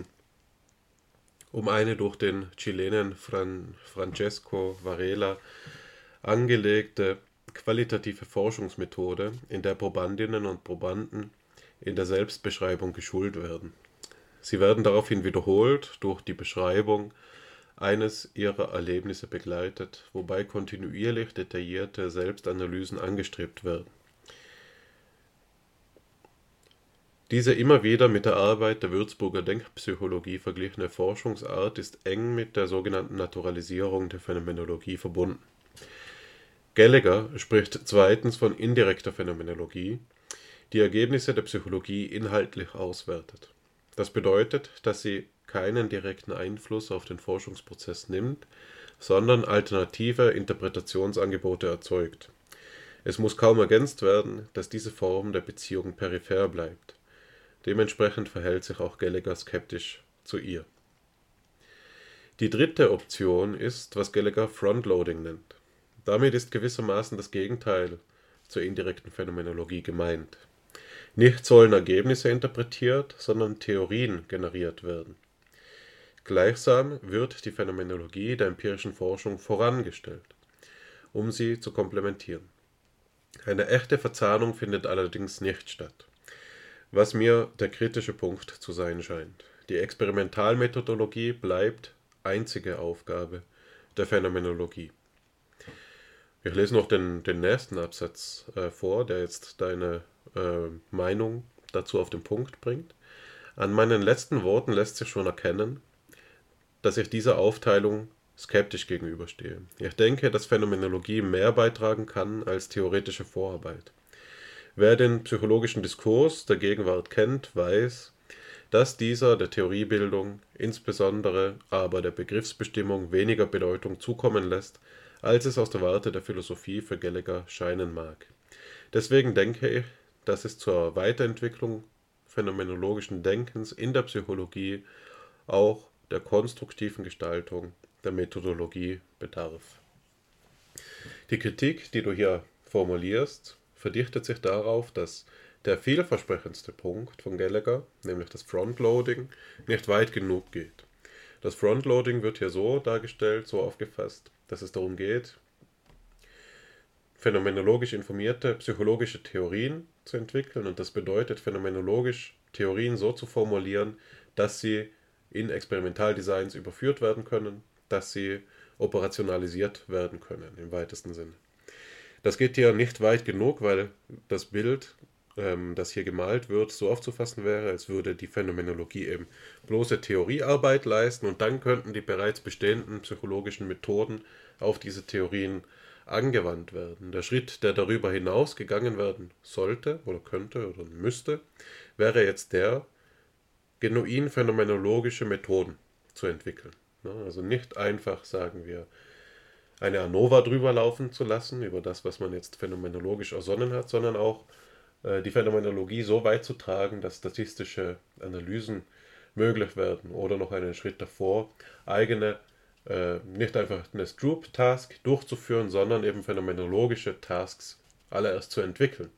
um eine durch den Chilenen Fran Francesco Varela angelegte qualitative Forschungsmethode, in der Probandinnen und Probanden in der Selbstbeschreibung geschult werden. Sie werden daraufhin wiederholt durch die Beschreibung eines ihrer Erlebnisse begleitet, wobei kontinuierlich detaillierte Selbstanalysen angestrebt werden. Diese immer wieder mit der Arbeit der Würzburger Denkpsychologie verglichene Forschungsart ist eng mit der sogenannten Naturalisierung der Phänomenologie verbunden. Gallagher spricht zweitens von indirekter Phänomenologie, die Ergebnisse der Psychologie inhaltlich auswertet. Das bedeutet, dass sie keinen direkten Einfluss auf den Forschungsprozess nimmt, sondern alternative Interpretationsangebote erzeugt. Es muss kaum ergänzt werden, dass diese Form der Beziehung peripher bleibt. Dementsprechend verhält sich auch Gallagher skeptisch zu ihr. Die dritte Option ist, was Gallagher Frontloading nennt. Damit ist gewissermaßen das Gegenteil zur indirekten Phänomenologie gemeint. Nicht sollen Ergebnisse interpretiert, sondern Theorien generiert werden. Gleichsam wird die Phänomenologie der empirischen Forschung vorangestellt, um sie zu komplementieren. Eine echte Verzahnung findet allerdings nicht statt, was mir der kritische Punkt zu sein scheint. Die Experimentalmethodologie bleibt einzige Aufgabe der Phänomenologie. Ich lese noch den, den nächsten Absatz äh, vor, der jetzt deine äh, Meinung dazu auf den Punkt bringt. An meinen letzten Worten lässt sich schon erkennen, dass ich dieser Aufteilung skeptisch gegenüberstehe. Ich denke, dass Phänomenologie mehr beitragen kann als theoretische Vorarbeit. Wer den psychologischen Diskurs der Gegenwart kennt, weiß, dass dieser der Theoriebildung, insbesondere aber der Begriffsbestimmung, weniger Bedeutung zukommen lässt, als es aus der Warte der Philosophie für Gallagher scheinen mag. Deswegen denke ich, dass es zur Weiterentwicklung phänomenologischen Denkens in der Psychologie auch der konstruktiven Gestaltung der Methodologie bedarf. Die Kritik, die du hier formulierst, verdichtet sich darauf, dass der vielversprechendste Punkt von Gallagher, nämlich das Frontloading, nicht weit genug geht. Das Frontloading wird hier so dargestellt, so aufgefasst, dass es darum geht, phänomenologisch informierte psychologische Theorien zu entwickeln, und das bedeutet, phänomenologisch Theorien so zu formulieren, dass sie in Experimentaldesigns überführt werden können, dass sie operationalisiert werden können, im weitesten Sinne. Das geht hier nicht weit genug, weil das Bild, ähm, das hier gemalt wird, so aufzufassen wäre, als würde die Phänomenologie eben bloße Theoriearbeit leisten und dann könnten die bereits bestehenden psychologischen Methoden auf diese Theorien angewandt werden. Der Schritt, der darüber hinaus gegangen werden sollte oder könnte oder müsste, wäre jetzt der, genuin phänomenologische Methoden zu entwickeln. Also nicht einfach, sagen wir, eine ANOVA drüber laufen zu lassen, über das, was man jetzt phänomenologisch ersonnen hat, sondern auch äh, die Phänomenologie so weit zu tragen, dass statistische Analysen möglich werden oder noch einen Schritt davor, eigene, äh, nicht einfach eine Stroop-Task durchzuführen, sondern eben phänomenologische Tasks allererst zu entwickeln.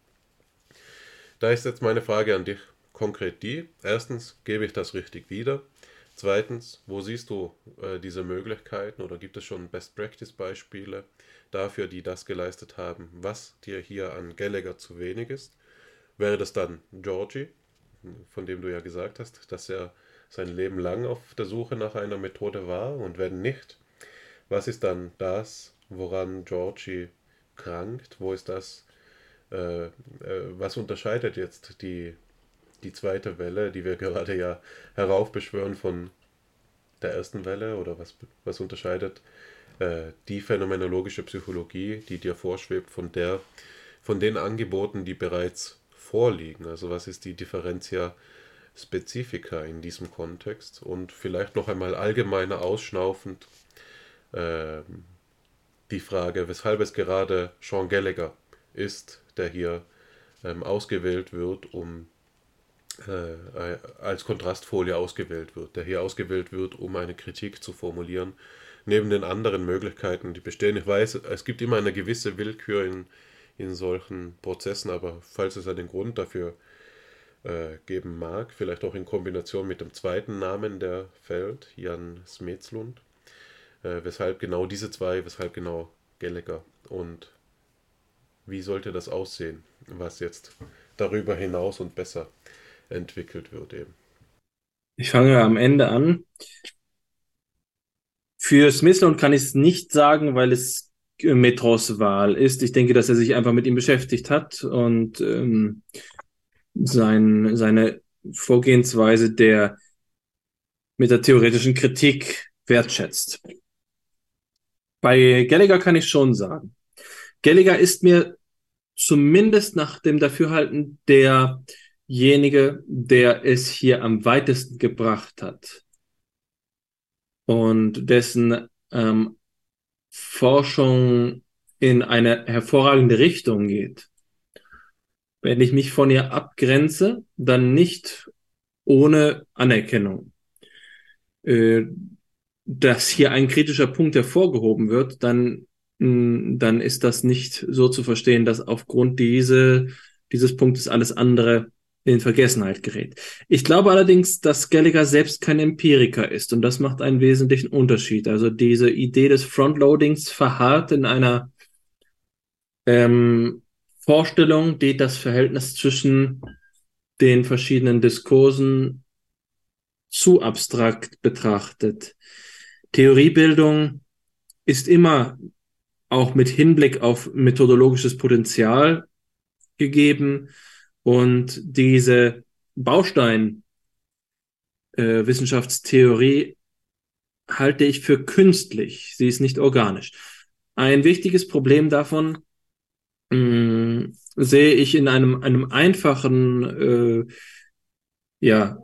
Da ist jetzt meine Frage an dich konkret die: Erstens, gebe ich das richtig wieder? Zweitens, wo siehst du äh, diese Möglichkeiten, oder gibt es schon Best-Practice-Beispiele dafür, die das geleistet haben, was dir hier an Gallagher zu wenig ist? Wäre das dann Georgi, von dem du ja gesagt hast, dass er sein Leben lang auf der Suche nach einer Methode war? Und wenn nicht, was ist dann das, woran Georgi krankt? Wo ist das, äh, äh, was unterscheidet jetzt die die zweite Welle, die wir gerade ja heraufbeschwören, von der ersten Welle, oder was, was unterscheidet äh, die phänomenologische Psychologie, die dir vorschwebt, von der, von den Angeboten, die bereits vorliegen? Also was ist die Differentia Specifica in diesem Kontext? Und vielleicht noch einmal allgemeiner ausschnaufend äh, die Frage, weshalb es gerade Sean Gallagher ist, der hier ähm, ausgewählt wird, um Äh, als Kontrastfolie ausgewählt wird, der hier ausgewählt wird, um eine Kritik zu formulieren, neben den anderen Möglichkeiten, die bestehen. Ich weiß, es gibt immer eine gewisse Willkür in, in solchen Prozessen, aber falls es einen Grund dafür äh, geben mag, vielleicht auch in Kombination mit dem zweiten Namen, der fällt, Jan Smedslund, äh, weshalb genau diese zwei, weshalb genau Gallagher, und wie sollte das aussehen, was jetzt darüber hinaus und besser entwickelt wird eben. Ich fange am Ende an. Für Smedslund kann ich es nicht sagen, weil es Metros Wahl ist. Ich denke, dass er sich einfach mit ihm beschäftigt hat und ähm, sein, seine Vorgehensweise der mit der theoretischen Kritik wertschätzt. Bei Gallagher kann ich schon sagen. Gallagher ist mir zumindest nach dem Dafürhalten derjenige, der es hier am weitesten gebracht hat und dessen ähm, Forschung in eine hervorragende Richtung geht. Wenn ich mich von ihr abgrenze, dann nicht ohne Anerkennung. Äh, dass hier ein kritischer Punkt hervorgehoben wird, dann, mh, dann ist das nicht so zu verstehen, dass aufgrund diese, dieses Punktes alles andere in Vergessenheit gerät. Ich glaube allerdings, dass Gallagher selbst kein Empiriker ist und das macht einen wesentlichen Unterschied. Also diese Idee des Frontloadings verharrt in einer ähm, Vorstellung, die das Verhältnis zwischen den verschiedenen Diskursen zu abstrakt betrachtet. Theoriebildung ist immer auch mit Hinblick auf methodologisches Potenzial gegeben und diese Baustein äh, Wissenschaftstheorie halte ich für künstlich. Sie ist nicht organisch. Ein wichtiges Problem davon mh, sehe ich in einem, einem einfachen, äh, ja,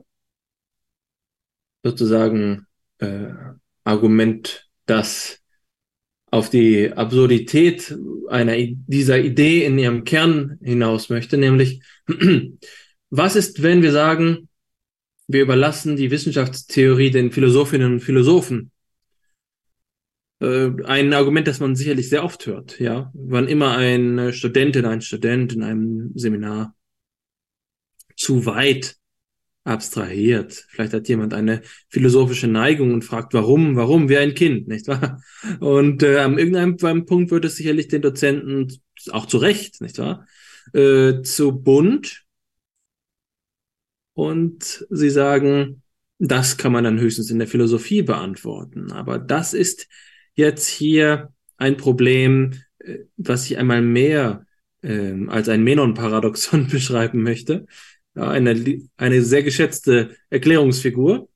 sozusagen äh, Argument, das auf die Absurdität einer dieser Idee in ihrem Kern hinaus möchte, nämlich was ist, wenn wir sagen, wir überlassen die Wissenschaftstheorie den Philosophinnen und Philosophen? Äh, ein Argument, das man sicherlich sehr oft hört, ja, wann immer eine Studentin, ein Student in einem Seminar zu weit abstrahiert. Vielleicht hat jemand eine philosophische Neigung und fragt, warum, warum, wie ein Kind, nicht wahr? Und äh, an irgendeinem Punkt wird es sicherlich den Dozenten, auch zu Recht, nicht wahr, äh, zu bunt. Und sie sagen, das kann man dann höchstens in der Philosophie beantworten. Aber das ist jetzt hier ein Problem, äh, was ich einmal mehr äh, als ein Menon-Paradoxon beschreiben möchte. Ja, eine, eine sehr geschätzte Erklärungsfigur.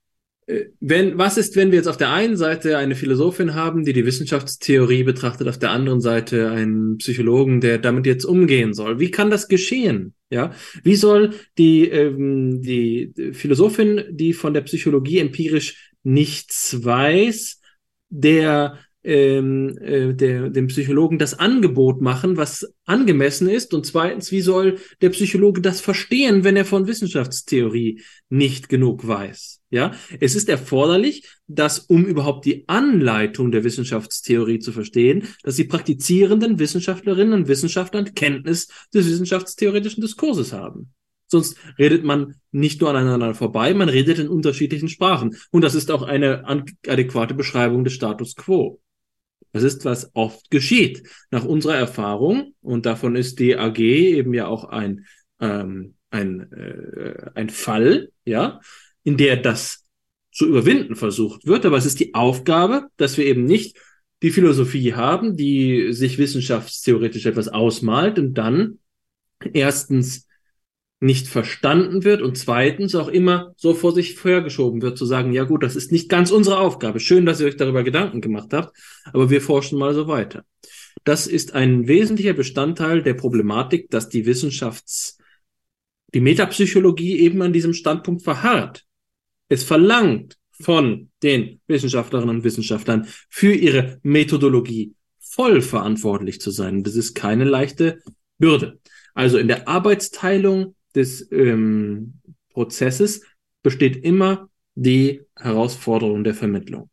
Wenn, was ist, wenn wir jetzt auf der einen Seite eine Philosophin haben, die die Wissenschaftstheorie betrachtet, auf der anderen Seite einen Psychologen, der damit jetzt umgehen soll? Wie kann das geschehen? Ja, wie soll die, ähm, die Philosophin, die von der Psychologie empirisch nichts weiß, der Ähm, äh, der, dem Psychologen das Angebot machen, was angemessen ist? Und zweitens, wie soll der Psychologe das verstehen, wenn er von Wissenschaftstheorie nicht genug weiß? Ja, es ist erforderlich, dass, um überhaupt die Anleitung der Wissenschaftstheorie zu verstehen, dass die praktizierenden Wissenschaftlerinnen und Wissenschaftler Kenntnis des wissenschaftstheoretischen Diskurses haben. Sonst redet man nicht nur aneinander vorbei, man redet in unterschiedlichen Sprachen. Und das ist auch eine adäquate Beschreibung des Status quo. Das ist, was oft geschieht. Nach unserer Erfahrung, und davon ist die A G eben ja auch ein, ähm, ein, äh, ein Fall, ja, in der das zu überwinden versucht wird. Aber es ist die Aufgabe, dass wir eben nicht die Philosophie haben, die sich wissenschaftstheoretisch etwas ausmalt und dann erstens nicht verstanden wird und zweitens auch immer so vor sich hergeschoben wird, zu sagen, ja gut, das ist nicht ganz unsere Aufgabe. Schön, dass ihr euch darüber Gedanken gemacht habt, aber wir forschen mal so weiter. Das ist ein wesentlicher Bestandteil der Problematik, dass die Wissenschafts-, die Metapsychologie eben an diesem Standpunkt verharrt. Es verlangt von den Wissenschaftlerinnen und Wissenschaftlern für ihre Methodologie voll verantwortlich zu sein. Das ist keine leichte Bürde. Also in der Arbeitsteilung des ähm, Prozesses besteht immer die Herausforderung der Vermittlung.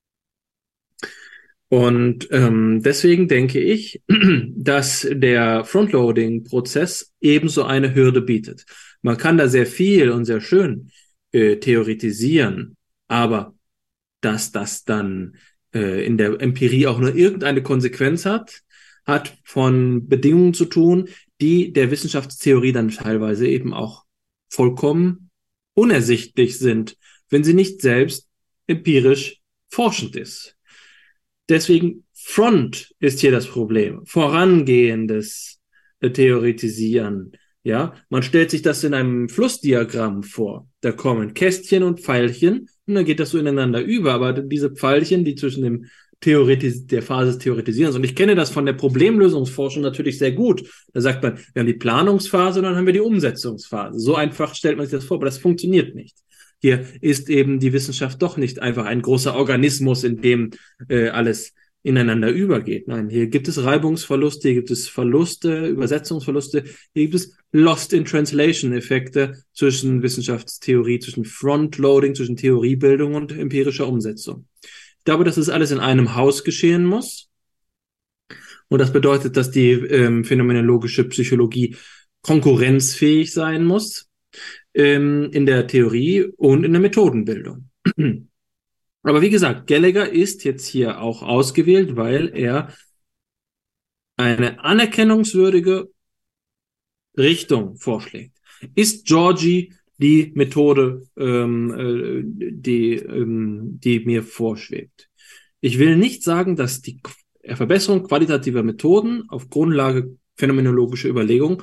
Und ähm, deswegen denke ich, dass der Frontloading-Prozess ebenso eine Hürde bietet. Man kann da sehr viel und sehr schön äh, theoretisieren, aber dass das dann äh, in der Empirie auch nur irgendeine Konsequenz hat, hat von Bedingungen zu tun, die der Wissenschaftstheorie dann teilweise eben auch vollkommen unersichtlich sind, wenn sie nicht selbst empirisch forschend ist. Deswegen Front ist hier das Problem, vorangehendes Theoretisieren. Ja, man stellt sich das in einem Flussdiagramm vor. Da kommen Kästchen und Pfeilchen und dann geht das so ineinander über. Aber diese Pfeilchen, die zwischen dem Theoretis- der Phase des Theoretisierens. Und ich kenne das von der Problemlösungsforschung natürlich sehr gut. Da sagt man, wir haben die Planungsphase und dann haben wir die Umsetzungsphase. So einfach stellt man sich das vor, aber das funktioniert nicht. Hier ist eben die Wissenschaft doch nicht einfach ein großer Organismus, in dem äh, alles ineinander übergeht. Nein, hier gibt es Reibungsverluste, hier gibt es Verluste, Übersetzungsverluste, hier gibt es Lost-in-Translation-Effekte zwischen Wissenschaftstheorie, zwischen Frontloading, zwischen Theoriebildung und empirischer Umsetzung. Ich glaube, dass das alles in einem Haus geschehen muss. Und das bedeutet, dass die ähm, phänomenologische Psychologie konkurrenzfähig sein muss ähm, in der Theorie und in der Methodenbildung. Aber wie gesagt, Gallagher ist jetzt hier auch ausgewählt, weil er eine anerkennungswürdige Richtung vorschlägt. Ist Georgi die Methode, ähm, äh, die, ähm, die mir vorschwebt? Ich will nicht sagen, dass die Verbesserung qualitativer Methoden auf Grundlage phänomenologischer Überlegung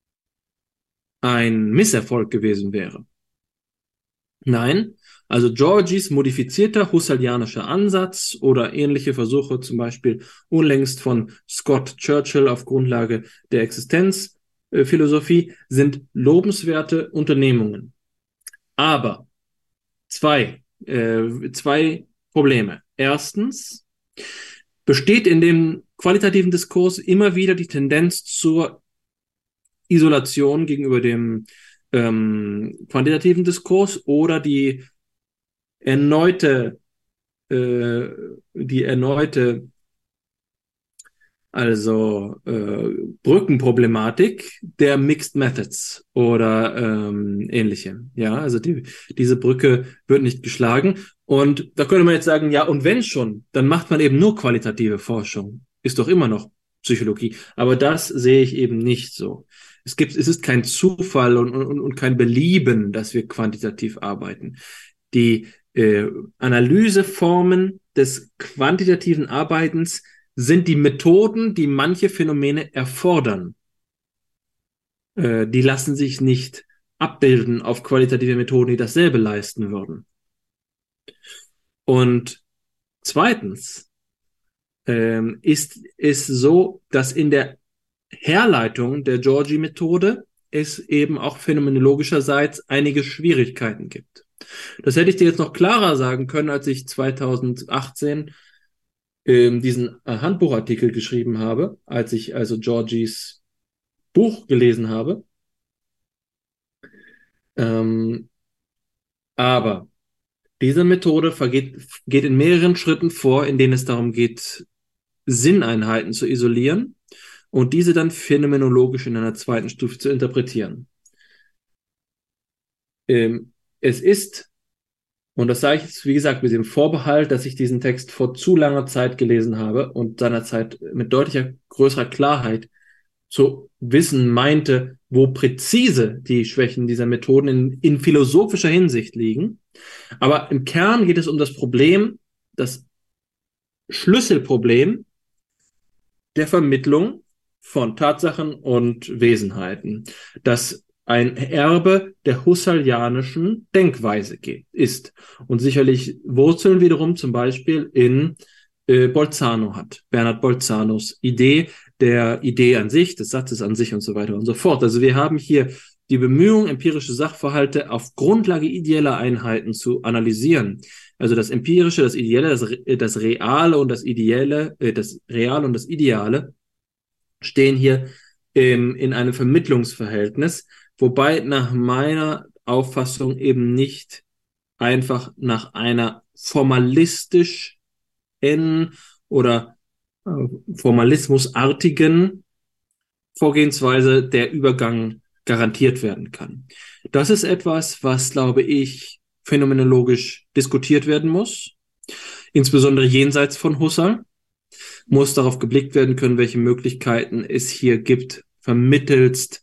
ein Misserfolg gewesen wäre. Nein, also Georgis modifizierter husserlianischer Ansatz oder ähnliche Versuche, zum Beispiel unlängst von Scott Churchill auf Grundlage der Existenzphilosophie, sind lobenswerte Unternehmungen. Aber zwei, äh, zwei Probleme. Erstens besteht in dem qualitativen Diskurs immer wieder die Tendenz zur Isolation gegenüber dem ähm, quantitativen Diskurs oder die erneute, äh, die erneute, also äh, Brückenproblematik der Mixed Methods oder ähm, ähnliche. Ja, also die, diese Brücke wird nicht geschlagen. Und da könnte man jetzt sagen, ja, und wenn schon, dann macht man eben nur qualitative Forschung. Ist doch immer noch Psychologie. Aber das sehe ich eben nicht so. Es gibt, es ist kein Zufall und, und, und kein Belieben, dass wir quantitativ arbeiten. Die äh, Analyseformen des quantitativen Arbeitens sind die Methoden, die manche Phänomene erfordern. Äh, die lassen sich nicht abbilden auf qualitative Methoden, die dasselbe leisten würden. Und zweitens ähm, ist es so, dass in der Herleitung der Georgi-Methode es eben auch phänomenologischerseits einige Schwierigkeiten gibt. Das hätte ich dir jetzt noch klarer sagen können, als ich zweitausendachtzehn ähm, diesen äh, Handbuchartikel geschrieben habe, als ich also Georgis Buch gelesen habe. Ähm, aber diese Methode vergeht, geht in mehreren Schritten vor, in denen es darum geht, Sinneinheiten zu isolieren und diese dann phänomenologisch in einer zweiten Stufe zu interpretieren. Ähm, es ist, und das sage ich jetzt, wie gesagt, mit dem Vorbehalt, dass ich diesen Text vor zu langer Zeit gelesen habe und seinerzeit mit deutlicher, größerer Klarheit zu wissen meinte, wo präzise die Schwächen dieser Methoden in, in philosophischer Hinsicht liegen. Aber im Kern geht es um das Problem, das Schlüsselproblem der Vermittlung von Tatsachen und Wesenheiten, das ein Erbe der husserlianischen Denkweise geht, ist und sicherlich Wurzeln wiederum zum Beispiel in äh, Bolzano hat, Bernhard Bolzanos Idee der Idee an sich, des Satzes an sich und so weiter und so fort. Also wir haben hier die Bemühung, empirische Sachverhalte auf Grundlage ideeller Einheiten zu analysieren. Also das Empirische, das Ideelle, das, das Reale und das Ideelle, äh, das Reale und das Ideale stehen hier ähm, in einem Vermittlungsverhältnis, wobei nach meiner Auffassung eben nicht einfach nach einer formalistisch en oder äh, formalismusartigen Vorgehensweise der Übergang garantiert werden kann. Das ist etwas, was, glaube ich, phänomenologisch diskutiert werden muss, insbesondere jenseits von Husserl. Muss darauf geblickt werden können, welche Möglichkeiten es hier gibt, vermittelst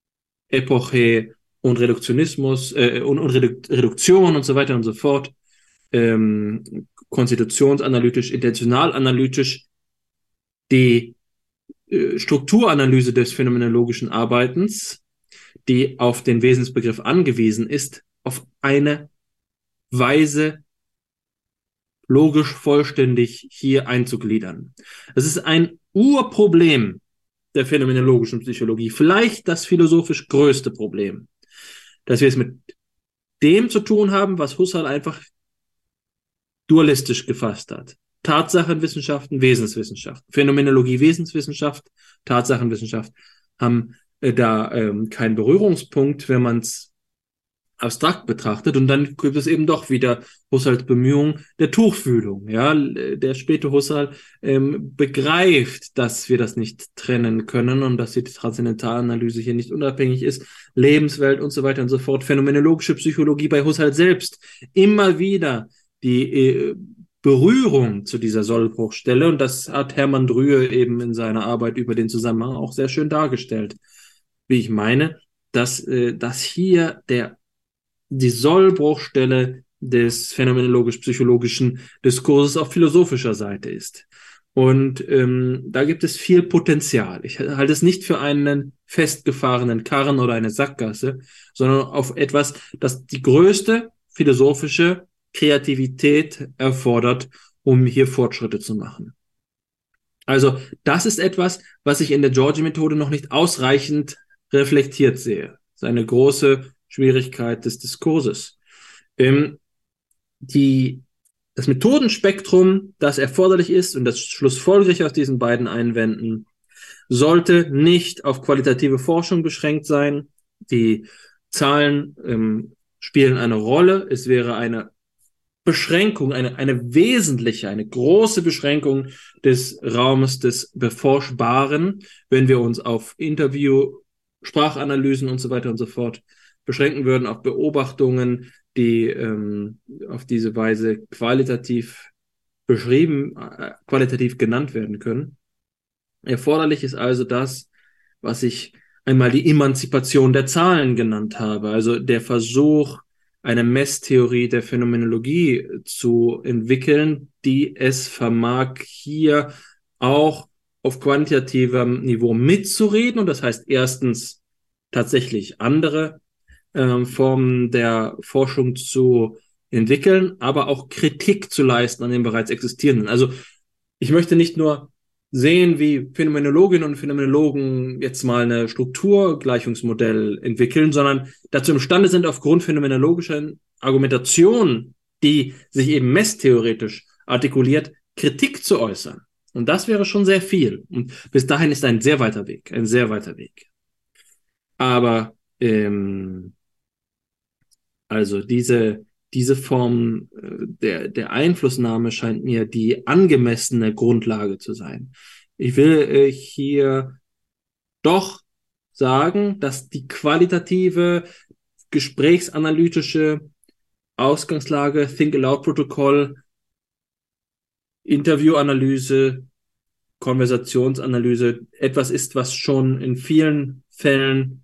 Epoche und Reduktionismus äh, und, und Redu Reduktion und so weiter und so fort, ähm, konstitutionsanalytisch, intentionalanalytisch, die äh, Strukturanalyse des phänomenologischen Arbeitens, die auf den Wesensbegriff angewiesen ist, auf eine Weise logisch vollständig hier einzugliedern. Das ist ein Urproblem der phänomenologischen Psychologie, vielleicht das philosophisch größte Problem, dass wir es mit dem zu tun haben, was Husserl einfach dualistisch gefasst hat. Tatsachenwissenschaften, Wesenswissenschaft, Phänomenologie, Wesenswissenschaft, Tatsachenwissenschaft haben äh, da ähm, keinen Berührungspunkt, wenn man es abstrakt betrachtet. Und dann gibt es eben doch wieder Husserls Bemühungen der Tuchfühlung. Ja, der späte Husserl ähm, begreift, dass wir das nicht trennen können und dass die Transzendentалanalyse hier nicht unabhängig ist, Lebenswelt und so weiter und so fort. Phänomenologische Psychologie bei Husserl selbst immer wieder die äh, Berührung zu dieser Sollbruchstelle, und das hat Hermann Drühe eben in seiner Arbeit über den Zusammenhang auch sehr schön dargestellt. Wie ich meine, dass, äh, dass hier der die Sollbruchstelle des phänomenologisch-psychologischen Diskurses auf philosophischer Seite ist. Und ähm, da gibt es viel Potenzial. Ich halte es nicht für einen festgefahrenen Karren oder eine Sackgasse, sondern auf etwas, das die größte philosophische Kreativität erfordert, um hier Fortschritte zu machen. Also das ist etwas, was ich in der Georgi-Methode noch nicht ausreichend reflektiert sehe. Das ist eine große Schwierigkeit des Diskurses. Ähm, die, das Methodenspektrum, das erforderlich ist, und das schlussfolgerlich aus diesen beiden Einwänden, sollte nicht auf qualitative Forschung beschränkt sein. Die Zahlen ähm, spielen eine Rolle. Es wäre eine Beschränkung, eine, eine wesentliche, eine große Beschränkung des Raumes des Beforschbaren, wenn wir uns auf Interview, Sprachanalysen und so weiter und so fort beschränken würden, auf Beobachtungen, die ähm, auf diese Weise qualitativ beschrieben, äh, qualitativ genannt werden können. Erforderlich ist also das, was ich einmal die Emanzipation der Zahlen genannt habe, also der Versuch, eine Messtheorie der Phänomenologie zu entwickeln, die es vermag, hier auch auf quantitativem Niveau mitzureden, und das heißt erstens tatsächlich andere äh, Formen der Forschung zu entwickeln, aber auch Kritik zu leisten an den bereits existierenden. Also ich möchte nicht nur sehen, wie Phänomenologinnen und Phänomenologen jetzt mal eine Strukturgleichungsmodell entwickeln, sondern dazu imstande sind, aufgrund phänomenologischer Argumentation, die sich eben messtheoretisch artikuliert, Kritik zu äußern. Und das wäre schon sehr viel. Und bis dahin ist ein sehr weiter Weg, ein sehr weiter Weg. Aber ähm, also diese diese Form äh, der der Einflussnahme scheint mir die angemessene Grundlage zu sein. Ich will äh, hier doch sagen, dass die qualitative, gesprächsanalytische Ausgangslage, Think-Aloud-Protokoll, Interviewanalyse, Konversationsanalyse etwas ist, was schon in vielen Fällen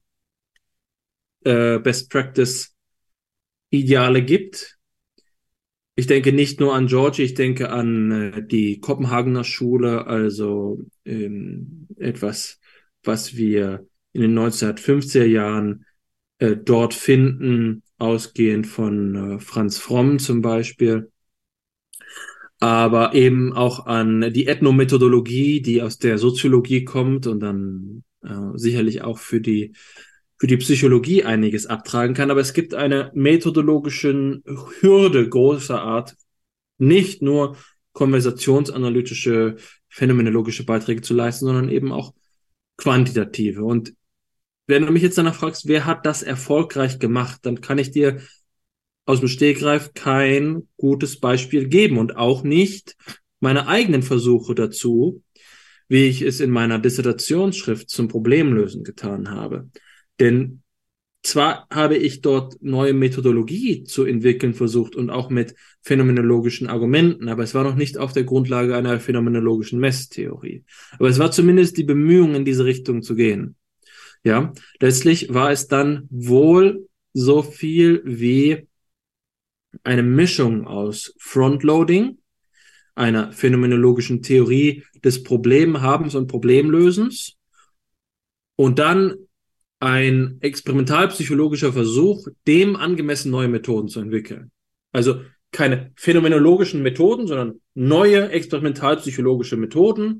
äh, Best Practice Ideale gibt. Ich denke nicht nur an Georgi, ich denke an äh, die Kopenhagener Schule, also ähm, etwas, was wir in den neunzehnhundertfünfziger Jahren äh, dort finden, ausgehend von äh, Franz Fromm zum Beispiel, aber eben auch an die Ethnomethodologie, die aus der Soziologie kommt und dann äh, sicherlich auch für die für die Psychologie einiges abtragen kann. Aber es gibt eine methodologische Hürde großer Art, nicht nur konversationsanalytische, phänomenologische Beiträge zu leisten, sondern eben auch quantitative. Und wenn du mich jetzt danach fragst, wer hat das erfolgreich gemacht, dann kann ich dir aus dem Stegreif kein gutes Beispiel geben und auch nicht meine eigenen Versuche dazu, wie ich es in meiner Dissertationsschrift zum Problemlösen getan habe. Denn zwar habe ich dort neue Methodologie zu entwickeln versucht und auch mit phänomenologischen Argumenten, aber es war noch nicht auf der Grundlage einer phänomenologischen Messtheorie. Aber es war zumindest die Bemühung, in diese Richtung zu gehen. Ja, letztlich war es dann wohl so viel wie eine Mischung aus Frontloading, einer phänomenologischen Theorie des Problemhabens und Problemlösens und dann ein experimentalpsychologischer Versuch, dem angemessen neue Methoden zu entwickeln. Also keine phänomenologischen Methoden, sondern neue experimentalpsychologische Methoden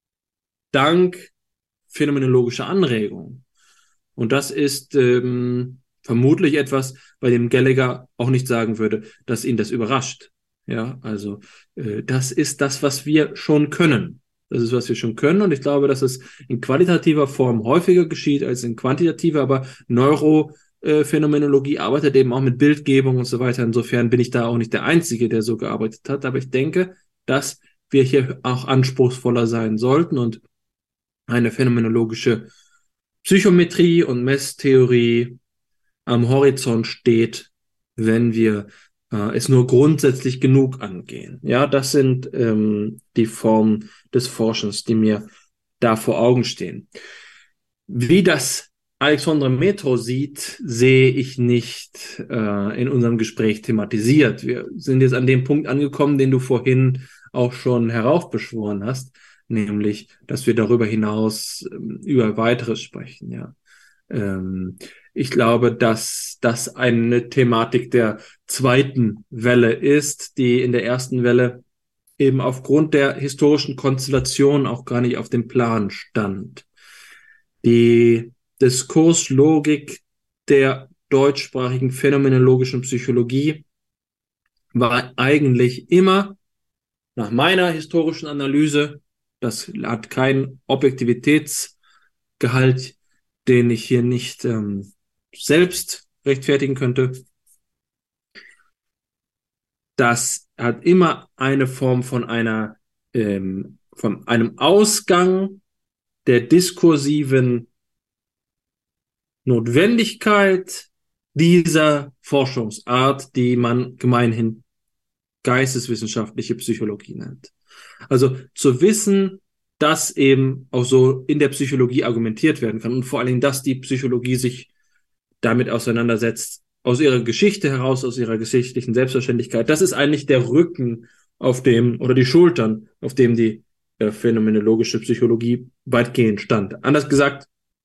dank phänomenologischer Anregungen. Und das ist ähm, vermutlich etwas, bei dem Gallagher auch nicht sagen würde, dass ihn das überrascht. Ja, also äh, das ist das, was wir schon können. Das ist, was wir schon können. Und ich glaube, dass es in qualitativer Form häufiger geschieht als in quantitativer. Aber Neuro, äh, Phänomenologie, arbeitet eben auch mit Bildgebung und so weiter. Insofern bin ich da auch nicht der Einzige, der so gearbeitet hat. Aber ich denke, dass wir hier auch anspruchsvoller sein sollten und eine phänomenologische Psychometrie und Messtheorie am Horizont steht, wenn wir äh, es nur grundsätzlich genug angehen. Ja, das sind ähm, die Formen des Forschens, die mir da vor Augen stehen. Wie das Alexandre Metro sieht, sehe ich nicht äh, in unserem Gespräch thematisiert. Wir sind jetzt an dem Punkt angekommen, den du vorhin auch schon heraufbeschworen hast, nämlich, dass wir darüber hinaus ähm, über weiteres sprechen, ja. Ähm, ich glaube, dass das eine Thematik der zweiten Welle ist, die in der ersten Welle eben aufgrund der historischen Konstellation auch gar nicht auf dem Plan stand. Die Diskurslogik der deutschsprachigen phänomenologischen Psychologie war eigentlich immer, nach meiner historischen Analyse, das hat keinen Objektivitätsgehalt, den ich hier nicht ähm, selbst rechtfertigen könnte. Das hat immer eine Form von einer, ähm, von einem Ausgang der diskursiven Notwendigkeit dieser Forschungsart, die man gemeinhin geisteswissenschaftliche Psychologie nennt. Also zu wissen, dass eben auch so in der Psychologie argumentiert werden kann und vor allen Dingen, dass die Psychologie sich damit auseinandersetzt, aus ihrer Geschichte heraus, aus ihrer geschichtlichen Selbstverständlichkeit. Das ist eigentlich der Rücken, auf dem, oder die Schultern, auf dem die äh, phänomenologische Psychologie weitgehend stand. Anders gesagt,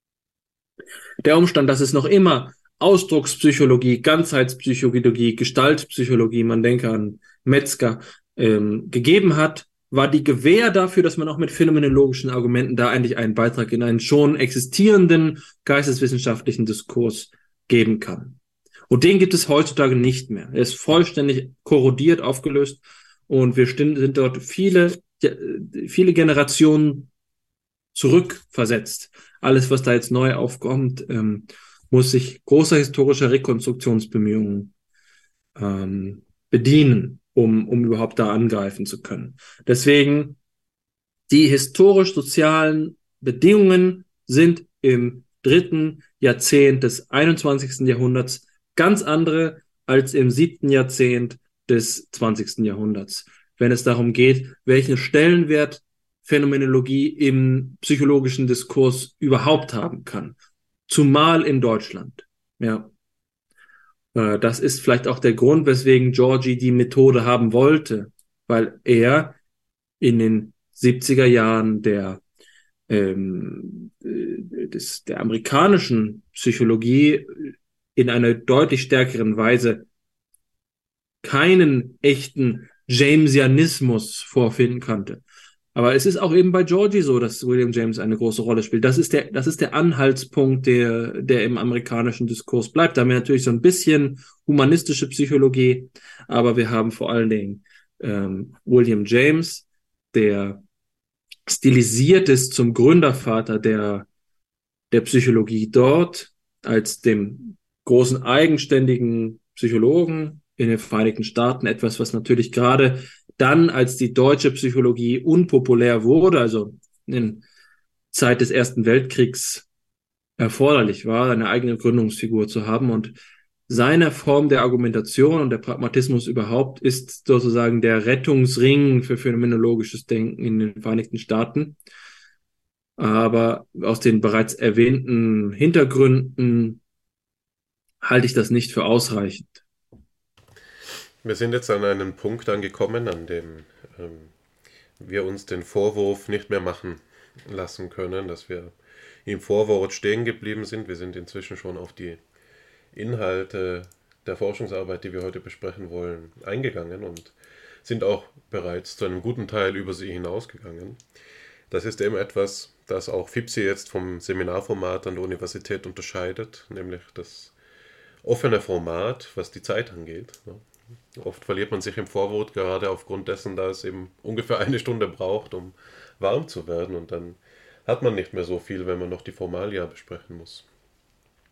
der Umstand, dass es noch immer Ausdruckspsychologie, Ganzheitspsychologie, Gestaltpsychologie, man denke an Metzger, ähm, gegeben hat, war die Gewähr dafür, dass man auch mit phänomenologischen Argumenten da eigentlich einen Beitrag in einen schon existierenden geisteswissenschaftlichen Diskurs geben kann. Und den gibt es heutzutage nicht mehr. Er ist vollständig korrodiert, aufgelöst und wir sind dort viele, viele Generationen zurückversetzt. Alles, was da jetzt neu aufkommt, ähm, muss sich großer historischer Rekonstruktionsbemühungen ähm, bedienen, um, um überhaupt da angreifen zu können. Deswegen, die historisch-sozialen Bedingungen sind im dritten Jahrzehnt des einundzwanzigsten Jahrhunderts ganz andere als im siebten Jahrzehnt des zwanzigsten Jahrhunderts, wenn es darum geht, welchen Stellenwert Phänomenologie im psychologischen Diskurs überhaupt haben kann. Zumal in Deutschland. Ja. Das ist vielleicht auch der Grund, weswegen Georgi die Methode haben wollte, weil er in den siebziger Jahren der, ähm, des, der amerikanischen Psychologie in einer deutlich stärkeren Weise keinen echten Jamesianismus vorfinden konnte. Aber es ist auch eben bei Georgi so, dass William James eine große Rolle spielt. Das ist der, das ist der Anhaltspunkt, der, der im amerikanischen Diskurs bleibt. Da haben wir natürlich so ein bisschen humanistische Psychologie, aber wir haben vor allen Dingen ähm, William James, der stilisiert ist zum Gründervater der, der Psychologie dort, als dem großen eigenständigen Psychologen in den Vereinigten Staaten, etwas, was natürlich gerade dann, als die deutsche Psychologie unpopulär wurde, also in Zeit des Ersten Weltkriegs erforderlich war, eine eigene Gründungsfigur zu haben. Und seine Form der Argumentation und der Pragmatismus überhaupt ist sozusagen der Rettungsring für phänomenologisches Denken in den Vereinigten Staaten. Aber aus den bereits erwähnten Hintergründen halte ich das nicht für ausreichend. Wir sind jetzt an einem Punkt angekommen, an dem ähm, wir uns den Vorwurf nicht mehr machen lassen können, dass wir im Vorwort stehen geblieben sind. Wir sind inzwischen schon auf die Inhalte der Forschungsarbeit, die wir heute besprechen wollen, eingegangen und sind auch bereits zu einem guten Teil über sie hinausgegangen. Das ist eben etwas, das auch FIPSI jetzt vom Seminarformat an der Universität unterscheidet, nämlich das offene Format, was die Zeit angeht. Oft verliert man sich im Vorwort, gerade aufgrund dessen, dass es eben ungefähr eine Stunde braucht, um warm zu werden. Und dann hat man nicht mehr so viel, wenn man noch die Formalia besprechen muss.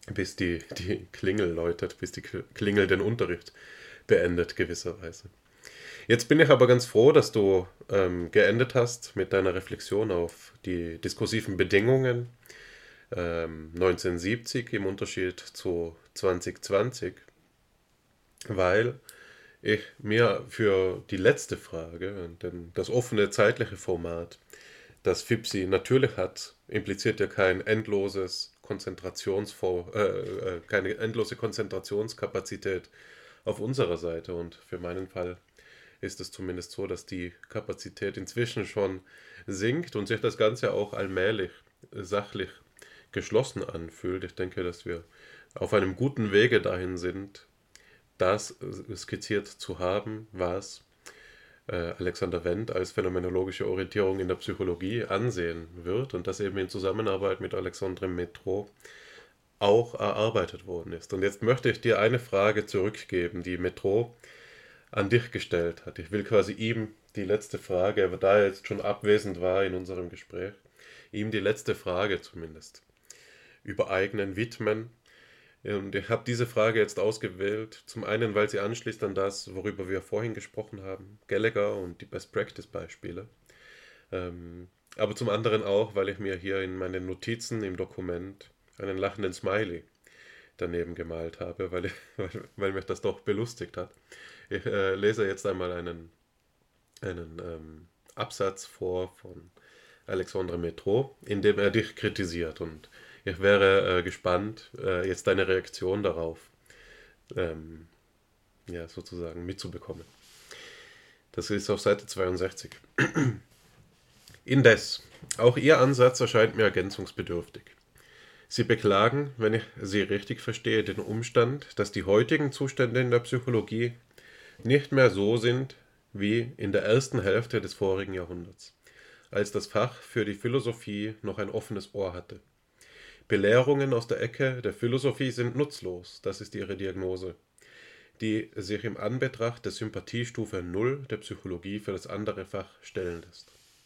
bis die, die Klingel läutet, bis die Klingel den Unterricht beendet gewisserweise. Jetzt bin ich aber ganz froh, dass du ähm, geendet hast mit deiner Reflexion auf die diskursiven Bedingungen ähm, neunzehnhundertsiebzig im Unterschied zu zwanzig zwanzig, weil ich mir für die letzte Frage, denn das offene zeitliche Format, das FIPSI natürlich hat, impliziert ja kein endloses Konzentrationsvor, äh, äh, keine endlose Konzentrationskapazität auf unserer Seite. Und für meinen Fall ist es zumindest so, dass die Kapazität inzwischen schon sinkt und sich das Ganze auch allmählich sachlich geschlossen anfühlt. Ich denke, dass wir auf einem guten Wege dahin sind, das skizziert zu haben, was äh, Alexander Wendt als phänomenologische Orientierung in der Psychologie ansehen wird und das eben in Zusammenarbeit mit Alexandre Métraux auch erarbeitet worden ist. Und jetzt möchte ich dir eine Frage zurückgeben, die Métraux an dich gestellt hat. Ich will quasi ihm die letzte Frage, aber da er jetzt schon abwesend war in unserem Gespräch, ihm die letzte Frage zumindest übereignen, widmen. Und ich habe diese Frage jetzt ausgewählt, zum einen, weil sie anschließt an das, worüber wir vorhin gesprochen haben, Gallagher und die Best-Practice-Beispiele. Ähm, aber zum anderen auch, weil ich mir hier in meinen Notizen im Dokument einen lachenden Smiley daneben gemalt habe, weil, ich, weil, weil mich das doch belustigt hat. Ich äh, lese jetzt einmal einen, einen ähm, Absatz vor von Alexandre Métraux, in dem er dich kritisiert, und ich wäre äh, gespannt, äh, jetzt deine Reaktion darauf ähm, ja, sozusagen mitzubekommen. Das ist auf Seite zweiundsechzig. Indes, auch Ihr Ansatz erscheint mir ergänzungsbedürftig. Sie beklagen, wenn ich Sie richtig verstehe, den Umstand, dass die heutigen Zustände in der Psychologie nicht mehr so sind wie in der ersten Hälfte des vorigen Jahrhunderts, als das Fach für die Philosophie noch ein offenes Ohr hatte. Belehrungen aus der Ecke der Philosophie sind nutzlos, das ist Ihre Diagnose, die sich im Anbetracht der Sympathiestufe null der Psychologie für das andere Fach stellen lässt.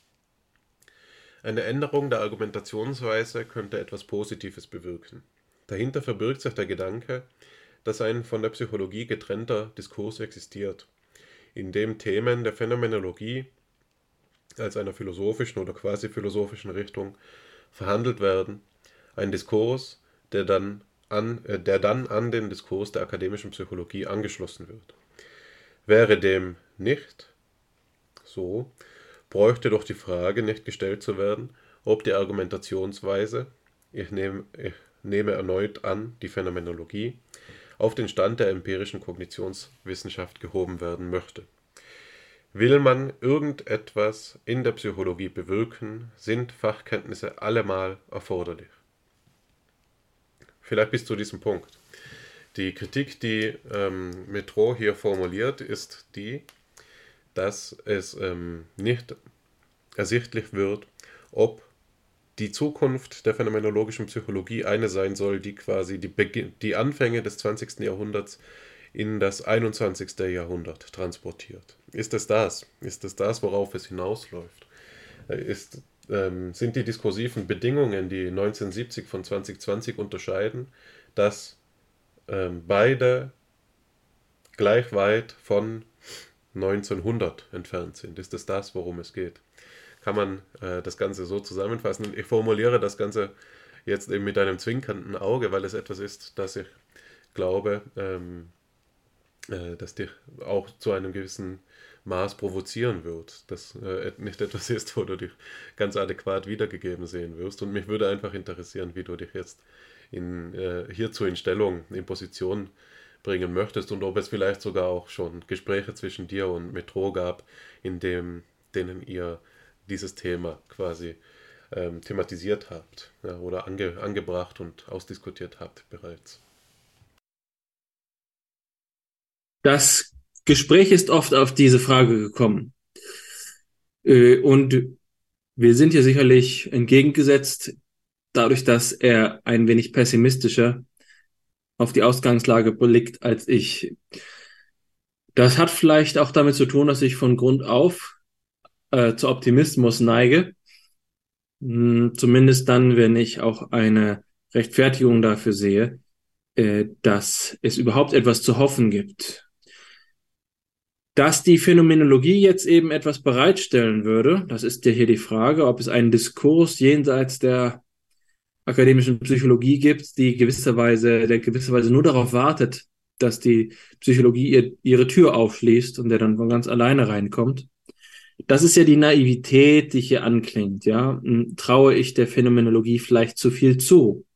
Eine Änderung der Argumentationsweise könnte etwas Positives bewirken. Dahinter verbirgt sich der Gedanke, dass ein von der Psychologie getrennter Diskurs existiert, in dem Themen der Phänomenologie als einer philosophischen oder quasi philosophischen Richtung verhandelt werden, ein Diskurs, der dann, an, äh, der dann an den Diskurs der akademischen Psychologie angeschlossen wird. Wäre dem nicht so, bräuchte doch die Frage nicht gestellt zu werden, ob die Argumentationsweise, ich nehme, ich nehme erneut an, die Phänomenologie, auf den Stand der empirischen Kognitionswissenschaft gehoben werden möchte. Will man irgendetwas in der Psychologie bewirken, sind Fachkenntnisse allemal erforderlich. Vielleicht bis zu diesem Punkt. Die Kritik, die ähm, Métraux hier formuliert, ist die, dass es ähm, nicht ersichtlich wird, ob die Zukunft der phänomenologischen Psychologie eine sein soll, die quasi die, Be- die Anfänge des zwanzigsten Jahrhunderts in das einundzwanzigste Jahrhundert transportiert. Ist es das? Ist es das, worauf es hinausläuft? Ist, ähm, sind die diskursiven Bedingungen, die neunzehnhundertsiebzig von zwanzig zwanzig unterscheiden, dass ähm, beide gleich weit von neunzehnhundert entfernt sind? Ist es das, worum es geht? Kann man äh, das Ganze so zusammenfassen? Ich formuliere das Ganze jetzt eben mit einem zwinkernden Auge, weil es etwas ist, das ich glaube, ähm, äh, das dich auch zu einem gewissen Maß provozieren wird. Das äh, nicht etwas ist, wo du dich ganz adäquat wiedergegeben sehen wirst. Und mich würde einfach interessieren, wie du dich jetzt in, äh, hierzu in Stellung, in Position bringen möchtest und ob es vielleicht sogar auch schon Gespräche zwischen dir und Métraux gab, in dem, denen ihr dieses Thema quasi ähm, thematisiert habt, ja, oder ange, angebracht und ausdiskutiert habt bereits. Das Gespräch ist oft auf diese Frage gekommen. Äh, Und wir sind hier sicherlich entgegengesetzt, dadurch, dass er ein wenig pessimistischer auf die Ausgangslage blickt als ich. Das hat vielleicht auch damit zu tun, dass ich von Grund auf äh, zu Optimismus neige. Hm, Zumindest dann, wenn ich auch eine Rechtfertigung dafür sehe, äh, dass es überhaupt etwas zu hoffen gibt. Dass die Phänomenologie jetzt eben etwas bereitstellen würde, das ist ja hier die Frage, ob es einen Diskurs jenseits der akademischen Psychologie gibt, die gewisserweise, der gewisserweise nur darauf wartet, dass die Psychologie ihr, ihre Tür aufschließt und der dann von ganz alleine reinkommt. Das ist ja die Naivität, die hier anklingt, ja. Traue ich der Phänomenologie vielleicht zu viel zu?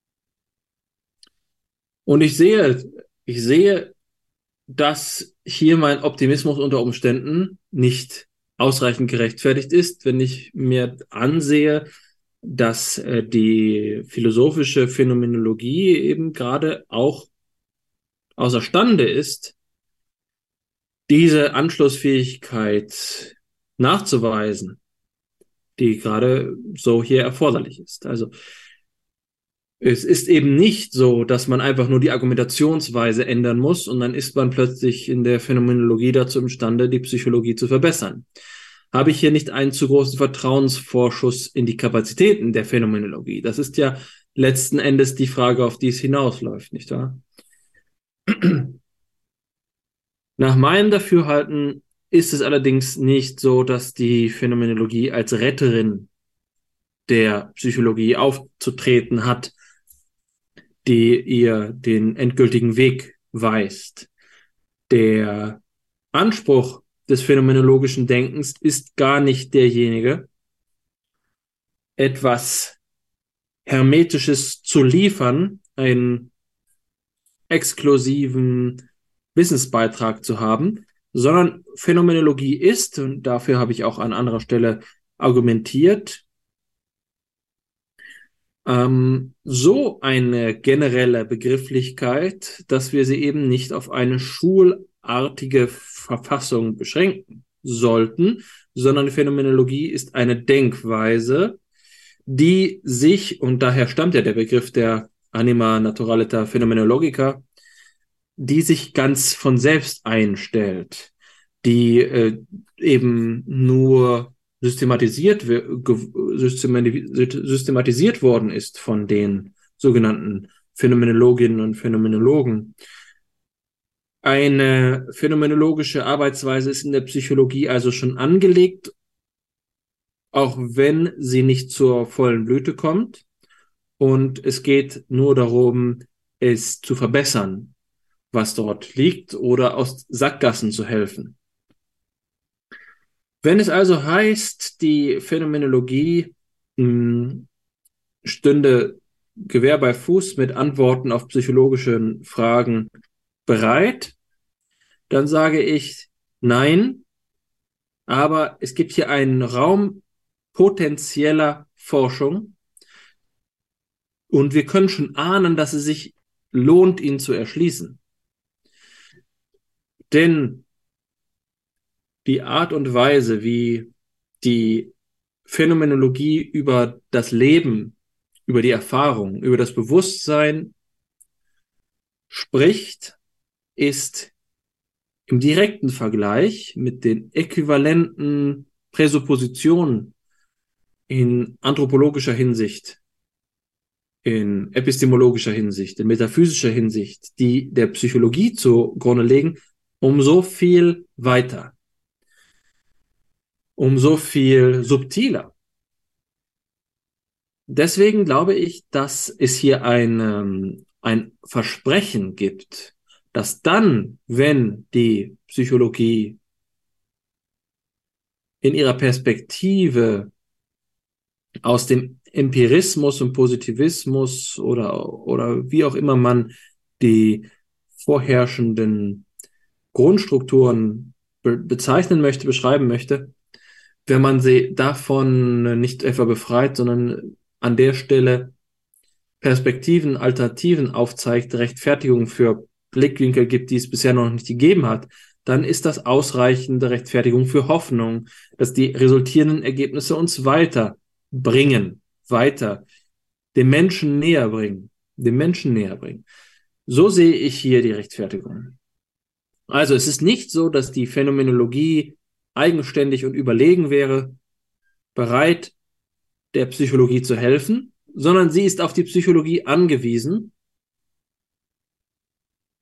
Und ich sehe, ich sehe, dass hier mein Optimismus unter Umständen nicht ausreichend gerechtfertigt ist, wenn ich mir ansehe, dass äh, die philosophische Phänomenologie eben gerade auch außerstande ist, diese Anschlussfähigkeit nachzuweisen, die gerade so hier erforderlich ist. Also es ist eben nicht so, dass man einfach nur die Argumentationsweise ändern muss und dann ist man plötzlich in der Phänomenologie dazu imstande, die Psychologie zu verbessern. Habe ich hier nicht einen zu großen Vertrauensvorschuss in die Kapazitäten der Phänomenologie? Das ist ja letzten Endes die Frage, auf die es hinausläuft, nicht wahr? Nach meinem Dafürhalten ist es allerdings nicht so, dass die Phänomenologie als Retterin der Psychologie aufzutreten hat, die ihr den endgültigen Weg weist. Der Anspruch des phänomenologischen Denkens ist gar nicht derjenige, etwas Hermetisches zu liefern, einen exklusiven Wissensbeitrag zu haben, sondern Phänomenologie ist, und dafür habe ich auch an anderer Stelle argumentiert, ähm, so eine generelle Begrifflichkeit, dass wir sie eben nicht auf eine schulartige Verfassung beschränken sollten, sondern Phänomenologie ist eine Denkweise, die sich, und daher stammt ja der Begriff der Anima Naturalita Phänomenologica, die sich ganz von selbst einstellt, die äh, eben nur systematisiert, systematisiert worden ist von den sogenannten Phänomenologinnen und Phänomenologen. Eine phänomenologische Arbeitsweise ist in der Psychologie also schon angelegt, auch wenn sie nicht zur vollen Blüte kommt. Und es geht nur darum, es zu verbessern, was dort liegt, oder aus Sackgassen zu helfen. Wenn es also heißt, die Phänomenologie mh, stünde Gewehr bei Fuß mit Antworten auf psychologische Fragen bereit, dann sage ich nein, aber es gibt hier einen Raum potenzieller Forschung und wir können schon ahnen, dass es sich lohnt, ihn zu erschließen. Denn die Art und Weise, wie die Phänomenologie über das Leben, über die Erfahrung, über das Bewusstsein spricht, ist im direkten Vergleich mit den äquivalenten Präsuppositionen in anthropologischer Hinsicht, in epistemologischer Hinsicht, in metaphysischer Hinsicht, die der Psychologie zugrunde legen, um so viel weiter, um so viel subtiler. Deswegen glaube ich, dass es hier ein, ein Versprechen gibt, dass dann, wenn die Psychologie in ihrer Perspektive aus dem Empirismus und Positivismus oder, oder wie auch immer man die vorherrschenden Grundstrukturen be- bezeichnen möchte, beschreiben möchte, wenn man sie davon nicht etwa befreit, sondern an der Stelle Perspektiven, Alternativen aufzeigt, Rechtfertigungen für Blickwinkel gibt, die es bisher noch nicht gegeben hat, dann ist das ausreichende Rechtfertigung für Hoffnung, dass die resultierenden Ergebnisse uns weiterbringen, weiter dem Menschen näher bringen, dem Menschen näher bringen. So sehe ich hier die Rechtfertigung. Also es ist nicht so, dass die Phänomenologie eigenständig und überlegen wäre, bereit, der Psychologie zu helfen, sondern sie ist auf die Psychologie angewiesen,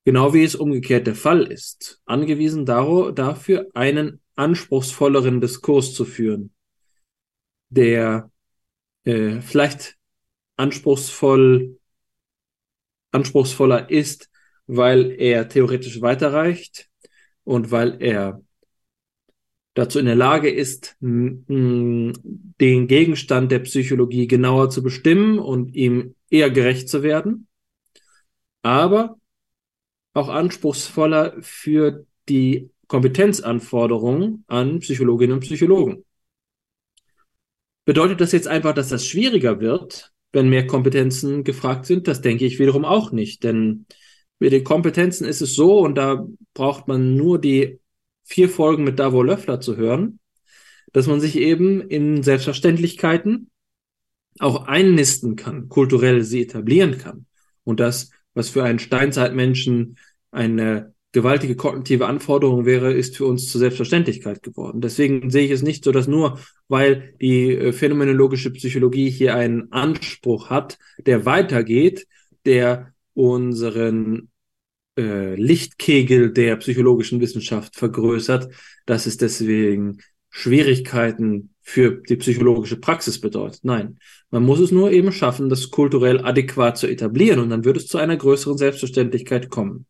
genau wie es umgekehrt der Fall ist, angewiesen daro- dafür, einen anspruchsvolleren Diskurs zu führen, der äh, vielleicht anspruchsvoll, anspruchsvoller ist, weil er theoretisch weiterreicht und weil er dazu in der Lage ist, m- m- den Gegenstand der Psychologie genauer zu bestimmen und ihm eher gerecht zu werden, aber auch anspruchsvoller für die Kompetenzanforderungen an Psychologinnen und Psychologen. Bedeutet das jetzt einfach, dass das schwieriger wird, wenn mehr Kompetenzen gefragt sind? Das denke ich wiederum auch nicht, denn mit den Kompetenzen ist es so, und da braucht man nur die vier Folgen mit Davor Löffler zu hören, dass man sich eben in Selbstverständlichkeiten auch einnisten kann, kulturell sie etablieren kann. Und das, was für einen Steinzeitmenschen eine gewaltige kognitive Anforderung wäre, ist für uns zur Selbstverständlichkeit geworden. Deswegen sehe ich es nicht so, dass nur, weil die äh, phänomenologische Psychologie hier einen Anspruch hat, der weitergeht, der unseren äh, Lichtkegel der psychologischen Wissenschaft vergrößert, dass es deswegen Schwierigkeiten für die psychologische Praxis bedeutet. Nein, man muss es nur eben schaffen, das kulturell adäquat zu etablieren, und dann wird es zu einer größeren Selbstverständlichkeit kommen.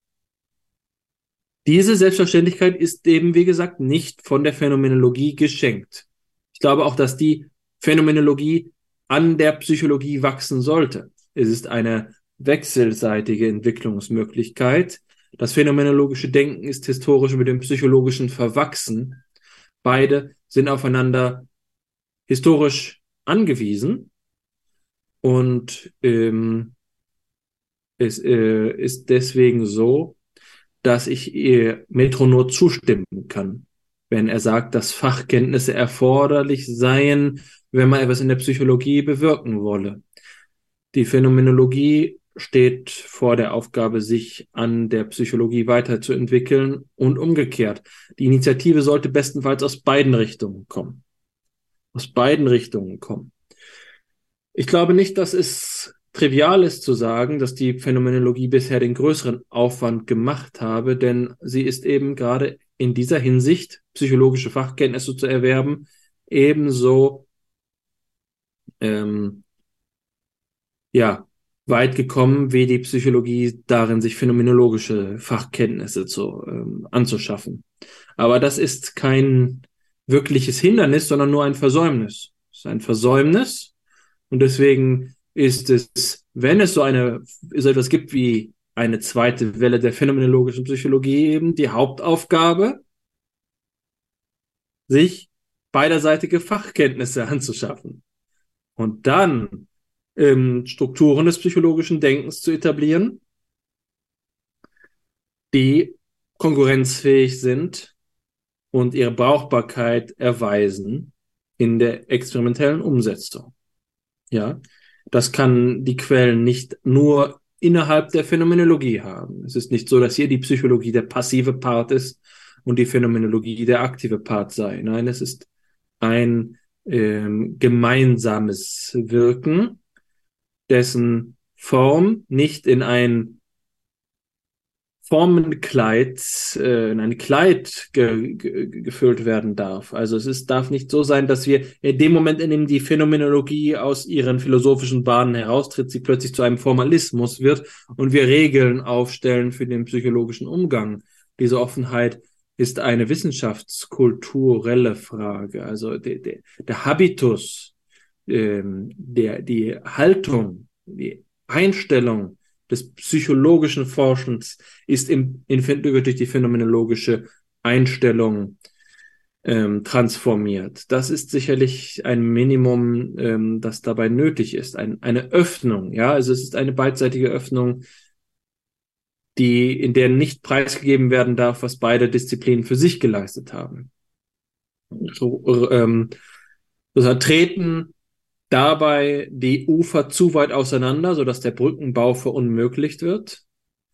Diese Selbstverständlichkeit ist eben, wie gesagt, nicht von der Phänomenologie geschenkt. Ich glaube auch, dass die Phänomenologie an der Psychologie wachsen sollte. Es ist eine wechselseitige Entwicklungsmöglichkeit. Das phänomenologische Denken ist historisch mit dem psychologischen verwachsen. Beide sind aufeinander historisch angewiesen, und ähm, es äh, ist deswegen so, dass ich äh, Metro nur zustimmen kann, wenn er sagt, dass Fachkenntnisse erforderlich seien, wenn man etwas in der Psychologie bewirken wolle. Die Phänomenologie steht vor der Aufgabe, sich an der Psychologie weiterzuentwickeln und umgekehrt. Die Initiative sollte bestenfalls aus beiden Richtungen kommen. Aus beiden Richtungen kommen. Ich glaube nicht, dass es trivial ist zu sagen, dass die Phänomenologie bisher den größeren Aufwand gemacht habe, denn sie ist eben gerade in dieser Hinsicht, psychologische Fachkenntnisse zu erwerben, ebenso ähm, ja, weit gekommen wie die Psychologie darin, sich phänomenologische Fachkenntnisse zu, ähm, anzuschaffen. Aber das ist kein wirkliches Hindernis, sondern nur ein Versäumnis. Es ist ein Versäumnis, und deswegen ist es, wenn es so eine, so etwas gibt wie eine zweite Welle der phänomenologischen Psychologie, eben die Hauptaufgabe, sich beiderseitige Fachkenntnisse anzuschaffen und dann ähm, Strukturen des psychologischen Denkens zu etablieren, die konkurrenzfähig sind und ihre Brauchbarkeit erweisen in der experimentellen Umsetzung. Ja, das kann die Quellen nicht nur innerhalb der Phänomenologie haben. Es ist nicht so, dass hier die Psychologie der passive Part ist und die Phänomenologie der aktive Part sei. Nein, es ist ein ähm, gemeinsames Wirken, dessen Form nicht in ein Formenkleid, äh, in ein Kleid ge ge gefüllt werden darf. Also es ist, darf nicht so sein, dass wir in dem Moment, in dem die Phänomenologie aus ihren philosophischen Bahnen heraustritt, sie plötzlich zu einem Formalismus wird und wir Regeln aufstellen für den psychologischen Umgang. Diese Offenheit ist eine wissenschaftskulturelle Frage. Also de, de, der Habitus, ähm, der, die Haltung, die Einstellung des psychologischen Forschens ist im, in, durch die phänomenologische Einstellung ähm, transformiert. Das ist sicherlich ein Minimum, ähm, das dabei nötig ist. Ein, eine Öffnung, ja, also es ist eine beidseitige Öffnung, die, in der nicht preisgegeben werden darf, was beide Disziplinen für sich geleistet haben. So, ähm, so treten dabei die Ufer zu weit auseinander, sodass der Brückenbau verunmöglicht wird.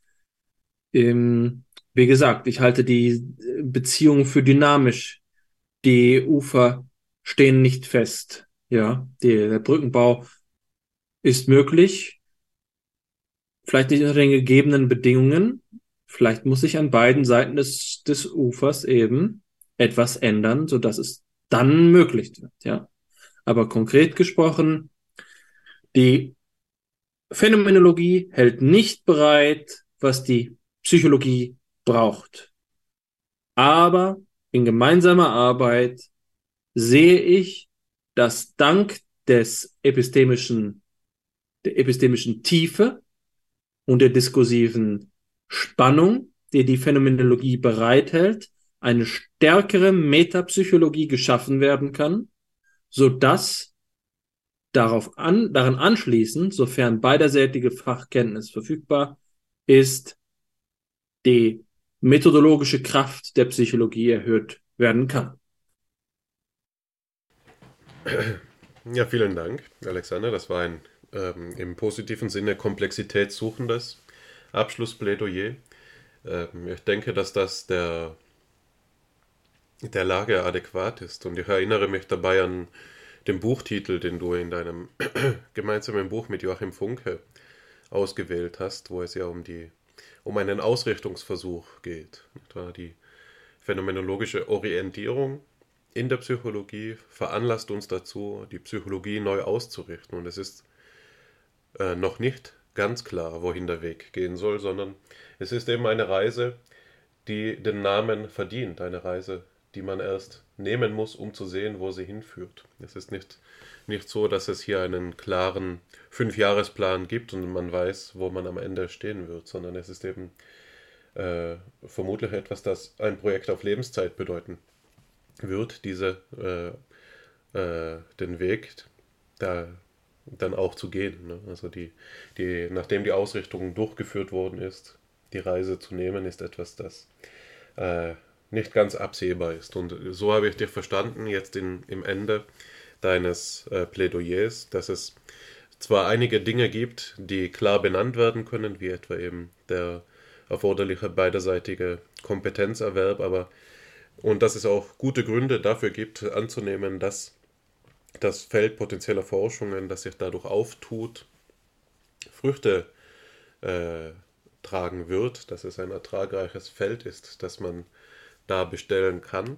Ähm, wie gesagt, ich halte die Beziehung für dynamisch. Die Ufer stehen nicht fest. Ja, die, der Brückenbau ist möglich vielleicht nicht unter den gegebenen Bedingungen. Vielleicht muss sich an beiden Seiten des, des Ufers eben etwas ändern, sodass es dann möglich wird, ja. Aber konkret gesprochen, die Phänomenologie hält nicht bereit, was die Psychologie braucht. Aber in gemeinsamer Arbeit sehe ich, dass dank des epistemischen, der epistemischen Tiefe und der diskursiven Spannung, die die Phänomenologie bereithält, eine stärkere Metapsychologie geschaffen werden kann, sodass darauf an, daran anschließend, sofern beiderseitige Fachkenntnis verfügbar ist, die methodologische Kraft der Psychologie erhöht werden kann. Ja, vielen Dank, Alexander. Das war ein ähm, im positiven Sinne komplexitätssuchendes Abschlussplädoyer. Ähm, ich denke, dass das der, der Lage adäquat ist. Und ich erinnere mich dabei an den Buchtitel, den du in deinem gemeinsamen Buch mit Joachim Funke ausgewählt hast, wo es ja um die um einen Ausrichtungsversuch geht. Die phänomenologische Orientierung in der Psychologie veranlasst uns dazu, die Psychologie neu auszurichten. Und es ist äh, noch nicht ganz klar, wohin der Weg gehen soll, sondern es ist eben eine Reise, die den Namen verdient. Eine Reise, die man erst nehmen muss, um zu sehen, wo sie hinführt. Es ist nicht, nicht so, dass es hier einen klaren Fünfjahresplan gibt und man weiß, wo man am Ende stehen wird, sondern es ist eben äh, vermutlich etwas, das ein Projekt auf Lebenszeit bedeuten wird, diese äh, äh, den Weg da dann auch zu gehen. Ne? Also die, die, nachdem die Ausrichtung durchgeführt worden ist, die Reise zu nehmen, ist etwas, das äh, nicht ganz absehbar ist. Und so habe ich dich verstanden, jetzt in, im Ende deines äh, Plädoyers, dass es zwar einige Dinge gibt, die klar benannt werden können, wie etwa eben der erforderliche beiderseitige Kompetenzerwerb, aber und dass es auch gute Gründe dafür gibt, anzunehmen, dass das Feld potenzieller Forschungen, das sich dadurch auftut, Früchte äh, tragen wird, dass es ein ertragreiches Feld ist, das man da bestellen kann.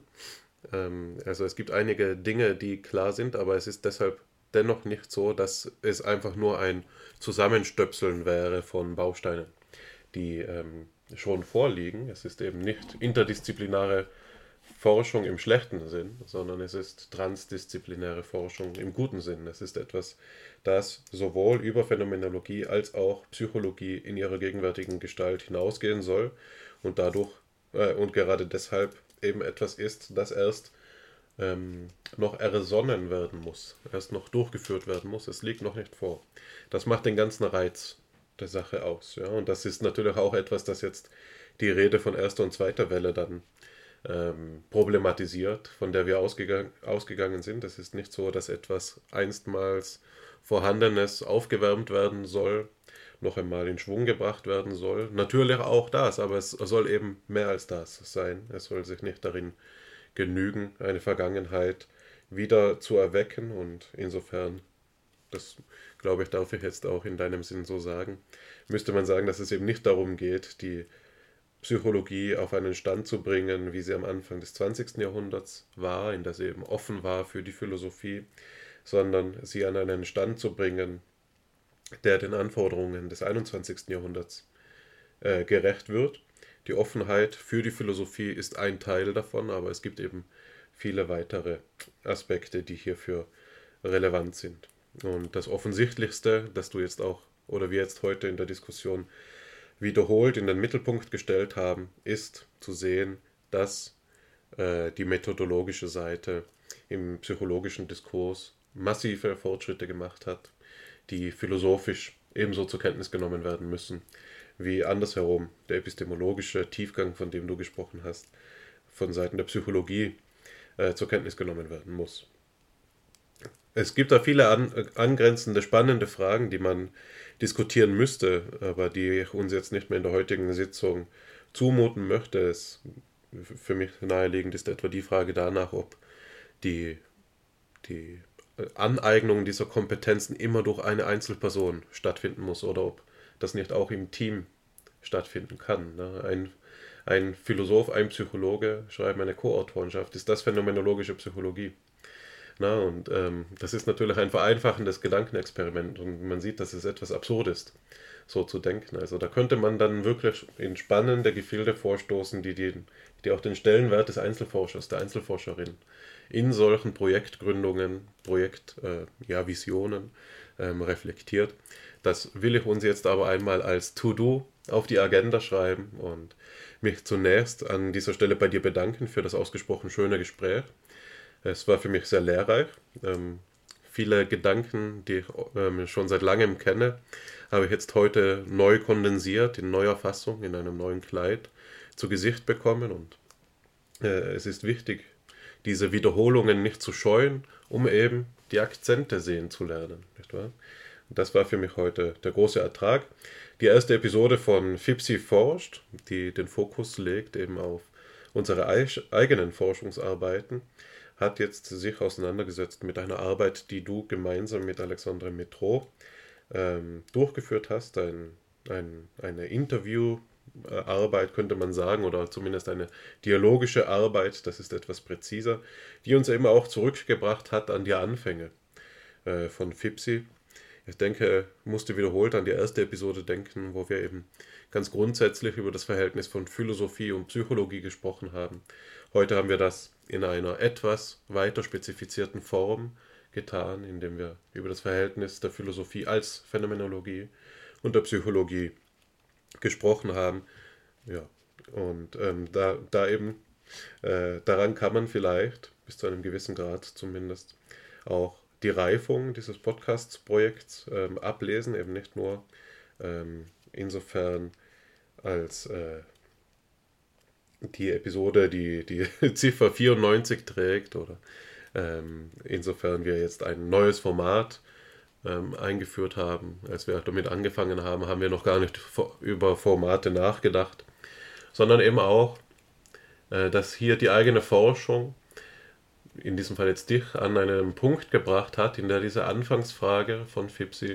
Ähm, also es gibt einige Dinge, die klar sind, aber es ist deshalb dennoch nicht so, dass es einfach nur ein Zusammenstöpseln wäre von Bausteinen, die ähm, schon vorliegen. Es ist eben nicht interdisziplinäre Forschung im schlechten Sinn, sondern es ist transdisziplinäre Forschung im guten Sinn. Es ist etwas, das sowohl über Phänomenologie als auch Psychologie in ihrer gegenwärtigen Gestalt hinausgehen soll und dadurch äh, und gerade deshalb eben etwas ist, das erst ähm, noch ersonnen werden muss, erst noch durchgeführt werden muss. Es liegt noch nicht vor. Das macht den ganzen Reiz der Sache aus. Ja? Und das ist natürlich auch etwas, das jetzt die Rede von erster und zweiter Welle dann ähm, problematisiert, von der wir ausgegangen, ausgegangen sind. Es ist nicht so, dass etwas einstmals Vorhandenes aufgewärmt werden soll, noch einmal in Schwung gebracht werden soll. Natürlich auch das, aber es soll eben mehr als das sein. Es soll sich nicht darin genügen, eine Vergangenheit wieder zu erwecken und insofern, das glaube ich, darf ich jetzt auch in deinem Sinn so sagen, müsste man sagen, dass es eben nicht darum geht, die Psychologie auf einen Stand zu bringen, wie sie am Anfang des zwanzigsten Jahrhunderts war, in der sie eben offen war für die Philosophie, sondern sie an einen Stand zu bringen, der den Anforderungen des einundzwanzigsten Jahrhunderts äh, gerecht wird. Die Offenheit für die Philosophie ist ein Teil davon, aber es gibt eben viele weitere Aspekte, die hierfür relevant sind. Und das Offensichtlichste, das du jetzt auch, oder wir jetzt heute in der Diskussion wiederholt in den Mittelpunkt gestellt haben, ist zu sehen, dass äh, die methodologische Seite im psychologischen Diskurs massive Fortschritte gemacht hat, die philosophisch ebenso zur Kenntnis genommen werden müssen, wie andersherum der epistemologische Tiefgang, von dem du gesprochen hast, von Seiten der Psychologie äh, zur Kenntnis genommen werden muss. Es gibt da viele an, angrenzende, spannende Fragen, die man diskutieren müsste, aber die ich uns jetzt nicht mehr in der heutigen Sitzung zumuten möchte. Es für mich naheliegend ist etwa die Frage danach, ob die, die Aneignung dieser Kompetenzen immer durch eine Einzelperson stattfinden muss oder ob das nicht auch im Team stattfinden kann. Ne? Ein, ein Philosoph, ein Psychologe schreiben eine Co-Autorenschaft. Ist das phänomenologische Psychologie? Na, und ähm, das ist natürlich ein vereinfachendes Gedankenexperiment und man sieht, dass es etwas absurd ist, so zu denken. Also da könnte man dann wirklich in spannende Gefilde vorstoßen, die, die, die auch den Stellenwert des Einzelforschers, der Einzelforscherin in solchen Projektgründungen, Projektvisionen äh, ja, Visionen, ähm, reflektiert. Das will ich uns jetzt aber einmal als To-Do auf die Agenda schreiben und mich zunächst an dieser Stelle bei dir bedanken für das ausgesprochen schöne Gespräch. Es war für mich sehr lehrreich. Ähm, viele Gedanken, die ich ähm, schon seit langem kenne, habe ich jetzt heute neu kondensiert, in neuer Fassung, in einem neuen Kleid zu Gesicht bekommen. Und äh, es ist wichtig, diese Wiederholungen nicht zu scheuen, um eben die Akzente sehen zu lernen. Nicht wahr? Und das war für mich heute der große Ertrag. Die erste Episode von FIPSI forscht, die den Fokus legt eben auf unsere eigenen Forschungsarbeiten, hat jetzt sich auseinandergesetzt mit einer Arbeit, die du gemeinsam mit Alexandre Métraux ähm, durchgeführt hast, ein, ein, eine Interviewarbeit könnte man sagen, oder zumindest eine dialogische Arbeit, das ist etwas präziser, die uns eben auch zurückgebracht hat an die Anfänge äh, von FIPSI. Ich denke, musste wiederholt an die erste Episode denken, wo wir eben ganz grundsätzlich über das Verhältnis von Philosophie und Psychologie gesprochen haben. Heute haben wir das in einer etwas weiter spezifizierten Form getan, indem wir über das Verhältnis der Philosophie als Phänomenologie und der Psychologie gesprochen haben. Ja, und ähm, da, da eben, äh, daran kann man vielleicht, bis zu einem gewissen Grad zumindest, auch die Reifung dieses Podcast-Projekts ähm, ablesen, eben nicht nur ähm, insofern als äh, die Episode die, die Ziffer vierundneunzig trägt oder ähm, insofern wir jetzt ein neues Format ähm, eingeführt haben. Als wir damit angefangen haben, haben wir noch gar nicht über Formate nachgedacht, sondern eben auch, äh, dass hier die eigene Forschung, in diesem Fall jetzt dich, an einen Punkt gebracht hat, in der diese Anfangsfrage von FIPSI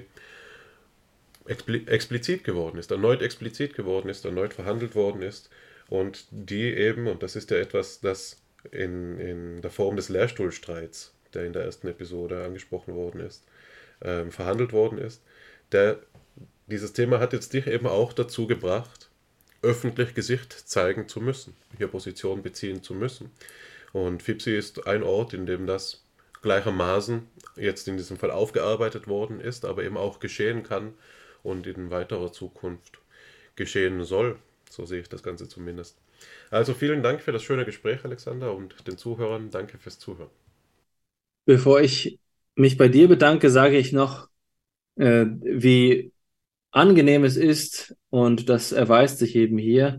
expli- explizit geworden ist, erneut explizit geworden ist, erneut verhandelt worden ist und die eben, und das ist ja etwas, das in, in der Form des Lehrstuhlstreits, der in der ersten Episode angesprochen worden ist, ähm, verhandelt worden ist, der, dieses Thema hat jetzt dich eben auch dazu gebracht, öffentlich Gesicht zeigen zu müssen, hier Position beziehen zu müssen. Und FIPSI ist ein Ort, in dem das gleichermaßen jetzt in diesem Fall aufgearbeitet worden ist, aber eben auch geschehen kann und in weiterer Zukunft geschehen soll. So sehe ich das Ganze zumindest. Also vielen Dank für das schöne Gespräch, Alexander, und den Zuhörern danke fürs Zuhören. Bevor ich mich bei dir bedanke, sage ich noch, äh, wie angenehm es ist, und das erweist sich eben hier,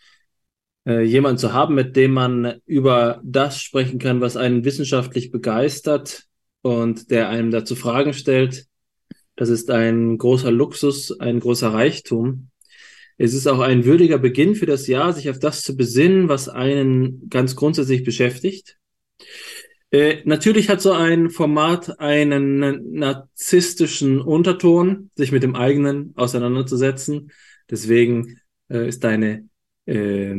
äh, jemanden zu haben, mit dem man über das sprechen kann, was einen wissenschaftlich begeistert und der einem dazu Fragen stellt. Das ist ein großer Luxus, ein großer Reichtum. Es ist auch ein würdiger Beginn für das Jahr, sich auf das zu besinnen, was einen ganz grundsätzlich beschäftigt. Äh, natürlich hat so ein Format einen narzisstischen Unterton, sich mit dem eigenen auseinanderzusetzen. Deswegen äh, ist deine, äh,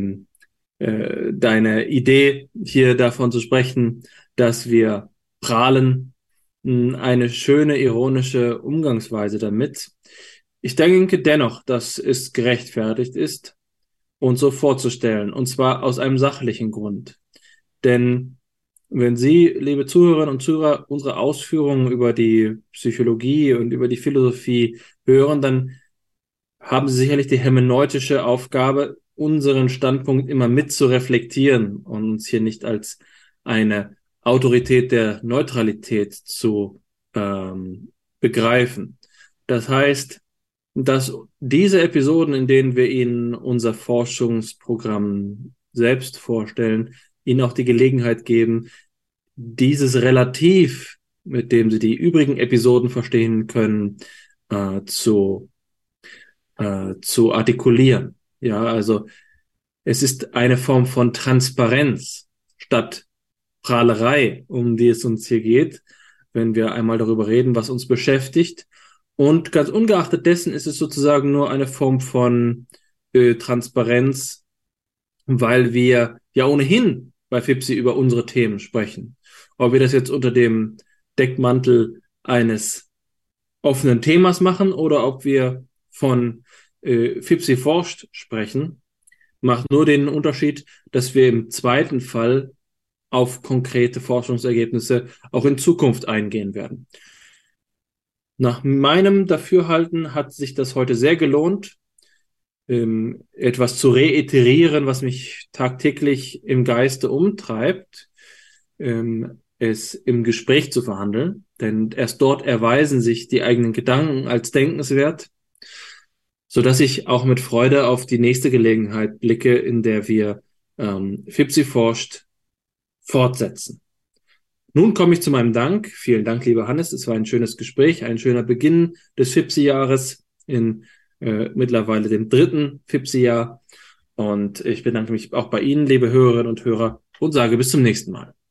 äh, deine Idee, hier davon zu sprechen, dass wir prahlen, mh, eine schöne, ironische Umgangsweise damit. Ich denke dennoch, dass es gerechtfertigt ist, uns so vorzustellen, und zwar aus einem sachlichen Grund. Denn wenn Sie, liebe Zuhörerinnen und Zuhörer, unsere Ausführungen über die Psychologie und über die Philosophie hören, dann haben Sie sicherlich die hermeneutische Aufgabe, unseren Standpunkt immer mit zu reflektieren und uns hier nicht als eine Autorität der Neutralität zu ähm, begreifen. Das heißt, dass diese Episoden, in denen wir Ihnen unser Forschungsprogramm selbst vorstellen, Ihnen auch die Gelegenheit geben, dieses Relativ, mit dem Sie die übrigen Episoden verstehen können, äh, zu, äh, zu artikulieren. Ja, also es ist eine Form von Transparenz statt Prahlerei, um die es uns hier geht, wenn wir einmal darüber reden, was uns beschäftigt Und ganz ungeachtet dessen ist es sozusagen nur eine Form von äh, Transparenz, weil wir ja ohnehin bei FIPSI über unsere Themen sprechen. Ob wir das jetzt unter dem Deckmantel eines offenen Themas machen oder ob wir von äh, FIPSI forscht sprechen, macht nur den Unterschied, dass wir im zweiten Fall auf konkrete Forschungsergebnisse auch in Zukunft eingehen werden. Nach meinem Dafürhalten hat sich das heute sehr gelohnt, ähm, etwas zu reiterieren, was mich tagtäglich im Geiste umtreibt, ähm, es im Gespräch zu verhandeln, denn erst dort erweisen sich die eigenen Gedanken als denkenswert, sodass ich auch mit Freude auf die nächste Gelegenheit blicke, in der wir ähm, FIPSI forscht fortsetzen. Nun komme ich zu meinem Dank. Vielen Dank, lieber Hannes. Es war ein schönes Gespräch, ein schöner Beginn des FIPSI-Jahres in äh, mittlerweile dem dritten FIPSI-Jahr. Und ich bedanke mich auch bei Ihnen, liebe Hörerinnen und Hörer, und sage bis zum nächsten Mal.